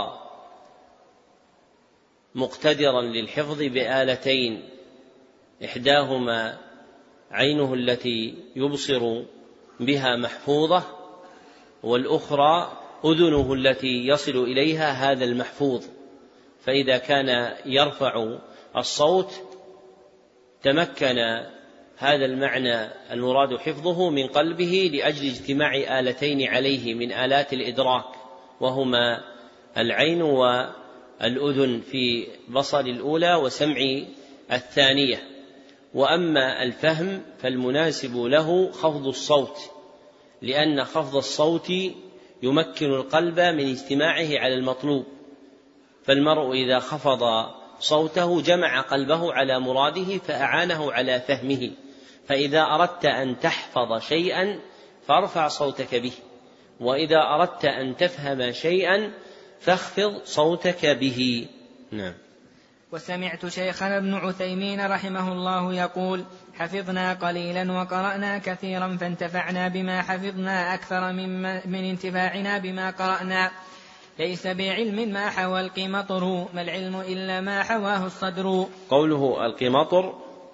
مقتدرا للحفظ بآلتين: إحداهما عينه التي يبصر بها محفوظة، والأخرى أذنه التي يصل إليها هذا المحفوظ. فإذا كان يرفع الصوت تمكن هذا المعنى المراد حفظه من قلبه لأجل اجتماع آلتين عليه من آلات الإدراك، وهما العين والأذن في بصر الأولى وسمع الثانية. وأما الفهم فالمناسب له خفض الصوت، لأن خفض الصوت يمكن القلب من اجتماعه على المطلوب، فالمرء إذا خفض صوته جمع قلبه على مراده فأعانه على فهمه. فإذا أردت أن تحفظ شيئا فارفع صوتك به، وإذا أردت أن تفهم شيئا فاخفض صوتك به. نعم. وسمعت شيخنا ابن عثيمين رحمه الله يقول: حفظنا قليلا وقرأنا كثيرا، فانتفعنا بما حفظنا أكثر من انتفاعنا بما قرأنا. ليس بعلم ما حوى القمطر، ما العلم إلا ما حواه الصدر. قوله القمطر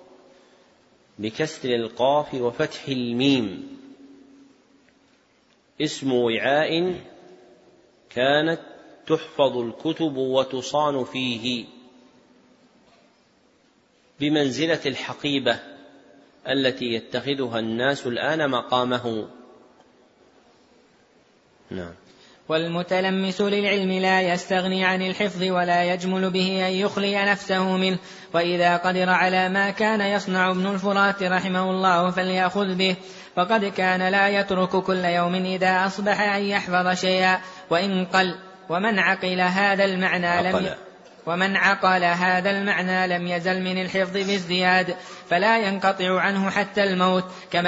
بكسر القاف وفتح الميم اسم وعاء كانت تحفظ الكتب وتصان فيه، بمنزلة الحقيبة التي يتخذها الناس الآن مقامه. نعم. والمتلمس للعلم لا يستغني عن الحفظ ولا يجمل به أن يخلي نفسه منه، وإذا قدر على ما كان يصنع ابن الفرات رحمه الله فليأخذ به، فقد كان لا يترك كل يوم إذا أصبح أن يحفظ شيئا وإن قل. ومن عقل هذا المعنى لم يزل من الحفظ بازدياد، فلا ينقطع عنه حتى الموت، كما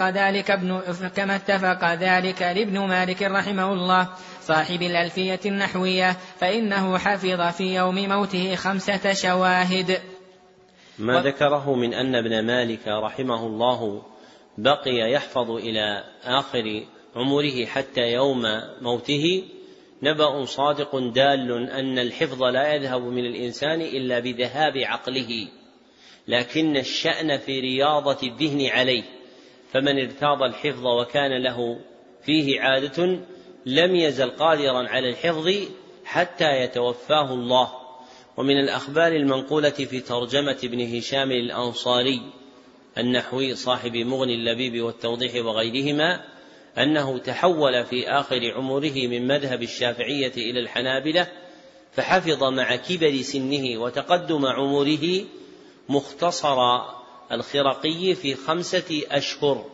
اتفق ذلك لابن مالك رحمه الله صاحب الألفية النحوية، فإنه حفظ في يوم موته 5 شواهد. ما ذكره من أن ابن مالك رحمه الله بقي يحفظ إلى آخر عمره حتى يوم موته نبأ صادق دال أن الحفظ لا يذهب من الإنسان إلا بذهاب عقله، لكن الشأن في رياضة الذهن عليه، فمن ارتاض الحفظ وكان له فيه عادة لم يزل قادرا على الحفظ حتى يتوفاه الله. ومن الأخبار المنقولة في ترجمة ابن هشام الأنصاري النحوي صاحب مغني اللبيب والتوضيح وغيرهما أنه تحول في آخر عمره من مذهب الشافعية إلى الحنابلة، فحفظ مع كبر سنه وتقدم عمره مختصر الخرقي في 5 أشهر.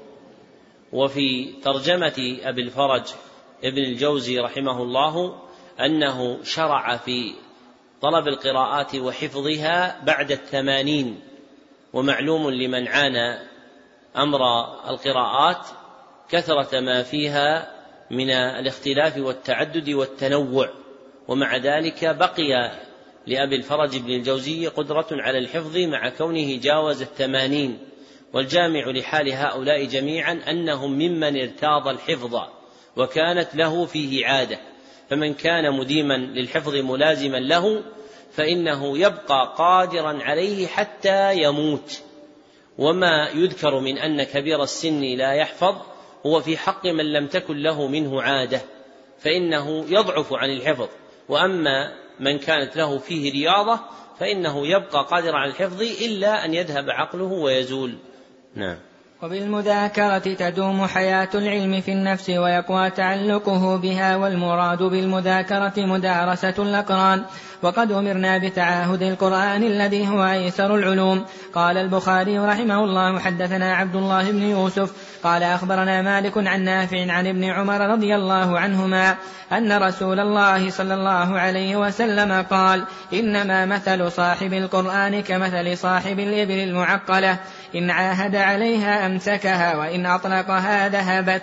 وفي ترجمة أبي الفرج ابن الجوزي رحمه الله أنه شرع في طلب القراءات وحفظها بعد 80، ومعلوم لمن عانى أمر القراءات كثرة ما فيها من الاختلاف والتعدد والتنوع، ومع ذلك بقي لأبي الفرج بن الجوزي قدرة على الحفظ مع كونه جاوز 80. والجامع لحال هؤلاء جميعا أنهم ممن ارتاض الحفظ وكانت له فيه عادة، فمن كان مديما للحفظ ملازما له فإنه يبقى قادرا عليه حتى يموت. وما يذكر من أن كبير السن لا يحفظ هو في حق من لم تكن له منه عادة، فإنه يضعف عن الحفظ، وأما من كانت له فيه رياضة فإنه يبقى قادر على الحفظ إلا أن يذهب عقله ويزول. نعم. وبالمذاكرة تدوم حياة العلم في النفس ويقوى تعلقه بها، والمراد بالمذاكرة مدارسة الأقران، وقد أمرنا بتعاهد القرآن الذي هو أيسر العلوم. قال البخاري رحمه الله حدثنا عبد الله بن يوسف قال أخبرنا مالك عن نافع عن ابن عمر رضي الله عنهما أن رسول الله صلى الله عليه وسلم قال: إنما مثل صاحب القرآن كمثل صاحب الإبل المعقلة، إن عاهد عليها أمسكها وإن أطلقها ذهبت.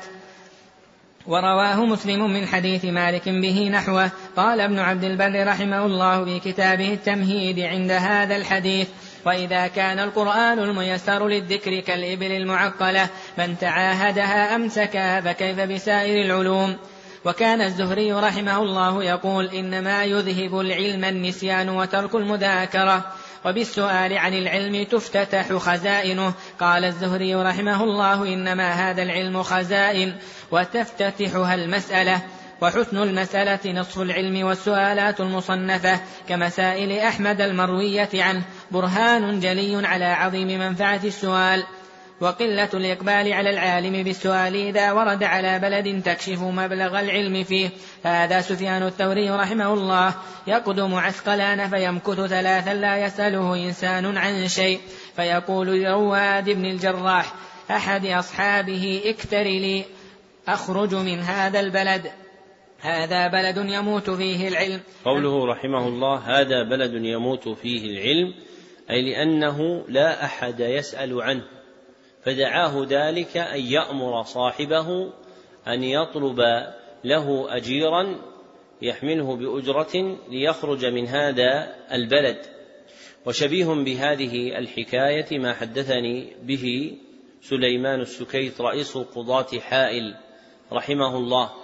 ورواه مسلم من حديث مالك به نحوه. قال ابن عبد البر رحمه الله في كتابه التمهيد عند هذا الحديث: وإذا كان القرآن الميسر للذكر كالإبل المعقلة من تعاهدها أمسكها، فكيف بسائر العلوم؟ وكان الزهري رحمه الله يقول: إنما يذهب العلم النسيان وترك المذاكرة، وبالسؤال عن العلم تفتتح خزائنه. قال الزهري رحمه الله: إنما هذا العلم خزائن وتفتتحها المسألة، وحسن المسألة نصف العلم، والسؤالات المصنفة كمسائل أحمد المروية عنه برهان جلي على عظيم منفعة السؤال، وقلة الإقبال على العالم بالسؤال إذا ورد على بلد تكشف مبلغ العلم فيه. هذا سفيان الثوري رحمه الله يقدم عسقلان فيمكث 3 لا يسأله إنسان عن شيء، فيقول لرواد بن الجراح أحد أصحابه: اكتر لي أخرج من هذا البلد، هذا بلد يموت فيه العلم. قوله رحمه الله هذا بلد يموت فيه العلم، أي لأنه لا أحد يسأل عنه، فدعاه ذلك أن يأمر صاحبه أن يطلب له أجيرا يحمله بأجرة ليخرج من هذا البلد. وشبيه بهذه الحكاية ما حدثني به سليمان السكيت رئيس قضاة حائل رحمه الله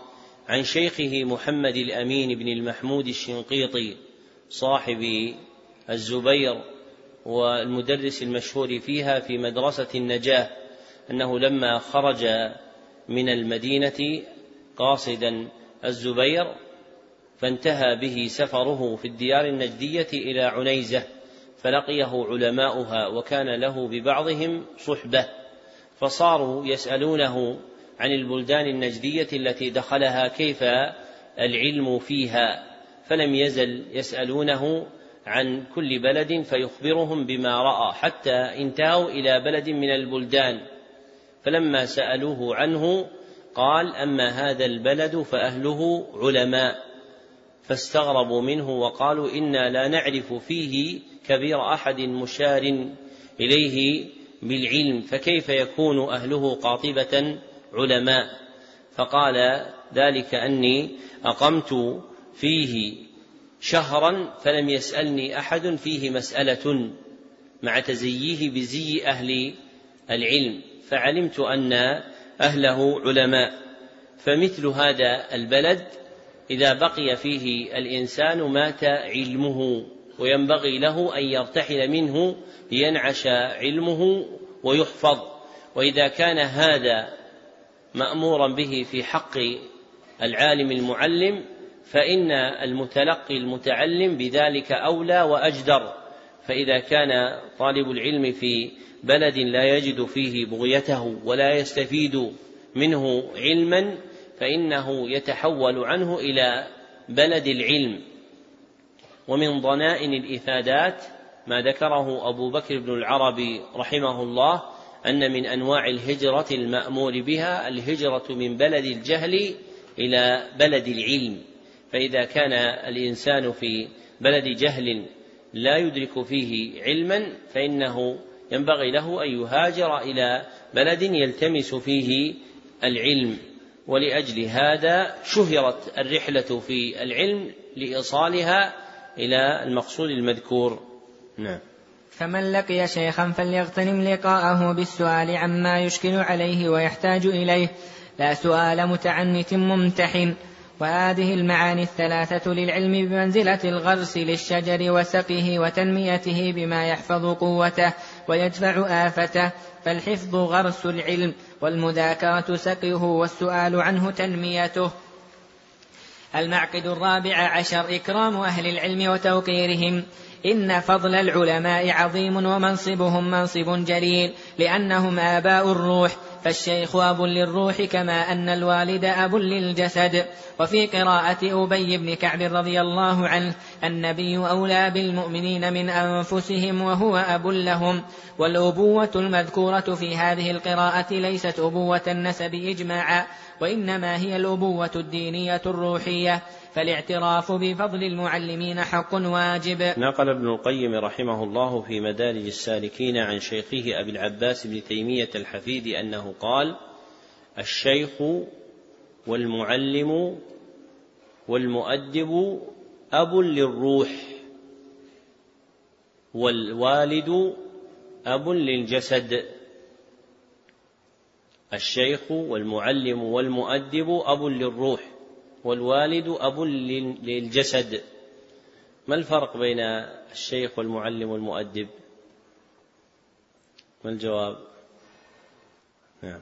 عن شيخه محمد الأمين بن المحمود الشنقيطي صاحب الزبير والمدرس المشهور فيها في مدرسة النجاة أنه لما خرج من المدينة قاصدا الزبير فانتهى به سفره في الديار النجدية إلى عنيزة فلقيه علماؤها وكان له ببعضهم صحبة فصاروا يسألونه عن البلدان النجدية التي دخلها كيف العلم فيها فلم يزل يسألونه عن كل بلد فيخبرهم بما رأى حتى انتهوا إلى بلد من البلدان فلما سألوه عنه قال أما هذا البلد فأهله علماء فاستغربوا منه وقالوا إنا لا نعرف فيه كبير أحد مشار إليه بالعلم فكيف يكون أهله قاطبة علماء فقال ذلك أني أقمت فيه شهرا فلم يسألني أحد فيه مسألة مع تزييه بزي أهل العلم فعلمت أن أهله علماء فمثل هذا البلد إذا بقي فيه الإنسان مات علمه وينبغي له أن يرتحل منه لينعش علمه ويحفظ وإذا كان هذا مأمورا به في حق العالم المعلم فإن المتلقي المتعلم بذلك أولى وأجدر فإذا كان طالب العلم في بلد لا يجد فيه بغيته ولا يستفيد منه علما فإنه يتحول عنه إلى بلد العلم. ومن ضنائن الإفادات ما ذكره أبو بكر بن العربي رحمه الله أن من أنواع الهجرة المأمور بها الهجرة من بلد الجهل إلى بلد العلم فإذا كان الإنسان في بلد جهل لا يدرك فيه علما فإنه ينبغي له أن يهاجر إلى بلد يلتمس فيه العلم ولأجل هذا شهرت الرحلة في العلم لإيصالها إلى المقصود المذكور. نعم. فمن لقي شيخا فليغتنم لقاءه بالسؤال عما يشكل عليه ويحتاج إليه لا سؤال متعنت ممتحن. وهذه المعاني الثلاثة للعلم بمنزلة الغرس للشجر وسقه وتنميته بما يحفظ قوته ويدفع آفته فالحفظ غرس العلم والمذاكرة سقيه والسؤال عنه تنميته. المعقد 14 إكرام أهل العلم وتوقيرهم. إن فضل العلماء عظيم ومنصبهم منصب جليل لأنهم آباء الروح فالشيخ أب للروح كما أن الوالد أب للجسد. وفي قراءة أبي بن كعب رضي الله عنه النبي أولى بالمؤمنين من أنفسهم وهو أب لهم. والأبوة المذكورة في هذه القراءة ليست أبوة النسب إجماعا وإنما هي الأبوة الدينية الروحية فالاعتراف بفضل المعلمين حق واجب. نقل ابن القيم رحمه الله في مدارج السالكين عن شيخه أبي العباس بن تيمية الحفيد أنه قال الشيخ والمعلم والمؤدب أب للروح والوالد أب للجسد. الشيخ والمعلم والمؤدب أب للروح والوالد أب للجسد. ما الفرق بين الشيخ والمعلم والمؤدب؟ ما الجواب؟ نعم.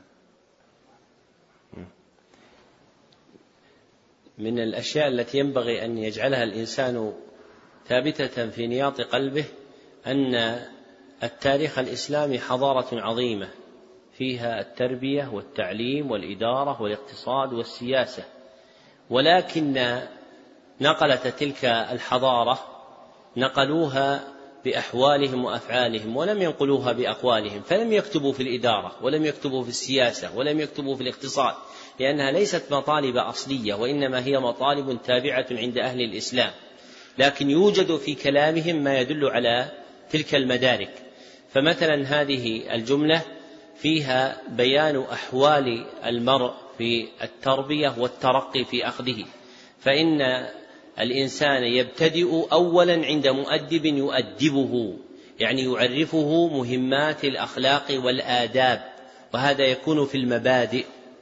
من الأشياء التي ينبغي أن يجعلها الإنسان ثابتة في نياط قلبه أن التاريخ الإسلامي حضارة عظيمة فيها التربية والتعليم والإدارة والاقتصاد والسياسة، ولكن نقلة تلك الحضارة نقلوها بأحوالهم وأفعالهم ولم ينقلوها بأقوالهم، فلم يكتبوا في الإدارة ولم يكتبوا في السياسة ولم يكتبوا في الاقتصاد لأنها ليست مطالب أصلية وإنما هي مطالب تابعة عند أهل الإسلام، لكن يوجد في كلامهم ما يدل على تلك المدارك. فمثلا هذه الجملة فيها بيان أحوال المرء في التربية والترقي في أخذه، فإن الإنسان يبتدئ أولا عند مؤدب يؤدبه، يعني يعرفه مهمات الأخلاق والآداب، وهذا يكون في المبادئ،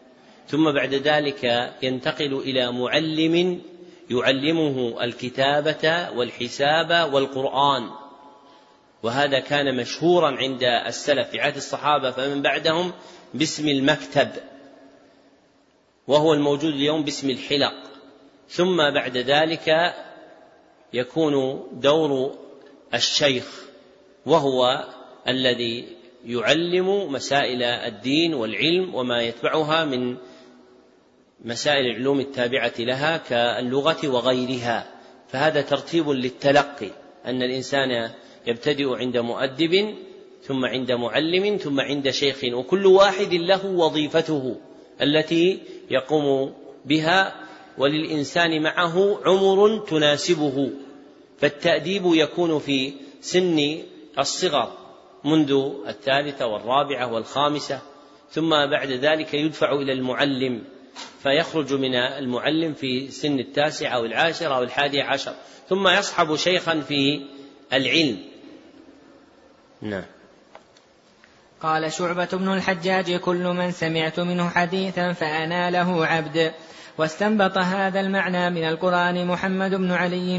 ثم بعد ذلك ينتقل إلى معلم يعلمه الكتابة والحساب والقرآن، وهذا كان مشهورا عند السلف في عهد الصحابة فمن بعدهم باسم المكتب، وهو الموجود اليوم باسم الحلق. ثم بعد ذلك يكون دور الشيخ، وهو الذي يعلم مسائل الدين والعلم وما يتبعها من مسائل العلوم التابعة لها كاللغة وغيرها. فهذا ترتيب للتلقي، أن الإنسان يبتدئ عند مؤدب ثم عند معلم ثم عند شيخ، وكل واحد له وظيفته التي يقوم بها، وللإنسان معه عمر تناسبه. فالتأديب يكون في سن الصغر منذ 3 والرابعة والخامسة، ثم بعد ذلك يدفع إلى المعلم فيخرج من المعلم في سن 9 أو 10 أو 11، ثم يصحب شيخا في العلم. نعم. قال شعبة بن الحجاج: كل من سمعت منه حديثا فأنا له عبد. واستنبط هذا المعنى من القرآن محمد بن علي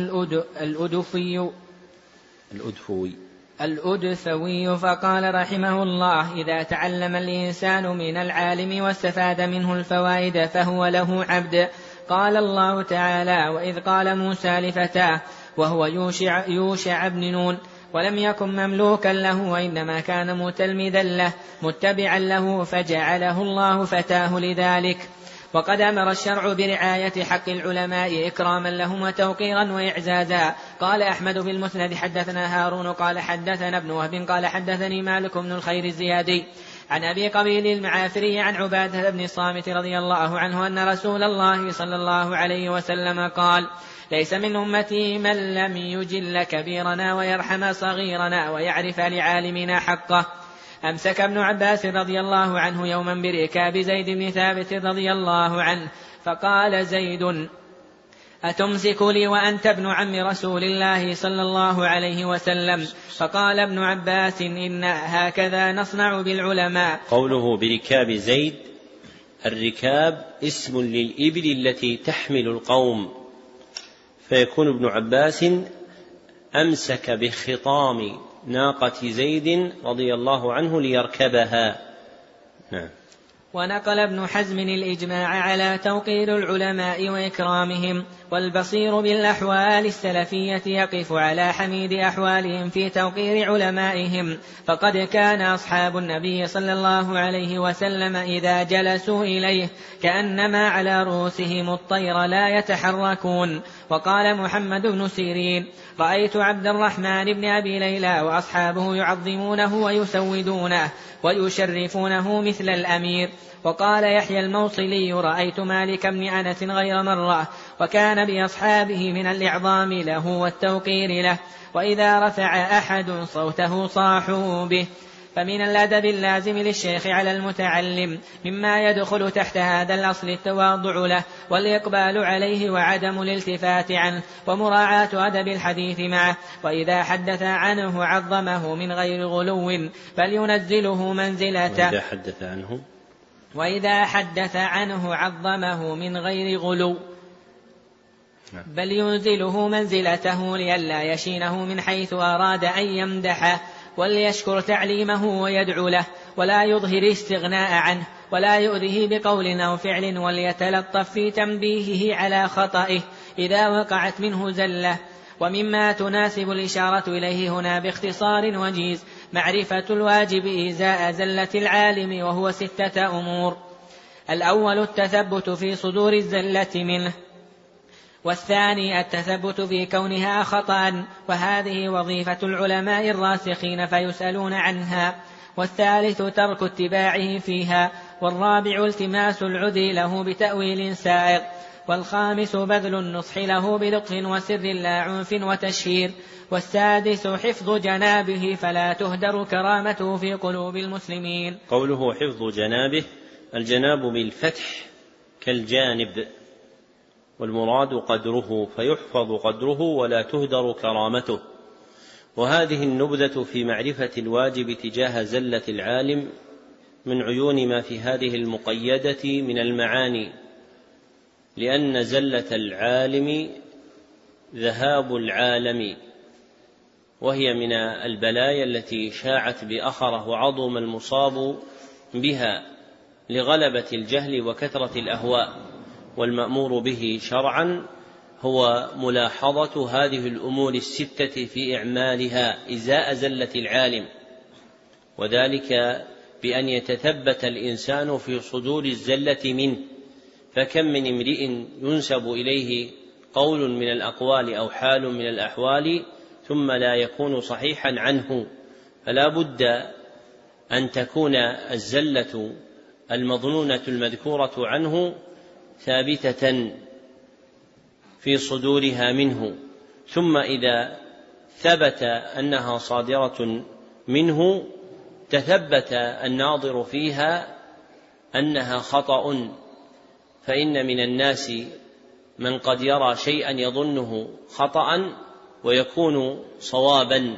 الأدثوي، فقال رحمه الله: إذا تعلم الإنسان من العالم واستفاد منه الفوائد فهو له عبد. قال الله تعالى: وإذ قال موسى لفتاه وهو يوشع بن نون: ولم يكن مملوكا له وإنما كان متلمذا له متبعا له فجعله الله فتاه لذلك. وقد أمر الشرع برعاية حق العلماء إكراما لهم وتوقيرا وإعزازا. قال أحمد في المسند: حدثنا هارون قال حدثنا ابن وهب قال حدثني مالك بن الخير الزيادي عن أبي قبيل المعافري عن عبادة بن الصامت رضي الله عنه أن رسول الله صلى الله عليه وسلم قال: ليس من أمتي من لم يجل كبيرنا ويرحم صغيرنا ويعرف لعالمنا حقه. أمسك ابن عباس رضي الله عنه يوما بركاب زيد بن ثابت رضي الله عنه، فقال زيد: أتمسك لي وأنت ابن عم رسول الله صلى الله عليه وسلم؟ فقال ابن عباس: إن هكذا نصنع بالعلماء. قوله بركاب زيد، الركاب اسم للإبل التي تحمل القوم، فيكون ابن عباس أمسك بخطام ناقة زيد رضي الله عنه ليركبها. نعم. ونقل ابن حزم الإجماع على توقير العلماء وإكرامهم، والبصير بالأحوال السلفية يقف على حميد أحوالهم في توقير علمائهم. فقد كان أصحاب النبي صلى الله عليه وسلم إذا جلسوا إليه كأنما على رؤوسهم الطير لا يتحركون. وقال محمد بن سيرين: رأيت عبد الرحمن بن أبي ليلى وأصحابه يعظمونه ويسودونه ويشرفونه مثل الأمير. وقال يحيى الموصلي: رأيت مالك بن أنس غير مرة، وكان بأصحابه من الإعظام له والتوقير له، وإذا رفع أحد صوته صاحوا به. فمن الأدب اللازم للشيخ على المتعلم مما يدخل تحت هذا الأصل التواضع له والإقبال عليه وعدم الالتفات عنه ومراعاة أدب الحديث معه. وإذا حدث عنه عظمه من غير غلو بل ينزله منزلته، وإذا حدث عنه عظمه من غير غلو بل ينزله منزلته لئلا يشينه من حيث أراد أن يمدحه، وليشكر تعليمه ويدعو له ولا يظهر استغناء عنه ولا يؤذيه بقول أو فعل، وليتلطف في تنبيهه على خطئه إذا وقعت منه زلة. ومما تناسب الإشارة إليه هنا باختصار وجيز معرفة الواجب إزاء زلة العالم، وهو 6 أمور: الأول التثبت في صدور الزلة منه، والثاني التثبت في كونها خطأ، وهذه وظيفة العلماء الراسخين فيسألون عنها، والثالث ترك اتباعه فيها، والرابع التماس العذر له بتأويل سائغ، والخامس بذل النصح له بلطف وسر لا عنف وتشهير، والسادس حفظ جنابه فلا تهدر كرامته في قلوب المسلمين. قوله حفظ جنابه، الجناب بالفتح كالجانب، والمراد قدره، فيحفظ قدره ولا تهدر كرامته. وهذه النبذة في معرفة الواجب تجاه زلة العالم من عيون ما في هذه المقيدة من المعاني، لأن زلة العالم ذهاب العالم، وهي من البلايا التي شاعت بأخره وعظم المصاب بها لغلبة الجهل وكثرة الأهواء. والمأمور به شرعا هو ملاحظة هذه الأمور الستة في إعمالها إزاء زلة العالم، وذلك بأن يتثبت الإنسان في صدور الزلة منه، فكم من امرئ ينسب إليه قول من الأقوال أو حال من الأحوال ثم لا يكون صحيحا عنه، فلا بد أن تكون الزلة المظنونة المذكورة عنه ثابتة في صدورها منه، ثم إذا ثبت أنها صادرة منه تثبت الناظر فيها أنها خطأ. فإن من الناس من قد يرى شيئا يظنه خطأ ويكون صوابا.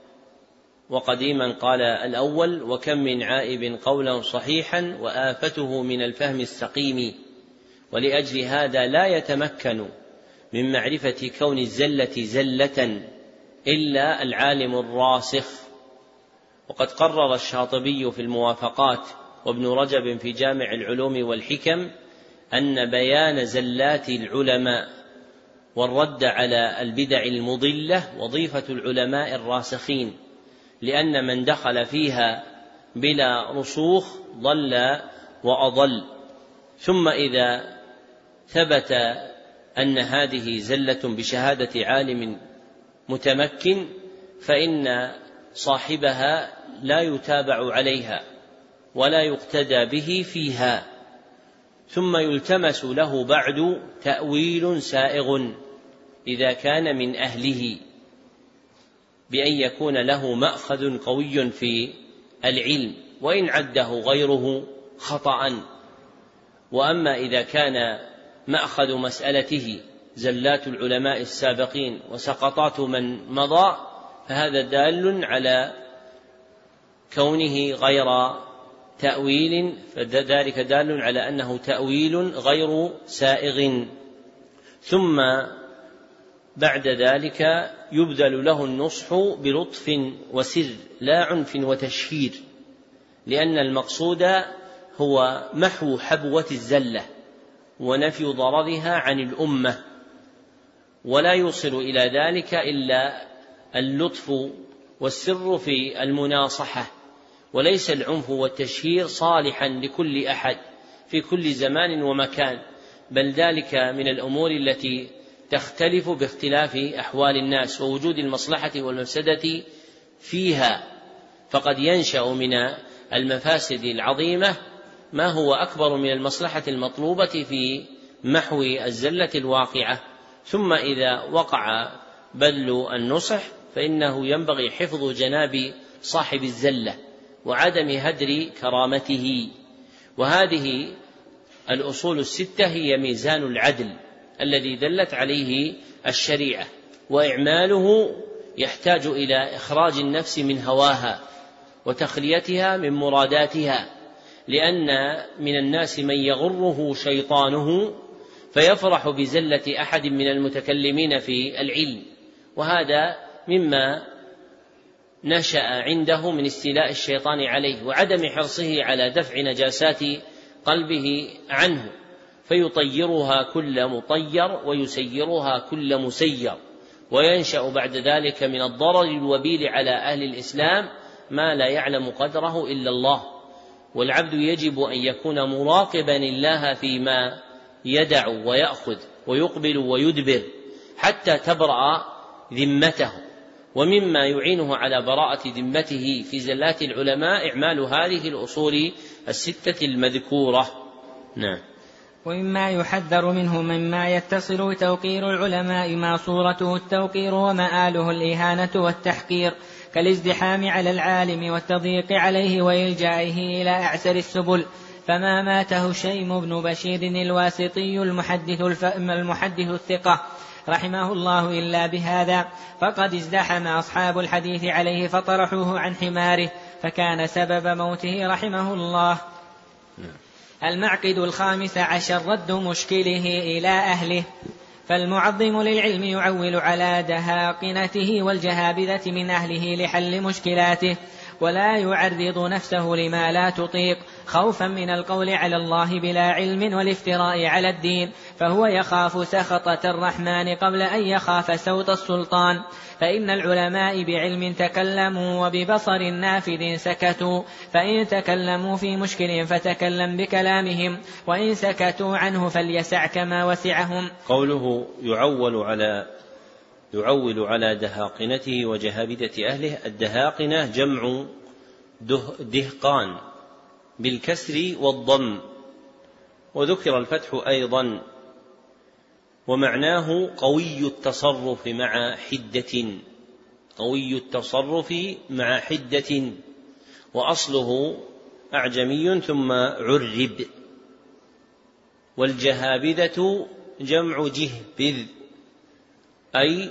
وقديما قال الأول: وكم من عائب قولا صحيحا وآفته من الفهم السقيم. ولأجل هذا لا يتمكن من معرفة كون الزلة زلة إلا العالم الراسخ. وقد قرر الشاطبي في الموافقات وابن رجب في جامع العلوم والحكم أن بيان زلات العلماء والرد على البدع المضلة وظيفة العلماء الراسخين، لأن من دخل فيها بلا رسوخ ضل وأضل. ثم إذا ثبت أن هذه زلة بشهادة عالم متمكن فإن صاحبها لا يتابع عليها ولا يقتدى به فيها، ثم يلتمس له بعد تأويل سائغ إذا كان من أهله، بأن يكون له مأخذ قوي في العلم وإن عده غيره خطأ. وأما إذا كان مأخذ مسألته زلات العلماء السابقين وسقطات من مضى فهذا دال على كونه غير تأويل، فذلك دال على أنه تأويل غير سائغ. ثم بعد ذلك يبذل له النصح بلطف وسر لا عنف وتشهير، لأن المقصود هو محو حبوة الزلة ونفي ضررها عن الأمة، ولا يوصل إلى ذلك إلا اللطف والسر في المناصحة، وليس العنف والتشهير صالحا لكل أحد في كل زمان ومكان، بل ذلك من الأمور التي تختلف باختلاف أحوال الناس ووجود المصلحة والمفسدة فيها. فقد ينشأ من المفاسد العظيمة ما هو أكبر من المصلحة المطلوبة في محو الزلة الواقعة. ثم إذا وقع بذل النصح فإنه ينبغي حفظ جناب صاحب الزلة وعدم هدر كرامته. وهذه الأصول الستة هي ميزان العدل الذي دلت عليه الشريعة، وإعماله يحتاج إلى إخراج النفس من هواها وتخليتها من مراداتها، لأن من الناس من يغره شيطانه فيفرح بزلة أحد من المتكلمين في العلم، وهذا مما نشأ عنده من استيلاء الشيطان عليه وعدم حرصه على دفع نجاسات قلبه عنه، فيطيرها كل مطير ويسيرها كل مسير، وينشأ بعد ذلك من الضرر الوبيل على أهل الإسلام ما لا يعلم قدره إلا الله. والعبد يجب أن يكون مراقبا الله فيما يدع ويأخذ ويقبل ويدبر حتى تبرأ ذمته. ومما يعينه على براءة ذمته في زلات العلماء إعمال هذه الأصول الستة المذكورة. نعم. ومما يحذر منه مما يتصل توقير العلماء ما صورته التوقير ومآله الإهانة والتحقير، كالازدحام على العالم والتضييق عليه وإلجائه إلى أعسر السبل. فما ماته شيم بن بشير الواسطي المحدث الثقة رحمه الله إلا بهذا، فقد ازدحم أصحاب الحديث عليه فطرحوه عن حماره فكان سبب موته رحمه الله. المعقد 15 رد مشكله إلى أهله. فالمعظم للعلم يعول على دهاقنته والجهابذة من أهله لحل مشكلاته، ولا يعرض نفسه لما لا تطيق خوفا من القول على الله بلا علم والافتراء على الدين، فهو يخاف سخطة الرحمن قبل أن يخاف سوط السلطان. فإن العلماء بعلم تكلموا وببصر نافذ سكتوا، فإن تكلموا في مشكل فتكلم بكلامهم، وإن سكتوا عنه فليسعك ما وسعهم. قوله يعول على دهاقنته وجهابذة أهله. الدهاقنة جمع دهقان بالكسر والضم، وذكر الفتح أيضا، ومعناه قوي التصرف مع حدة، قوي التصرف مع حدة، وأصله أعجمي ثم عرب. والجهابذة جمع جهبذ، أي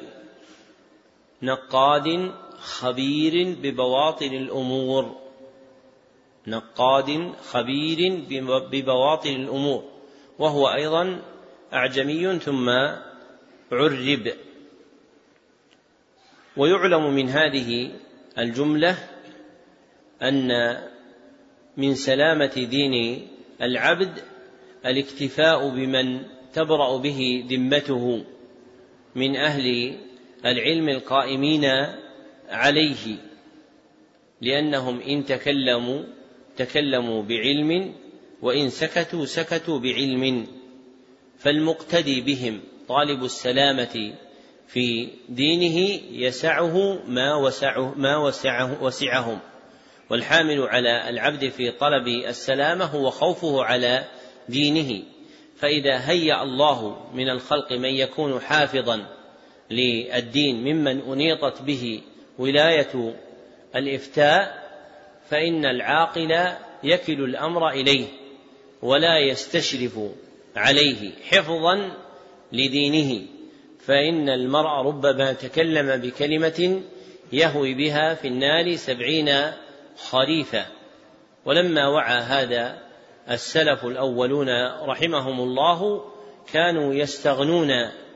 نقاد خبير ببواطن الأمور، نقاد خبير ببواطن الأمور، وهو أيضا أعجمي ثم عرب. ويعلم من هذه الجملة أن من سلامة دين العبد الاكتفاء بمن تبرأ به ذمته من أهل العلم القائمين عليه، لأنهم إن تكلموا بعلم، وإن سكتوا بعلم. فالمقتدي بهم طالب السلامة في دينه يسعه ما وسعهم، والحامل على العبد في طلب السلامة هو خوفه على دينه. فإذا هيأ الله من الخلق من يكون حافظا للدين ممن أنيطت به ولاية الإفتاء، فإن العاقل يكل الأمر إليه ولا يستشرف عليه حفظا لدينه. فإن المرء ربما تكلم بكلمة يهوي بها في النار 70 خريفا. ولما وعى هذا السلف الأولون رحمهم الله كانوا يستغنون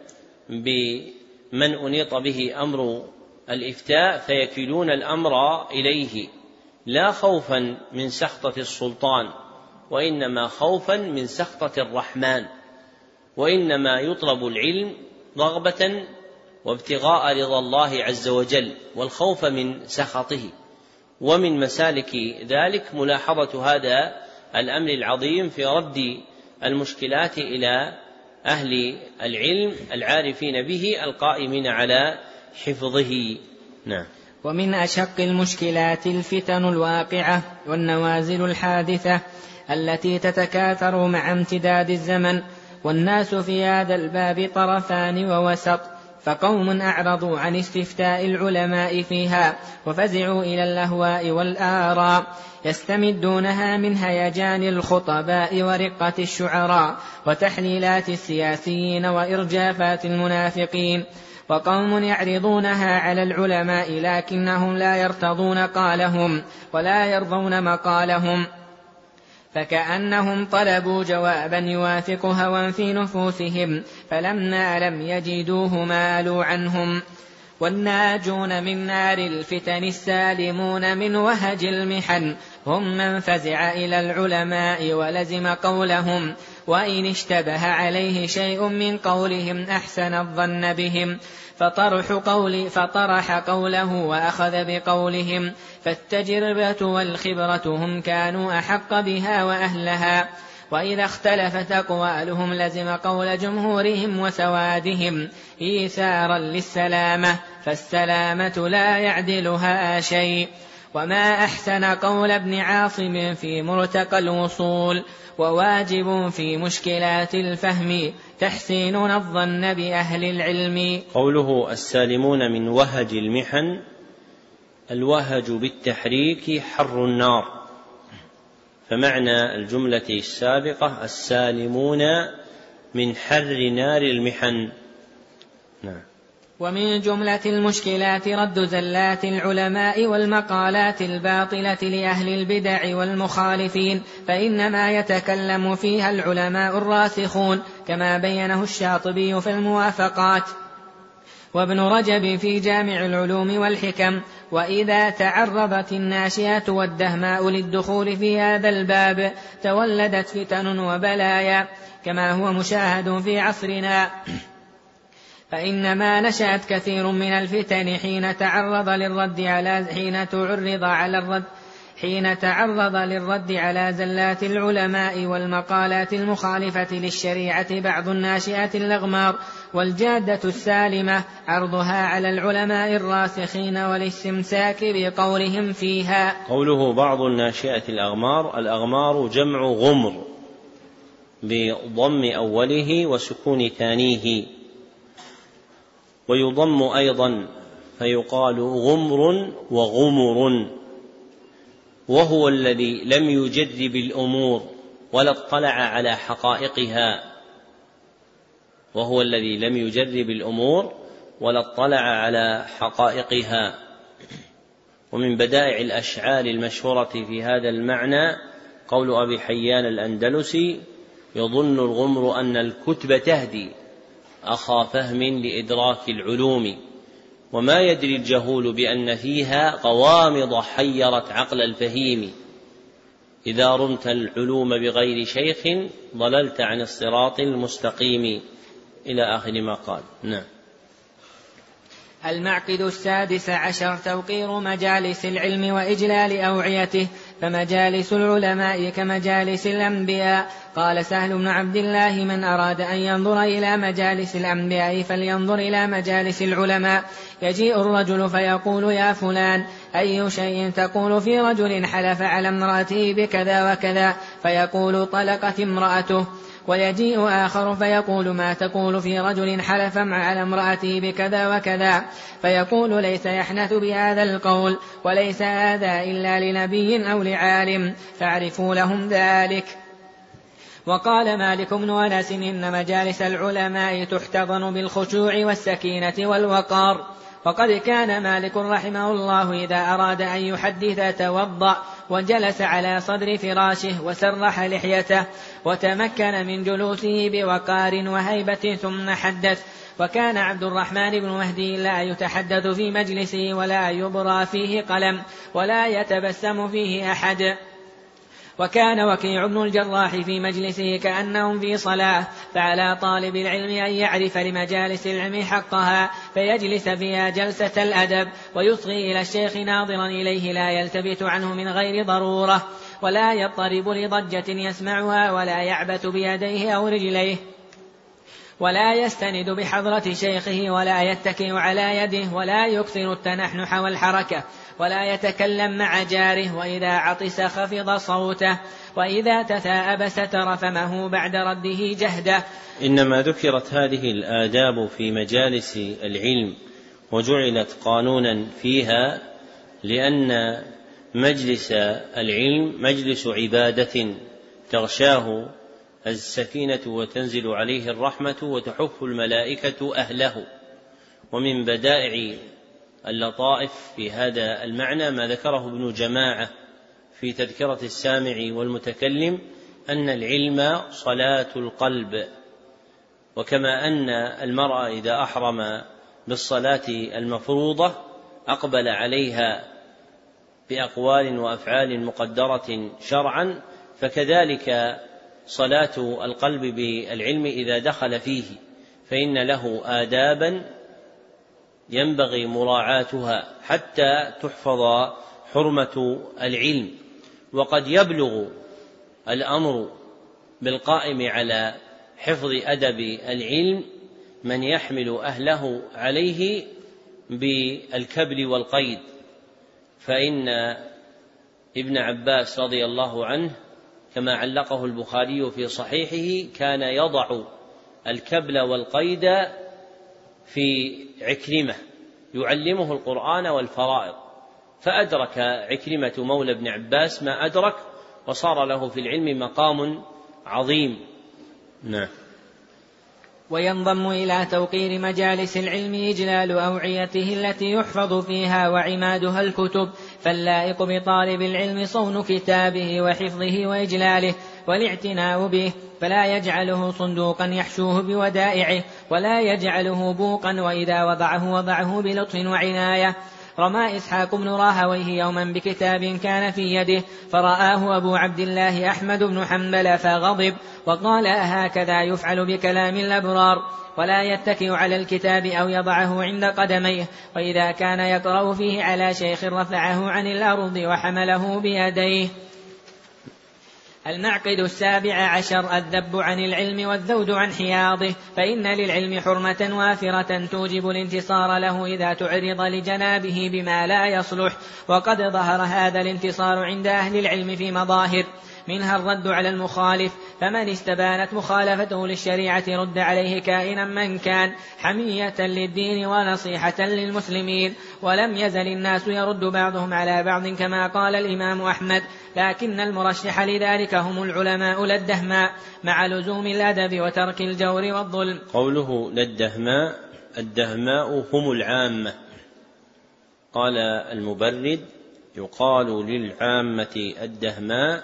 بمن أنيط به أمر الإفتاء فيكلون الأمر إليه، لا خوفا من سخطة السلطان، وإنما خوفا من سخطة الرحمن. وإنما يطلب العلم رغبة وابتغاء رضا الله عز وجل والخوف من سخطه. ومن مسالك ذلك ملاحظة هذا الأمر العظيم في رد المشكلات إلى أهل العلم العارفين به القائمين على حفظه. نعم. ومن أشق المشكلات الفتن الواقعة والنوازل الحادثة التي تتكاثر مع امتداد الزمن، والناس في هذا الباب طرفان ووسط، فقوم أعرضوا عن استفتاء العلماء فيها وفزعوا إلى الأهواء والآراء يستمدونها من هيجان الخطباء ورقة الشعراء وتحليلات السياسيين وإرجافات المنافقين، وقوم يعرضونها على العلماء لكنهم لا يرتضون قالهم ولا يرضون مقالهم، فكأنهم طلبوا جوابا يوافق هوى في نفوسهم، فلما لم يجدوه مالوا عنهم. والناجون من نار الفتن السالمون من وهج المحن هم من فزع إلى العلماء ولزم قولهم، وإن اشتبه عليه شيء من قولهم أحسن الظن بهم فطرح قوله وأخذ بقولهم، فالتجربة والخبرة هم كانوا أحق بها وأهلها. وإذا اختلفت أقوالهم لزم قول جمهورهم وسوادهم إيثارا للسلامة، فالسلامة لا يعدلها شيء. وما أحسن قول ابن عاصم في مرتقى الوصول، وواجب في مشكلات الفهم تحسين الظن بأهل العلم. قوله السالمون من وهج المحن، الوهج بالتحريك حر النار، فمعنى الجملة السابقة السالمون من حر نار المحن، نعم. ومن جملة المشكلات رد زلات العلماء والمقالات الباطلة لأهل البدع والمخالفين، فإنما يتكلم فيها العلماء الراسخون كما بينه الشاطبي في الموافقات وابن رجب في جامع العلوم والحكم. وإذا تعرضت الناشئة والدهماء للدخول في هذا الباب تولدت فتن وبلايا كما هو مشاهد في عصرنا، فإنما نشأت كثير من الفتن حين تعرض للرد على زلات العلماء والمقالات المخالفة للشريعة بعض الناشئة الأغمار، والجادة السالمة عرضها على العلماء الراسخين والاستمساك بقولهم فيها. قوله بعض الناشئة الأغمار، الأغمار جمع غمر بضم أوله وسكون ثانيه، ويضم أيضا فيقال غمر وغمر، وهو الذي لم يجرب الأمور ولا اطلع على حقائقها، وهو الذي لم يجرب الأمور ولا اطلع على حقائقها. ومن بدائع الأشعار المشهورة في هذا المعنى قول أبي حيان الأندلسي: يظن الغمر أن الكتب تهدي أخا فهم لإدراك العلوم، وما يدري الجهول بأن فيها قوامض حيرت عقل الفهيم، إذا رمت العلوم بغير شيخ ضللت عن الصراط المستقيم، إلى آخر ما قال. نعم. المعقد 16 توقير مجالس العلم وإجلال أوعيته، فمجالس العلماء كمجالس الأنبياء. قال سهل بن عبد الله: من أراد أن ينظر إلى مجالس الأنبياء فلينظر إلى مجالس العلماء. يجيء الرجل فيقول: يا فلان، أي شيء تقول في رجل حلف على امرأته بكذا وكذا؟ فيقول: طلقت امرأته. ويجيء آخر فيقول: ما تقول في رجل حلف على امرأته بكذا وكذا؟ فيقول: ليس يحنث بهذا القول، وليس هذا إلا لنبي أو لعالم، فاعرفوا لهم ذلك. وقال مالك بن أنس: إن مجالس العلماء تحتضن بالخشوع والسكينة والوقار. وقد كان مالك رحمه الله إذا أراد أن يحدث توضأ وجلس على صدر فراشه وسرح لحيته وتمكن من جلوسه بوقار وهيبة ثم حدث. وكان عبد الرحمن بن مهدي لا يتحدث في مجلسه ولا يبرى فيه قلم ولا يتبسم فيه أحد. وكان وكيع بن الجراح في مجلسه كأنهم في صلاة، فعلى طالب العلم أن يعرف لمجالس العلم حقها فيجلس فيها جلسة الأدب ويصغي إلى الشيخ ناظرا إليه لا يلتفت عنه من غير ضرورة، ولا يضطرب لضجة يسمعها، ولا يعبث بيديه أو رجليه، ولا يستند بحضرة شيخه، ولا يتكئ على يده، ولا يكثر التنحنح والحركة، ولا يتكلم مع جاره، وإذا عطس خفض صوته، وإذا تثاءب ستر فمه بعد رده جهده. إنما ذكرت هذه الآداب في مجالس العلم وجعلت قانونا فيها لأن مجلس العلم مجلس عبادة تغشاه السكينة وتنزل عليه الرحمة وتحف الملائكة أهله. ومن بدائع اللطائف في هذا المعنى ما ذكره ابن جماعة في تذكرة السامع والمتكلم أن العلم صلاة القلب، وكما أن المرء إذا أحرم بالصلاة المفروضة أقبل عليها بأقوال وأفعال مقدرة شرعا، فكذلك صلاة القلب بالعلم إذا دخل فيه فإن له آدابا ينبغي مراعاتها حتى تحفظ حرمة العلم. وقد يبلغ الأمر بالقائم على حفظ أدب العلم من يحمل أهله عليه بالكبل والقيد، فإن ابن عباس رضي الله عنه كما علقه البخاري في صحيحه كان يضع الكبل والقيد في عكرمة يعلمه القرآن والفرائض، فأدرك عكرمة مولى ابن عباس ما أدرك وصار له في العلم مقام عظيم. نعم. وينضم إلى توقير مجالس العلم إجلال أوعيته التي يحفظ فيها وعمادها الكتب، فاللائق بطالب العلم صون كتابه وحفظه وإجلاله والاعتناء به، فلا يجعله صندوقا يحشوه بودائعه، ولا يجعله بوقا، وإذا وضعه بلطف وعناية. رمى إسحاق بن راهويه يوما بكتاب كان في يده، فرآه أبو عبد الله أحمد بن حنبل فغضب وقال: أهكذا يفعل بكلام الأبرار؟ ولا يتكئ على الكتاب أو يضعه عند قدميه، وإذا كان يقرأ فيه على شيخ رفعه عن الأرض وحمله بيديه. المعقد 17 الذب عن العلم والذود عن حياضه، فإن للعلم حرمة وافرة توجب الانتصار له إذا تعرض لجنابه بما لا يصلح، وقد ظهر هذا الانتصار عند أهل العلم في مظاهر، منها الرد على المخالف، فمن استبانت مخالفته للشريعة رد عليه كائنا من كان، حمية للدين ونصيحة للمسلمين. ولم يزل الناس يرد بعضهم على بعض كما قال الإمام أحمد، لكن المرشح لذلك هم العلماء لا الدهماء، مع لزوم الأدب وترك الجور والظلم. قوله لا الدهماء، الدهماء هم العامة. قال المبرد: يقال للعامة الدهماء،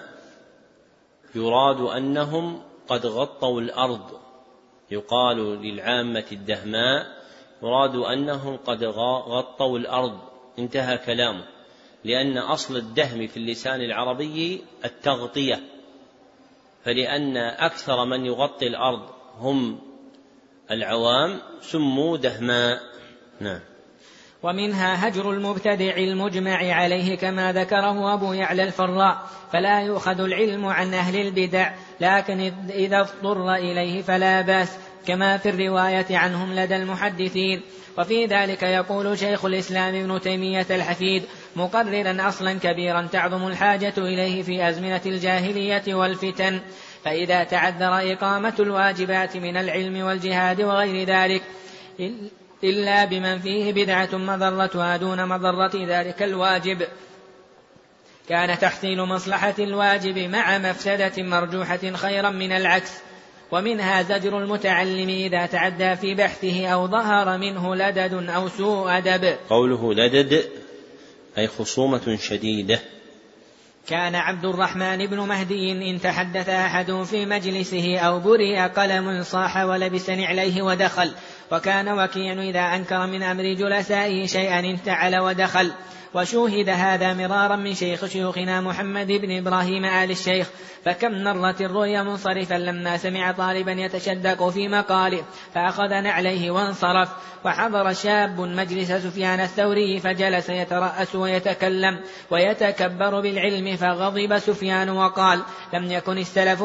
يراد أنهم قد غطوا الأرض. يقال للعامة الدهماء يراد أنهم قد غطوا الأرض. انتهى كلامه، لأن أصل الدهم في اللسان العربي التغطية، فلأن أكثر من يغطي الأرض هم العوام سموا دهماء. نعم. ومنها هجر المبتدع المجمع عليه كما ذكره أبو يعلى الفراء، فلا يؤخذ العلم عن أهل البدع، لكن إذا اضطر إليه فلا بأس، كما في الرواية عنهم لدى المحدثين. وفي ذلك يقول شيخ الإسلام ابن تيمية الحفيد مقررا أصلا كبيرا تعظم الحاجة إليه في أزمنة الجاهلية والفتن، فإذا تعذر إقامة الواجبات من العلم والجهاد وغير ذلك إلا بمن فيه بدعة مضرتها دون مضرة ذلك الواجب، كان تحصيل مصلحة الواجب مع مفسدة مرجوحة خيرا من العكس. ومنها زجر المتعلم إذا تعدى في بحثه أو ظهر منه لدد أو سوء أدب. قوله لدد أي خصومة شديدة. كان عبد الرحمن بن مهدي إن تحدث أحد في مجلسه أو برئ قلم صاح ولبس نعليه ودخل، وكان وكيع إذا أنكر من أمر جلسائه شيئا انتعل ودخل. وشوهد هذا مرارا من شيوخنا محمد بن إبراهيم آل الشيخ، فكم مرة رؤي منصرفا لما سمع طالبا يتشدق في مقاله فأخذ نعليه وانصرف. وحضر شاب مجلس سفيان الثوري فجلس يترأس ويتكلم ويتكبر بالعلم، فغضب سفيان وقال: لم يكن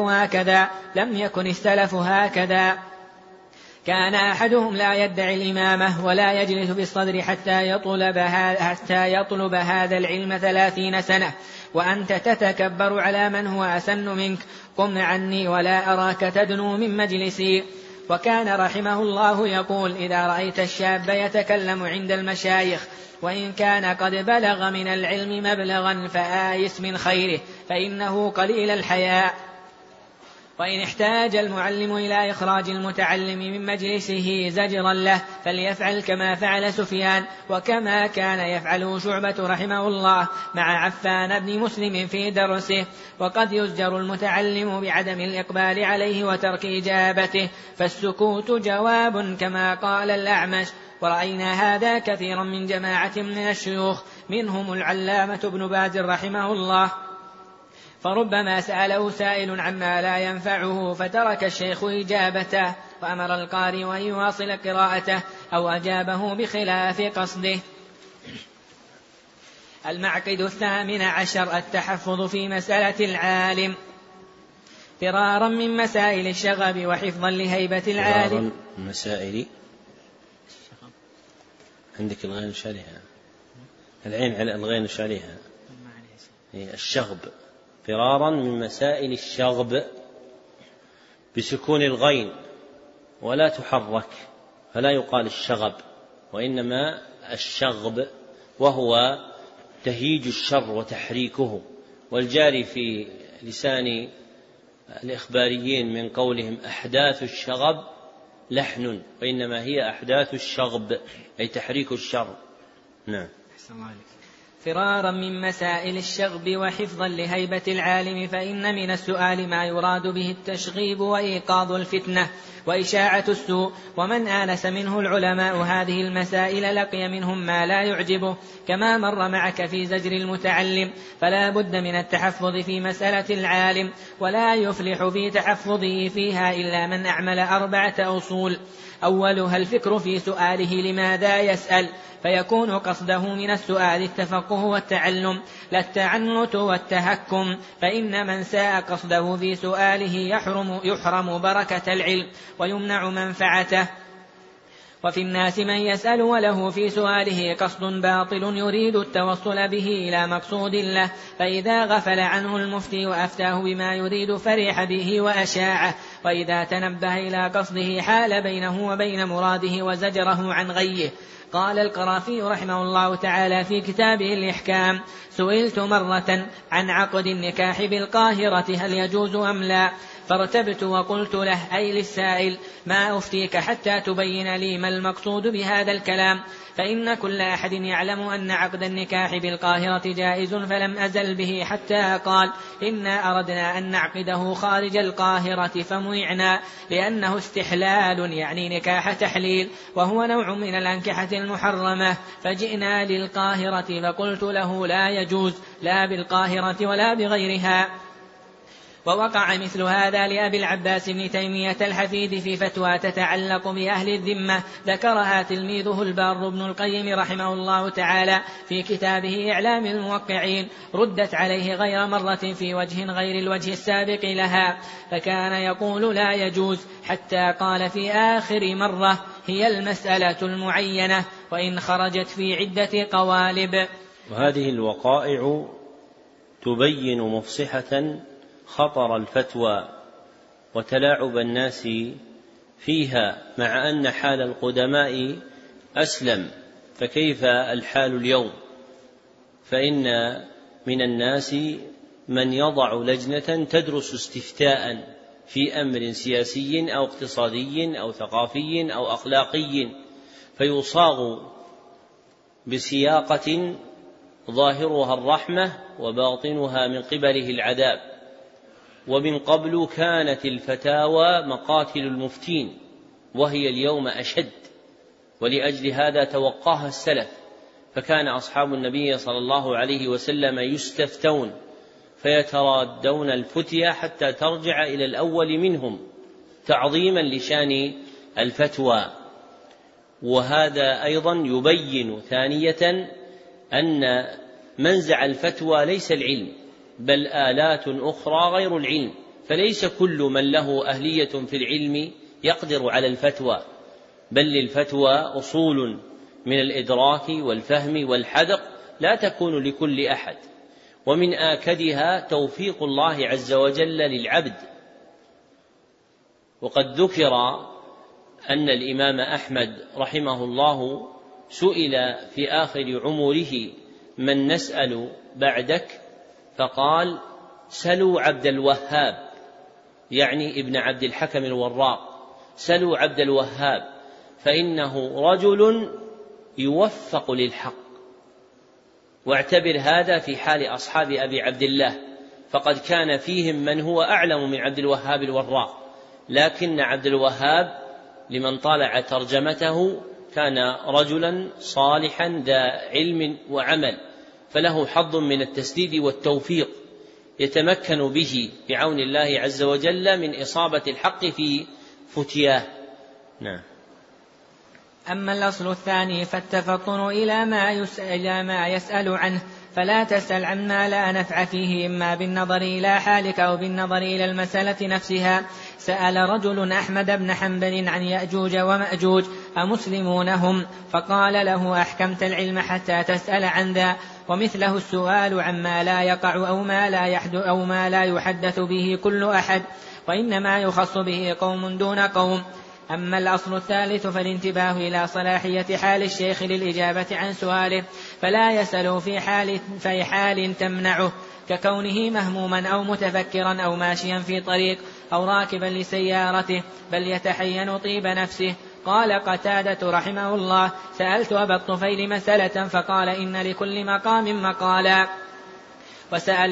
السلف هكذا. كان أحدهم لا يدعي الإمامة ولا يجلس بالصدر حتى يطلب هذا العلم 30 سنة، وأنت تتكبر على من هو أسن منك، قم عني ولا أراك تدنو من مجلسي. وكان رحمه الله يقول: إذا رأيت الشاب يتكلم عند المشايخ وإن كان قد بلغ من العلم مبلغا فآيس من خيره، فإنه قليل الحياء. وإن احتاج المعلم إلى إخراج المتعلم من مجلسه زجرا له فليفعل كما فعل سفيان، وكما كان يفعله شعبة رحمه الله مع عفان بن مسلم في درسه. وقد يزجر المتعلم بعدم الإقبال عليه وترك إجابته، فالسكوت جواب كما قال الأعمش. ورأينا هذا كثيرا من جماعة من الشيوخ، منهم العلامة ابن باز رحمه الله، فربما سأله سائل عما لا ينفعه فترك الشيخ إجابته وأمر القارئ أن يواصل قراءته أو أجابه بخلاف قصده. المعقد 18 التحفظ في مسألة العالم، فرارا من مسائل الشغب وحفظا لهيبة العالم. مسائل عندك الغين شاريها، العين على الغين شاريها، الشغب، فرارا من مسائل الشغب بسكون الغين ولا تحرك، فلا يقال الشغب وإنما الشغب، وهو تهيج الشر وتحريكه. والجاري في لسان الإخباريين من قولهم أحداث الشغب لحن، وإنما هي أحداث الشغب أي تحريك الشر. نعم. فرارا من مسائل الشغب وحفظا لهيبة العالم، فإن من السؤال ما يراد به التشغيب وإيقاظ الفتنة وإشاعة السوء، ومن آنس منه العلماء هذه المسائل لقي منهم ما لا يعجبه، كما مر معك في زجر المتعلم. فلا بد من التحفظ في مسألة العالم، ولا يفلح في تحفظه فيها إلا من أعمل 4 أصول. أولها الفكر في سؤاله لماذا يسأل، فيكون قصده من السؤال التفقه والتعلم لا التعنت والتهكم، فإن من ساء قصده في سؤاله يحرم بركة العلم ويمنع منفعته. وفي الناس من يسأل وله في سؤاله قصد باطل يريد التوصل به إلى مقصود له، فإذا غفل عنه المفتي وأفتاه بما يريد فرح به وأشاعه، وإذا تنبه إلى قصده حال بينه وبين مراده وزجره عن غيه. قال القرافي رحمه الله تعالى في كتابه الإحكام: سئلت مرة عن عقد النكاح بالقاهرة هل يجوز أم لا، فارتبت وقلت له أي للسائل: ما أفتيك حتى تبين لي ما المقصود بهذا الكلام، فإن كل أحد يعلم أن عقد النكاح بالقاهرة جائز، فلم أزل به حتى قال: إنا أردنا أن نعقده خارج القاهرة فمنعنا، لأنه استحلال يعني نكاح تحليل، وهو نوع من الأنكحة المحرمة، فجئنا للقاهرة فقلت له لا يجوز لا بالقاهرة ولا بغيرها. ووقع مثل هذا لأبي العباس بن تيمية الحفيد في فتوى تتعلق بأهل الذمة، ذكرها تلميذه البار بن القيم رحمه الله تعالى في كتابه إعلام الموقعين، ردت عليه غير مرة في وجه غير الوجه السابق لها، فكان يقول لا يجوز، حتى قال في آخر مرة: هي المسألة المعينة وإن خرجت في عدة قوالب. وهذه الوقائع تبين مفصحة خطر الفتوى وتلاعب الناس فيها، مع أن حال القدماء أسلم، فكيف الحال اليوم؟ فإن من الناس من يضع لجنة تدرس استفتاء في أمر سياسي أو اقتصادي أو ثقافي أو أخلاقي، فيصاغ بسياقة ظاهرها الرحمة وباطنها من قبله العذاب. ومن قبل كانت الفتاوى مقاتل المفتين، وهي اليوم أشد، ولأجل هذا توقاها السلف، فكان أصحاب النبي صلى الله عليه وسلم يستفتون فيترادون الفتية حتى ترجع إلى الأول منهم تعظيما لشان الفتوى. وهذا أيضا يبين ثانية أن منزع الفتوى ليس العلم، بل آلات أخرى غير العلم، فليس كل من له أهلية في العلم يقدر على الفتوى، بل للفتوى أصول من الإدراك والفهم والحذق لا تكون لكل أحد، ومن آكدها توفيق الله عز وجل للعبد. وقد ذكر أن الإمام أحمد رحمه الله سئل في آخر عمره: من نسأل بعدك؟ فقال: سلوا عبد الوهاب، يعني ابن عبد الحكم الوراق، سلوا عبد الوهاب فإنه رجل يوفق للحق. واعتبر هذا في حال أصحاب أبي عبد الله، فقد كان فيهم من هو أعلم من عبد الوهاب الوراق، لكن عبد الوهاب لمن طالع ترجمته كان رجلا صالحا ذا علم وعمل، فله حظ من التسديد والتوفيق يتمكن به بعون الله عز وجل من إصابة الحق في فتياه. نعم. أما الأصل الثاني فالتفطن إلى ما يسأل عنه، فلا تسأل عما لا نفع فيه، إما بالنظر إلى حالك أو بالنظر إلى المسألة نفسها. سأل رجل أحمد بن حنبل عن يأجوج ومأجوج أمسلمون هم؟ فقال له: أحكمت العلم حتى تسأل عن ذا. ومثله السؤال عما لا يقع أو ما لا يحدث به كل أحد، وإنما يخص به قوم دون قوم. أما الأصل الثالث فالانتباه إلى صلاحية حال الشيخ للإجابة عن سؤاله، فلا يسأل في حال تمنعه، ككونه مهموما أو متفكرا أو ماشيا في طريق أو راكبا لسيارته، بل يتحين طيب نفسه. قال قتادة رحمه الله: سألت أبا الطفيل مسألة فقال: إن لكل مقام مقالا. وسأل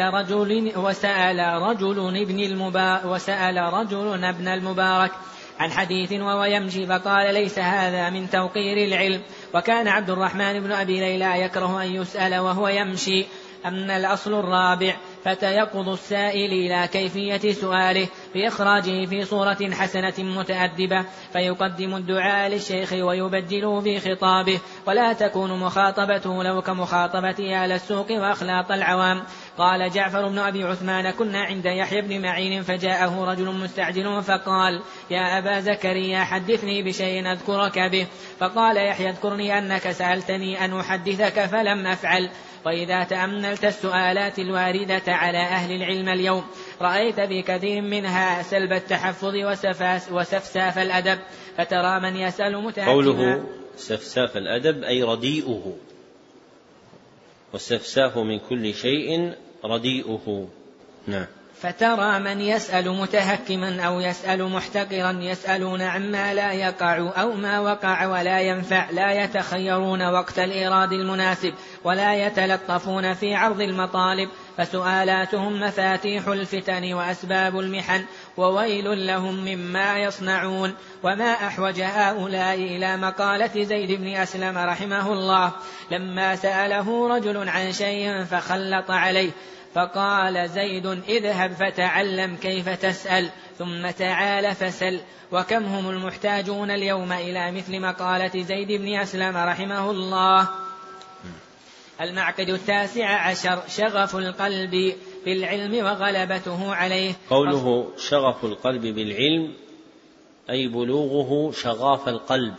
رجل ابن المبارك عن حديث وهو يمشي فقال: ليس هذا من توقير العلم. وكان عبد الرحمن بن أبي ليلى يكره أن يسأل وهو يمشي. أما الأصل الرابع فتيقظ السائل إلى كيفية سؤاله بإخراجه في صورة حسنة متأدبة، فيقدم الدعاء للشيخ ويبدله في خطابه، ولا تكون مخاطبته له كمخاطبة أهل السوق وأخلاط العوام. قال جعفر بن أبي عثمان: كنا عند يحيى بن معين فجاءه رجل مستعجل فقال: يا أبا زكريا حدثني بشيء أذكرك به. فقال يحيى: اذكرني أنك سألتني أن أحدثك فلم أفعل. وإذا تأملت السؤالات الواردة على أهل العلم اليوم رأيت بكثير منها سلب التحفظ وسفساف الأدب، فترى من يسأل متهكما. قوله سفساف الأدب أي رديئه، والسفساف من كل شيء رديئه. نعم. فترى من يسأل متهكما أو يسأل محتقرا، يسألون عما لا يقع أو ما وقع ولا ينفع، لا يتخيرون وقت الإيراد المناسب ولا يتلطفون في عرض المطالب، فسؤالاتهم مفاتيح الفتن وأسباب المحن، وويل لهم مما يصنعون. وما أحوج هؤلاء إلى مقالة زيد بن أسلم رحمه الله لما سأله رجل عن شيء فخلط عليه، فقال زيد: اذهب فتعلم كيف تسأل ثم تعال فسل. وكم هم المحتاجون اليوم إلى مثل مقالة زيد بن أسلم رحمه الله. المعقد 19 شغف القلب بالعلم وغلبته عليه. قوله شغف القلب بالعلم أي بلوغه شغاف القلب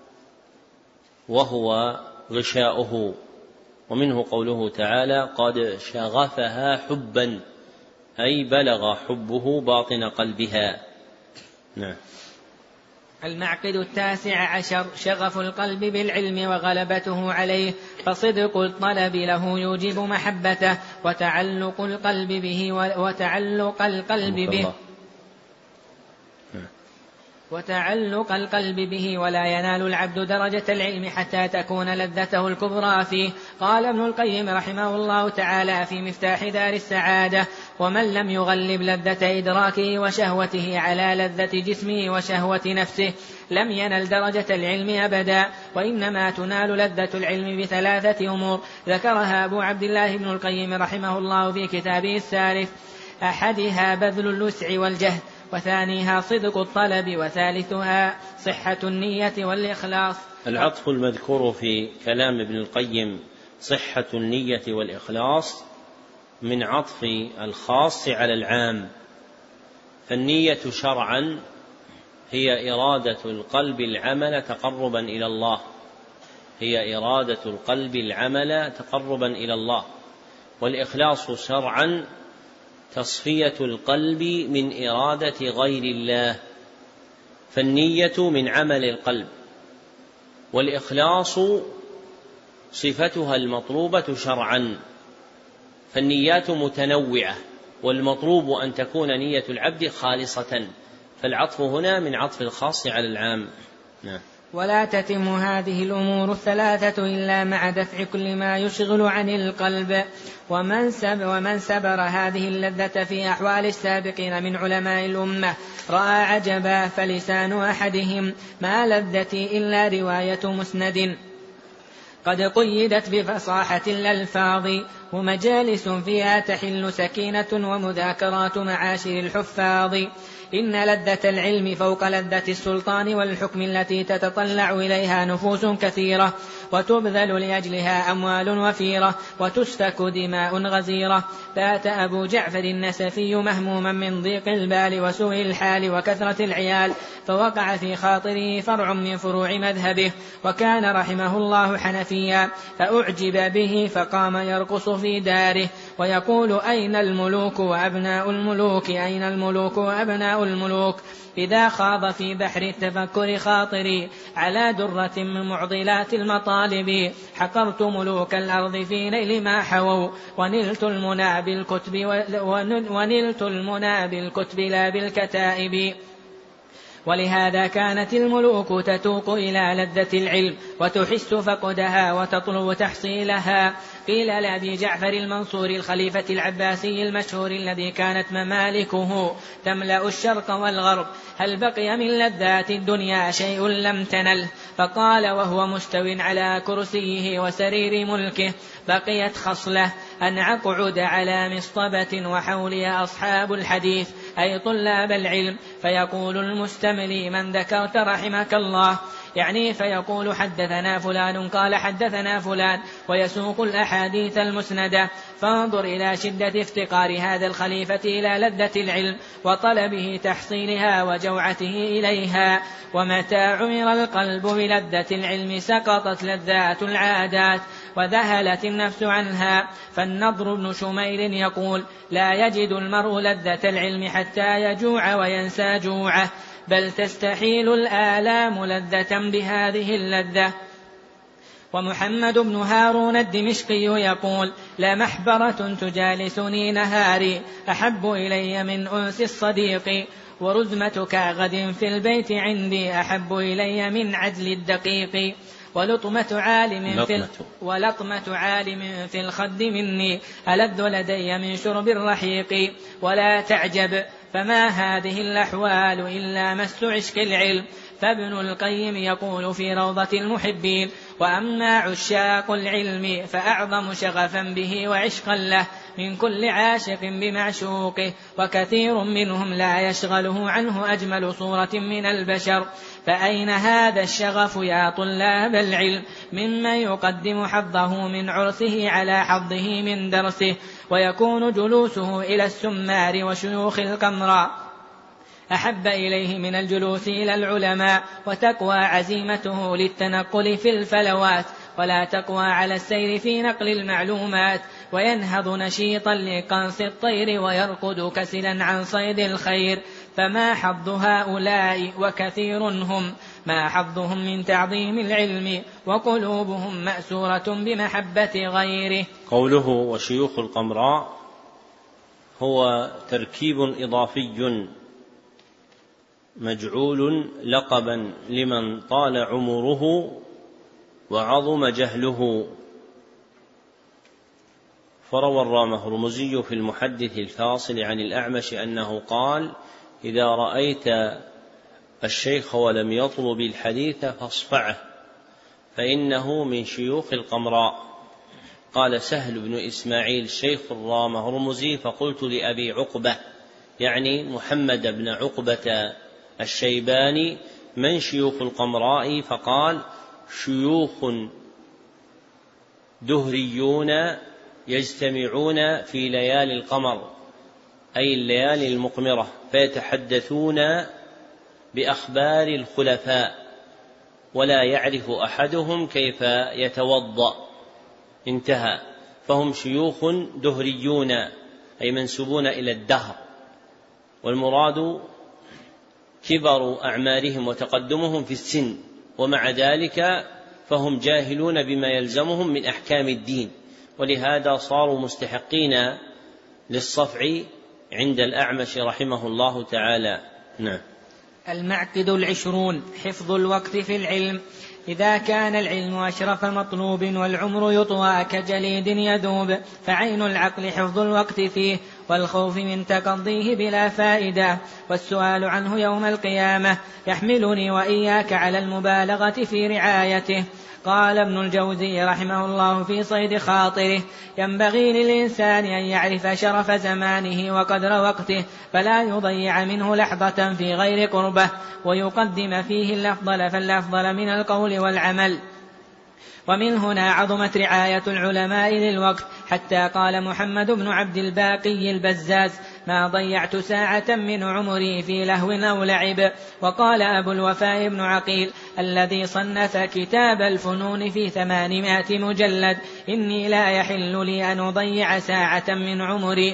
وهو غشاؤه، ومنه قوله تعالى: قد شغفها حبا، أي بلغ حبه باطن قلبها. نعم. المعقد 19 شغف القلب بالعلم وغلبته عليه، فصدق الطلب له يوجب محبته وتعلق القلب به ولا ينال العبد درجة العلم حتى تكون لذته الكبرى فيه. قال ابن القيم رحمه الله تعالى في مفتاح دار السعادة: ومن لم يغلب لذة إدراكه وشهوته على لذة جسمه وشهوة نفسه لم ينل درجة العلم أبدا. وإنما تنال لذة العلم بثلاثة أمور ذكرها أبو عبد الله بن القيم رحمه الله في كتابه السالف: أحدها بذل الوسع والجهد، وثانيها صدق الطلب، وثالثها صحة النية والإخلاص. العطف المذكور في كلام ابن القيم صحة النية والإخلاص من عطف الخاص على العام. فالنية شرعا هي إرادة القلب العمل تقربا إلى الله، هي إرادة القلب العمل تقربا إلى الله. والإخلاص شرعا تصفية القلب من إرادة غير الله، فالنية من عمل القلب، والإخلاص صفتها المطلوبة شرعا. فالنيات متنوعة، والمطلوب أن تكون نية العبد خالصة، فالعطف هنا من عطف الخاص على العام. نعم. ولا تتم هذه الأمور الثلاثة إلا مع دفع كل ما يشغل عن القلب. ومن سبر هذه اللذة في أحوال السابقين من علماء الأمة رأى عجبا، فلسان أحدهم: ما لذتي إلا رواية مسند قد قيدت بفصاحة الألفاظ، ومجالس فيها تحل سكينة ومذاكرات معاشر الحفاظ. إن لذة العلم فوق لذة السلطان والحكم التي تتطلع إليها نفوس كثيرة، وتبذل لأجلها أموال وفيرة، وتسفك دماء غزيرة. بات أبو جعفر النسفي مهموما من ضيق البال وسوء الحال وكثرة العيال، فوقع في خاطره فرع من فروع مذهبه، وكان رحمه الله حنفيا، فأعجب به فقام يرقص في داره ويقول: أين الملوك وأبناء الملوك، أين الملوك وأبناء أغنياء الملوك إذا خاض في بحر التفكر خاطري على درة من معضلات المطالب حقرت ملوك الأرض في نيل ما حووا ونلت المنى بالكتب لا بالكتائب. ولهذا كانت الملوك تتوق إلى لذة العلم وتحس فقدها وتطلب تحصيلها. قيل لأبي جعفر المنصور الخليفة العباسي المشهور الذي كانت ممالكه تملأ الشرق والغرب: هل بقي من لذات الدنيا شيء لم تنل؟ فقال وهو مستو على كرسيه وسرير ملكه: بقيت خصلة، أن أقعد على مصطبة وحولي أصحاب الحديث أي طلاب العلم، فيقول المستملي: من ذكرت رحمك الله، يعني فيقول حدثنا فلان قال حدثنا فلان، ويسوق الأحاديث المسندة. فانظر إلى شدة افتقار هذا الخليفة إلى لذة العلم وطلبه تحصيلها وجوعته إليها. ومتى عمر القلب بلذة العلم سقطت لذات العادات وذهلت النفس عنها. فالنضر بن شمير يقول: لا يجد المرء لذة العلم حتى يجوع وينسى جوعه، بل تستحيل الآلام لذة بهذه اللذة. ومحمد بن هارون الدمشقي يقول: لا محبرة تجالسني نهاري أحب إلي من أنس الصديق، ورزمتك غد في البيت عندي أحب إلي من عدل الدقيق، ولطمة عالم في الخد مني ألذ لدي من شرب الرحيق. ولا تعجب، فما هذه الأحوال إلا مس عشق العلم. فابن القيم يقول في روضة المحبين: وأما عشاق العلم فأعظم شغفا به وعشقا له من كل عاشق بمعشوقه، وكثير منهم لا يشغله عنه أجمل صورة من البشر. فأين هذا الشغف يا طلاب العلم ممن يقدم حظه من عرسه على حظه من درسه، ويكون جلوسه إلى السمار وشيوخ القمراء أحب إليه من الجلوس إلى العلماء، وتقوى عزيمته للتنقل في الفلوات ولا تقوى على السير في نقل المعلومات، وينهض نشيطا لقنص الطير ويرقد كسلا عن صيد الخير. فما حظ هؤلاء وكثير هم ما حظهم من تعظيم العلم، وقلوبهم مأسورة بمحبة غيره. قوله وشيوخ القمراء هو تركيب إضافي مجعول لقبا لمن طال عمره وعظم جهله. فروى الرامهرمزي في المحدث الفاصل عن الأعمش أنه قال: إذا رأيت الشيخ ولم يطلب الحديث فاصفعه فإنه من شيوخ القمراء. قال سهل بن إسماعيل شيخ الرامهرمزي: فقلت لأبي عقبة يعني محمد بن عقبة الشيباني: من شيوخ القمراء؟ فقال: شيوخ دهريون يجتمعون في ليالي القمر، أي الليالي المقمرة، فيتحدثون بأخبار الخلفاء ولا يعرف أحدهم كيف يتوضأ. انتهى. فهم شيوخ دهريون أي منسوبون إلى الدهر، والمراد كبر أعمارهم وتقدمهم في السن، ومع ذلك فهم جاهلون بما يلزمهم من أحكام الدين، ولهذا صاروا مستحقين للصفع عند الأعمش رحمه الله تعالى. نعم. المعقد 20: حفظ الوقت في العلم. إذا كان العلم أشرف مطلوب والعمر يطوى كجليد يذوب، فعين العقل حفظ الوقت فيه، والخوف من تقضيه بلا فائدة، والسؤال عنه يوم القيامة يحملني وإياك على المبالغة في رعايته. قال ابن الجوزي رحمه الله في صيد خاطره: ينبغي للإنسان أن يعرف شرف زمانه وقدر وقته، فلا يضيع منه لحظة في غير قربه، ويقدم فيه الأفضل فالأفضل من القول والعمل. ومن هنا عظمت رعاية العلماء للوقت، حتى قال محمد بن عبد الباقي البزاز: ما ضيعت ساعة من عمري في لهو أو لعب. وقال أبو الوفاء بن عقيل الذي صنف كتاب الفنون في 800 مجلد: إني لا يحل لي أن أضيع ساعة من عمري.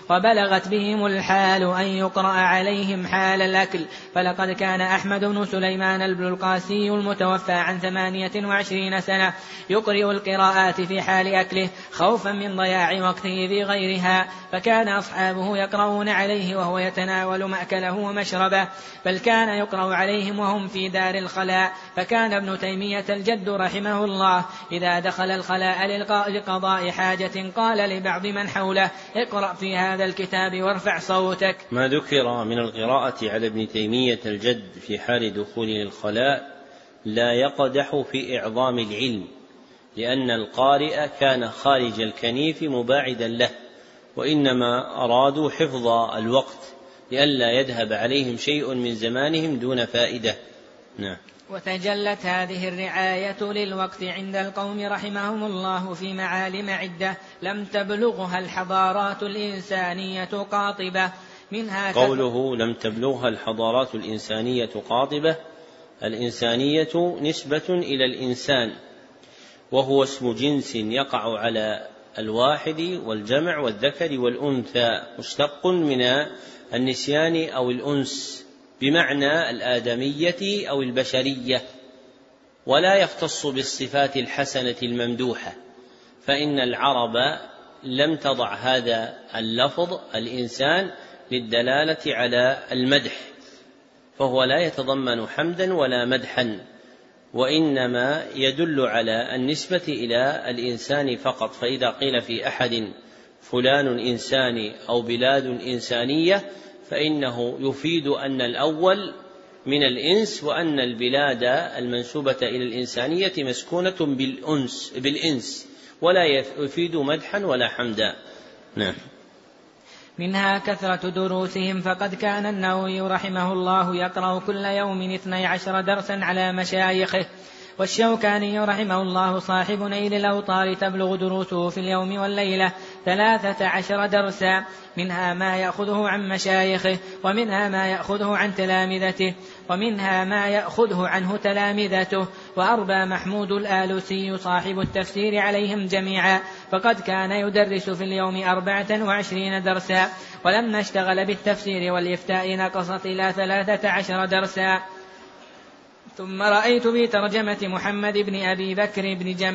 وبلغت بهم الحال أن يقرأ عليهم حال الأكل. فلقد كان أحمد بن سليمان البلقاسي المتوفى عن 28 سنة يقرئ القراءات في حال أكله خوفا من ضياع وقته في غيرها، فكان أصحابه يقرؤون عليه وهو يتناول مأكله ومشربه، بل كان يقرأ عليهم وهم في دار الخلاء. فكان ابن تيمية الجد رحمه الله إذا دخل الخلاء لقضاء حاجة قال لبعض من حوله: اقرأ في هذا الكتاب وارفع صوتك. ما ذكر من القراءة على ابن تيمية الجد في حال دخوله الخلاء لا يقدح في إعظام العلم، لأن القارئ كان خارج الكنيف مباعدا له، وإنما أرادوا حفظ الوقت لئلا يذهب عليهم شيء من زمانهم دون فائدة. نعم. وتجلت هذه الرعاية للوقت عند القوم رحمهم الله في معالم عدة لم تبلغها الحضارات الإنسانية قاطبة. منها قوله لم تبلغها الحضارات الإنسانية قاطبة، الإنسانية نسبة إلى الإنسان، وهو اسم جنس يقع على الواحد والجمع والذكر والأنثى، مشتق من النسيان أو الأنس بمعنى الآدمية أو البشرية، ولا يختص بالصفات الحسنة الممدوحة، فإن العرب لم تضع هذا اللفظ الإنسان للدلالة على المدح، فهو لا يتضمن حمدا ولا مدحا، وإنما يدل على النسبة إلى الإنسان فقط. فإذا قيل في أحد فلان إنساني أو بلاد إنسانية فإنه يفيد أن الأول من الإنس، وأن البلاد المنسوبة إلى الإنسانية مسكونة بالإنس، ولا يفيد مدحا ولا حمدا. نعم. منها كثرة دروسهم، فقد كان النووي رحمه الله يقرأ كل يوم 12 درسا على مشايخه، والشوكاني رحمه الله صاحب نيل الأوطار تبلغ دروسه في اليوم والليلة 13 درسا، منها ما يأخذه عن مشايخه، ومنها ما يأخذه عن تلامذته، ومنها ما يأخذه عنه تلامذته. وأربى محمود الآلوسي صاحب التفسير عليهم جميعا، فقد كان يدرس في اليوم 24 درسا، ولما اشتغل بالتفسير والإفتاء نقصت إلى 13 درسا. ثم رأيت في ترجمة محمد بن أبي بكر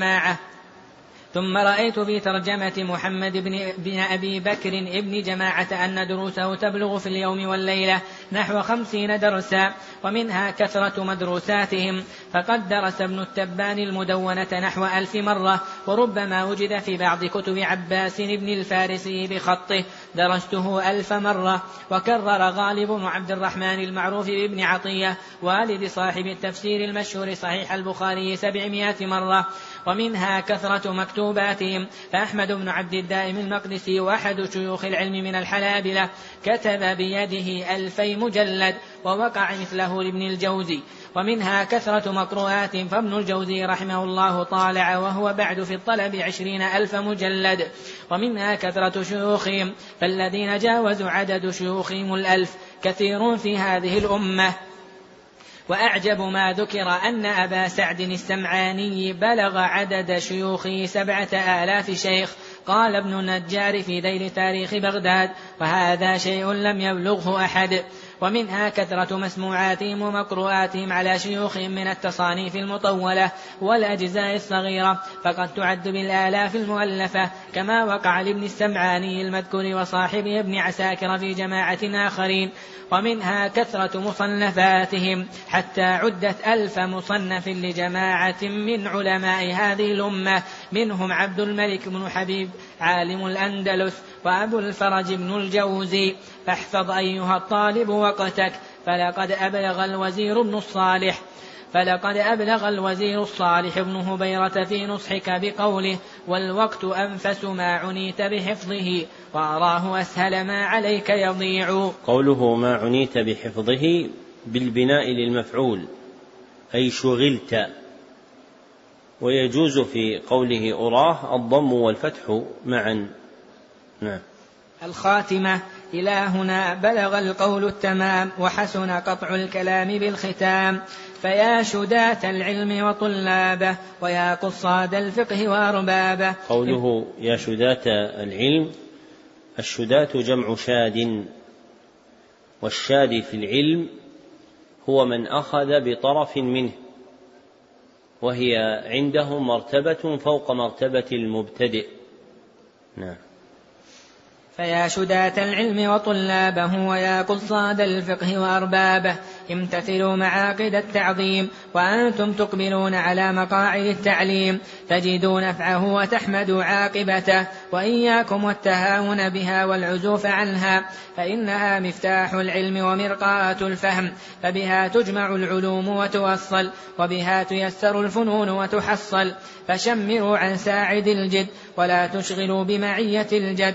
ابن جماعة أن دروسه تبلغ في اليوم والليلة نحو 50 درسا، ومنها كثرة مدروساتهم، فقد درس ابن التبان المدونة نحو 1000 مرة، وربما وجد في بعض كتب عباس بن الفارسي بخطه درسته 1000 مرة. وكرر غالب بن عبد الرحمن المعروف بابن عطية والد صاحب التفسير المشهور صحيح البخاري 700 مرة. ومنها كثرة مكتوباتهم، فأحمد بن عبد الدائم المقدسي وأحد شيوخ العلم من الحنابلة كتب بيده 2000 مجلد، ووقع مثله لابن الجوزي. ومنها كثرة مقروءاتهم، فابن الجوزي رحمه الله طالع وهو بعد في الطلب 20,000 مجلد. ومنها كثرة شيوخهم، فالذين جاوزوا عدد شيوخهم 1000 كثيرون في هذه الأمة. وأعجب ما ذكر أن أبا سعد السمعاني بلغ عدد شيوخه 7000 شيخ. قال ابن النجار في ذيل تاريخ بغداد: وهذا شيء لم يبلغه أحد. ومنها كثرة مسموعاتهم ومقروءاتهم على شيوخهم من التصانيف المطولة والأجزاء الصغيرة، فقد تعد بالآلاف المؤلفة، كما وقع لابن السمعاني المذكور وصاحبه ابن عساكر في جماعة آخرين. ومنها كثرة مصنفاتهم، حتى عدت 1000 مصنف لجماعة من علماء هذه الأمة، منهم عبد الملك بن حبيب عالم الأندلس، وأبو الفرج بن الجوزي. فاحفظ أيها الطالب وقتك، فلقد أبلغ الوزير الصالح بن هبيرة في نصحك بقوله: والوقت أنفس ما عنيت بحفظه، وأراه أسهل ما عليك يضيع. قوله ما عنيت بحفظه بالبناء للمفعول، أي شغلت. ويجوز في قوله أراه الضم والفتح معا. نعم. الخاتمة. إلى هنا بلغ القول التمام، وحسن قطع الكلام بالختام. فيا شداة العلم وطلابه، ويا قصاد الفقه وأربابه. قوله يا شداة العلم الشداة جمع شاد، والشاد في العلم هو من أخذ بطرف منه، وهي عندهم مرتبة فوق مرتبة المبتدئ. نعم. فيا شداة العلم وطلابه ويا قصاد الفقه وأربابه، امتثلوا معاقد التعظيم وأنتم تقبلون على مقاعد التعليم، تجدوا نفعه وتحمدوا عاقبته، وإياكم والتهاون بها والعزوف عنها، فإنها مفتاح العلم ومرقاة الفهم، فبها تجمع العلوم وتوصل، وبها تيسر الفنون وتحصل، فشمروا عن ساعد الجد ولا تشغلوا بمعية الجد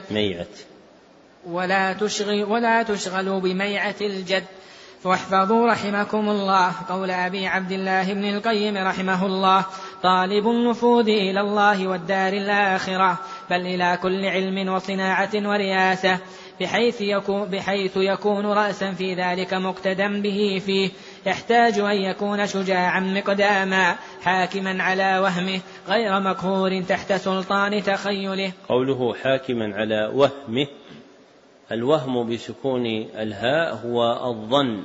ولا تشغلوا بميعة الجد. واحفظوا رحمكم الله قول أبي عبد الله بن القيم رحمه الله: طالب النفوذ إلى الله والدار الآخرة، بل إلى كل علم وصناعة ورياسة، بحيث يكون رأسا في ذلك مقتدى به فيه، يحتاج أن يكون شجاعا مقداما حاكما على وهمه غير مقهور تحت سلطان تخيله. قوله حاكما على وهمه، الوهم بسكون الهاء هو الظن،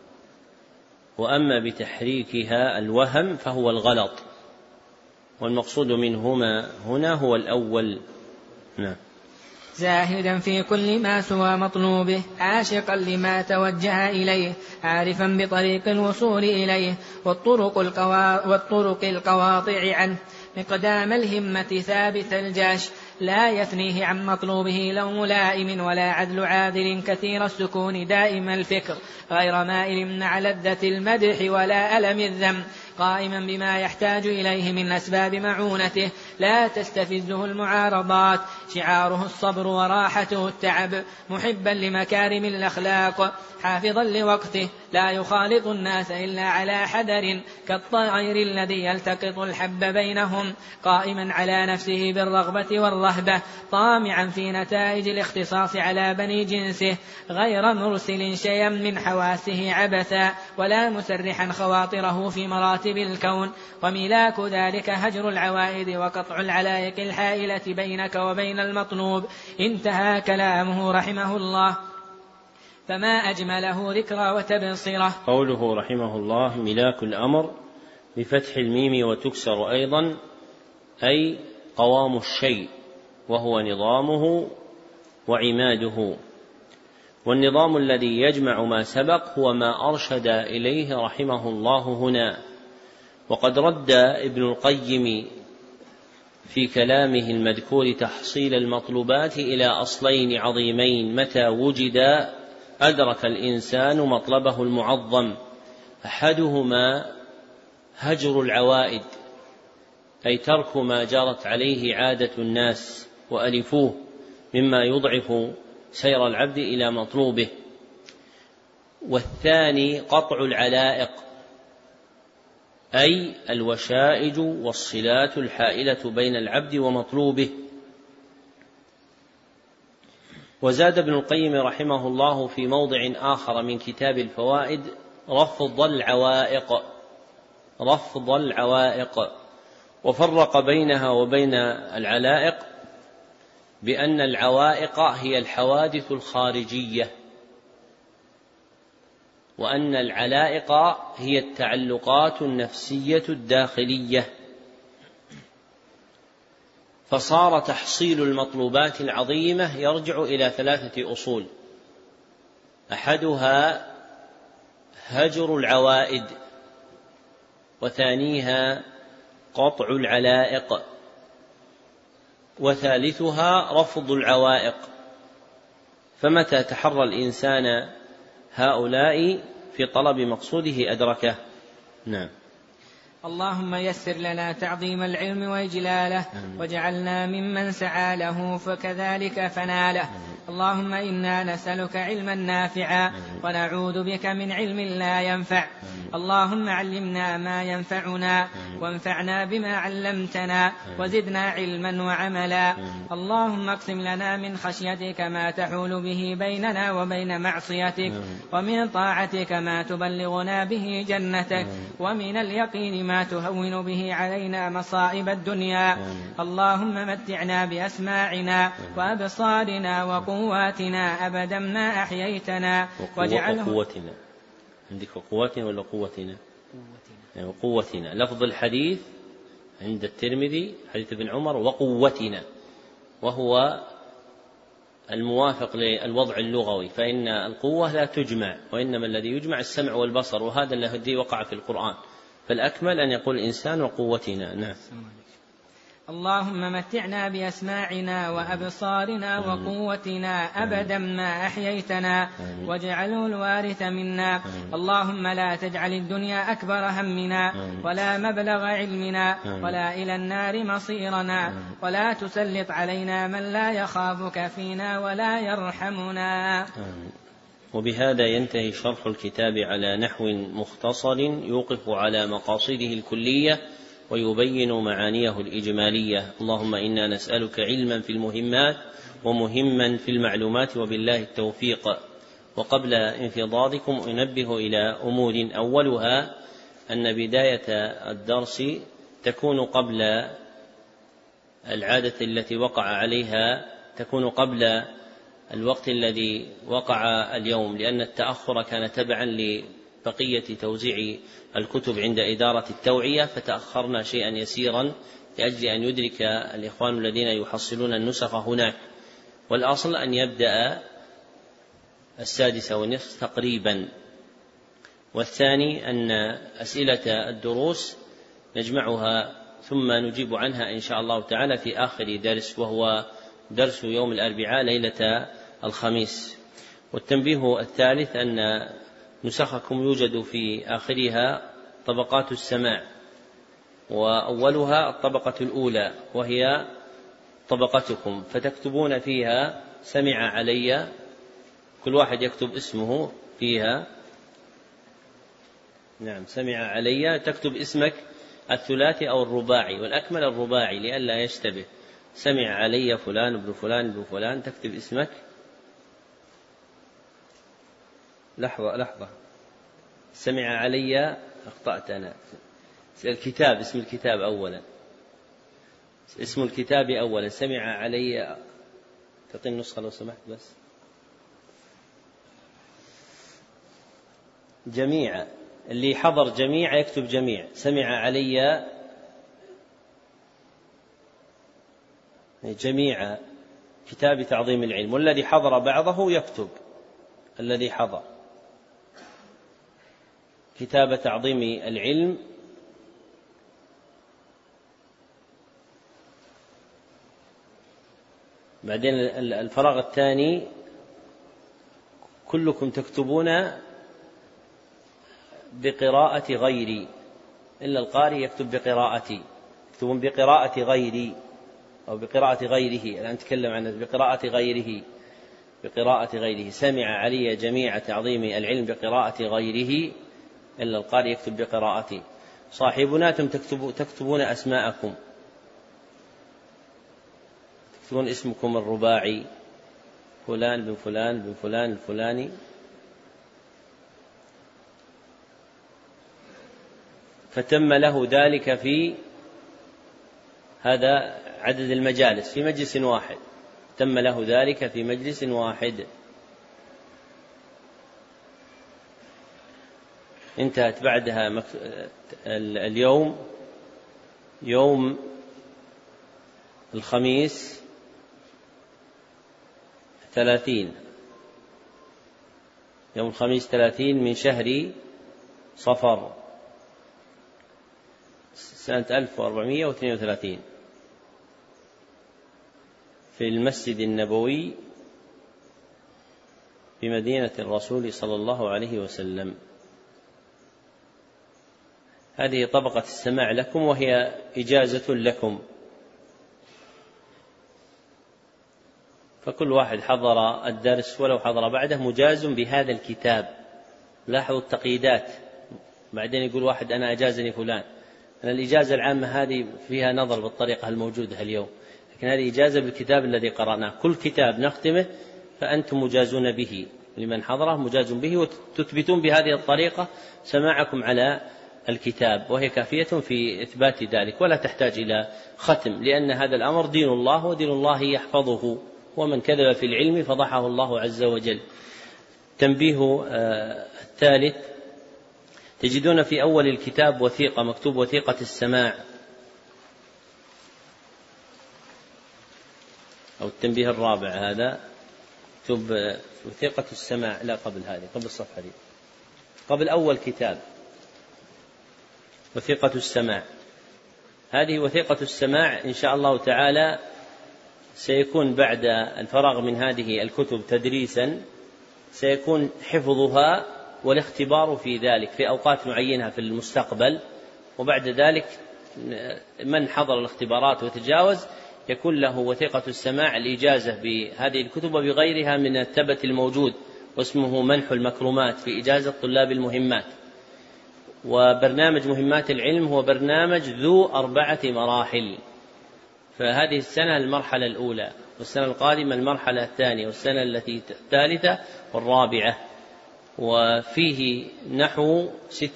وأما بتحريكها الوهم فهو الغلط، والمقصود منهما هنا هو الأول. نعم. زاهدا في كل ما سوى مطلوبه، عاشقا لما توجه إليه، عارفا بطريق الوصول إليه والطرق القواطع عنه، مقدام الهمة ثابت الجاش، لا يثنيه عن مطلوبه لوم لائم ولا عدل عادل، كثير السكون دائم الفكر، غير مائل على لذة المدح ولا ألم الذم، قائما بما يحتاج إليه من أسباب معونته، لا تستفزه المعارضات، شعاره الصبر وراحته التعب، محبا لمكارم الأخلاق، حافظا لوقته، لا يخالط الناس إلا على حذر، كالطائر الذي يلتقط الحب بينهم، قائما على نفسه بالرغبة والرهبة، طامعا في نتائج الاختصاص على بني جنسه، غير مرسل شيئا من حواسه عبثا، ولا مسرحا خواطره في مراتب الكون، وملاك ذلك هجر العوائد وقطع العلائق الحائلة بينك وبين المطلوب. انتهى كلامه رحمه الله، فما أجمله ذكرى وتبصرة. قوله رحمه الله ملاك الأمر بفتح الميم وتكسر أيضا، أي قوام الشيء، وهو نظامه وعماده، والنظام الذي يجمع ما سبق هو ما أرشد إليه رحمه الله هنا. وقد رد ابن القيم في كلامه المذكور تحصيل المطلوبات إلى أصلين عظيمين، متى وجد أدرك الإنسان مطلبه المعظم، أحدهما هجر العوائد، أي ترك ما جرت عليه عادة الناس وألفوه مما يضعف سير العبد إلى مطلوبه، والثاني قطع العلائق، أي الوشائج والصلات الحائلة بين العبد ومطلوبه. وزاد ابن القيم رحمه الله في موضع آخر من كتاب الفوائد رفض العوائق، وفرق بينها وبين العلائق بأن العوائق هي الحوادث الخارجية، وأن العلائق هي التعلقات النفسية الداخلية. فصار تحصيل المطلوبات العظيمة يرجع إلى 3 أصول، أحدها هجر العوائد، وثانيها قطع العلائق، وثالثها رفض العوائق. فمتى تحرى الإنسان هؤلاء في طلب مقصوده أدركه. نعم. اللهم يسر لنا تعظيم العلم وإجلاله، واجعلنا ممن سعى له فكذلك فناله. اللهم إنا نسألك علما نافعا ونعوذ بك من علم لا ينفع. اللهم علمنا ما ينفعنا وانفعنا بما علمتنا وزدنا علما وعملا. اللهم اقسم لنا من خشيتك ما تحول به بيننا وبين معصيتك، ومن طاعتك ما تبلغنا به جنتك، ومن اليقين ما تهون به علينا مصائب الدنيا. اللهم متعنا بأسماعنا وأبصارنا وقواتنا أبدا ما أحييتنا واجعله قوتنا. عندك قوتنا ولا قوتنا؟ قوتنا. لفظ الحديث عند الترمذي حديث ابن عمر وقوتنا، وهو الموافق للوضع اللغوي، فإن القوة لا تجمع، وإنما الذي يجمع السمع والبصر، وهذا الذي وقع في القرآن، فالأكمل أن يقول الإنسان وقوتنا. نعم. اللهم متعنا بأسماعنا وأبصارنا وقوتنا أبدا ما أحييتنا واجعله الوارث منا. اللهم لا تجعل الدنيا أكبر همنا ولا مبلغ علمنا ولا إلى النار مصيرنا، ولا تسلط علينا من لا يخافك فينا ولا يرحمنا. وبهذا ينتهي شرح الكتاب على نحو مختصر يوقف على مقاصده الكلية ويبين معانيه الإجمالية. اللهم إنا نسألك علما في المهمات ومهما في المعلومات، وبالله التوفيق. وقبل انفضاضكم أنبه إلى أمور، أولها أن بداية الدرس تكون قبل العادة التي وقع عليها، تكون قبل الوقت الذي وقع اليوم، لأن التأخر كان تبعا لبقية توزيع الكتب عند إدارة التوعية، فتأخرنا شيئا يسيرا لأجل أن يدرك الإخوان الذين يحصلون النسخ هناك. والأصل أن يبدأ 6:30 تقريبا. والثاني أن أسئلة الدروس نجمعها ثم نجيب عنها إن شاء الله تعالى في آخر درس، وهو درس يوم الأربعاء ليلة الخميس. والتنبيه الثالث أن نسخكم يوجد في آخرها طبقات السماع، وأولها الطبقة الأولى وهي طبقتكم، فتكتبون فيها سمع علي، كل واحد يكتب اسمه فيها. نعم، سمع علي، تكتب اسمك الثلاثي أو الرباعي، والأكمل الرباعي لئلا يشتبه. سمع علي فلان ابن فلان ابن فلان، تكتب اسمك. لحظة، سمع علي، أخطأت أنا. الكتاب، اسم الكتاب أولا، اسم الكتاب أولا. سمع علي، تعطيني النسخة لو سمحت بس. جميع، اللي حضر جميع يكتب جميع. سمع علي جميع كتاب تعظيم العلم، والذي حضر بعضه يكتب الذي حضر كتاب تعظيم العلم. بعدين الفراغ الثاني كلكم تكتبون بقراءة غيري، إلا القارئ يكتب بقراءتي، يكتبون بقراءة غيري أو بقراءة غيره. الآن نتكلم عن بقراءة غيره، بقراءة غيره. سمع علي جميع تعظيم العلم بقراءة غيره، إلا القارئ يكتب بقراءته. صاحبنا تكتبون أسماءكم، تكتبون اسمكم الرباعي، فلان بن فلان بن فلان الفلاني. فتم له ذلك في هذا عدد المجالس في مجلس واحد، تم له ذلك في مجلس واحد. انتهت بعدها اليوم يوم الخميس 30، يوم الخميس 30 من شهر صفر سنة 1432 في المسجد النبوي بمدينة الرسول صلى الله عليه وسلم. هذه طبقة السماع لكم، وهي إجازة لكم، فكل واحد حضر الدرس ولو حضر بعده مجاز بهذا الكتاب. لاحظوا التقييدات، بعدين يقول واحد أنا أجازني فلان، أن الإجازة العامة هذه فيها نظر بالطريقة الموجودة اليوم، لكن هذه إجازة بالكتاب الذي قرأناه، كل كتاب نختمه فأنتم مجازون به، لمن حضره مجاز به، وتثبتون بهذه الطريقة سماعكم على الكتاب، وهي كافية في إثبات ذلك، ولا تحتاج إلى ختم، لأن هذا الأمر دين الله، ودين الله يحفظه، ومن كذب في العلم فضحه الله عز وجل. تنبيه الثالث: تجدون في أول الكتاب وثيقة مكتوب وثيقة السماع، أو التنبيه الرابع هذا مكتوب وثيقة السماع، لا قبل هذه، قبل الصفحة دي، قبل أول كتاب وثيقة السماع. هذه وثيقة السماع إن شاء الله تعالى سيكون بعد الفراغ من هذه الكتب تدريسا، سيكون حفظها والاختبار في ذلك في أوقات معينة في المستقبل، وبعد ذلك من حضر الاختبارات وتجاوز يكون له وثيقة السماع الإجازة بهذه الكتب وبغيرها من الثبت الموجود، واسمه منح المكرمات في إجازة طلاب المهمات. وبرنامج مهمات العلم هو برنامج ذو 4 مراحل، فهذه السنة المرحلة الأولى، والسنة القادمة المرحلة الثانية، والسنة الثالثة والرابعة، وفيه نحو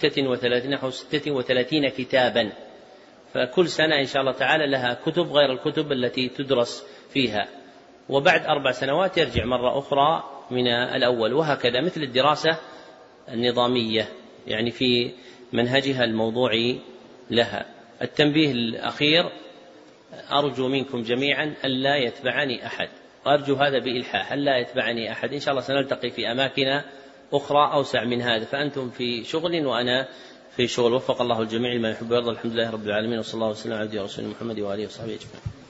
36 كتابا، فكل سنة إن شاء الله تعالى لها كتب غير الكتب التي تدرس فيها، وبعد 4 سنوات يرجع مرة أخرى من الأول، وهكذا مثل الدراسة النظامية يعني في منهجها الموضوعي لها. التنبيه الأخير: أرجو منكم جميعا ألا يتبعني أحد، وأرجو هذا بإلحاح، ألا يتبعني أحد، إن شاء الله سنلتقي في أماكن أخرى أوسع من هذا، فأنتم في شغل وأنا في شغل، وفق الله الجميع لما يحب ويرضى. الحمد لله رب العالمين، وصلى الله وسلم على عبده ورسوله محمد وآله وصحبه أجمعين.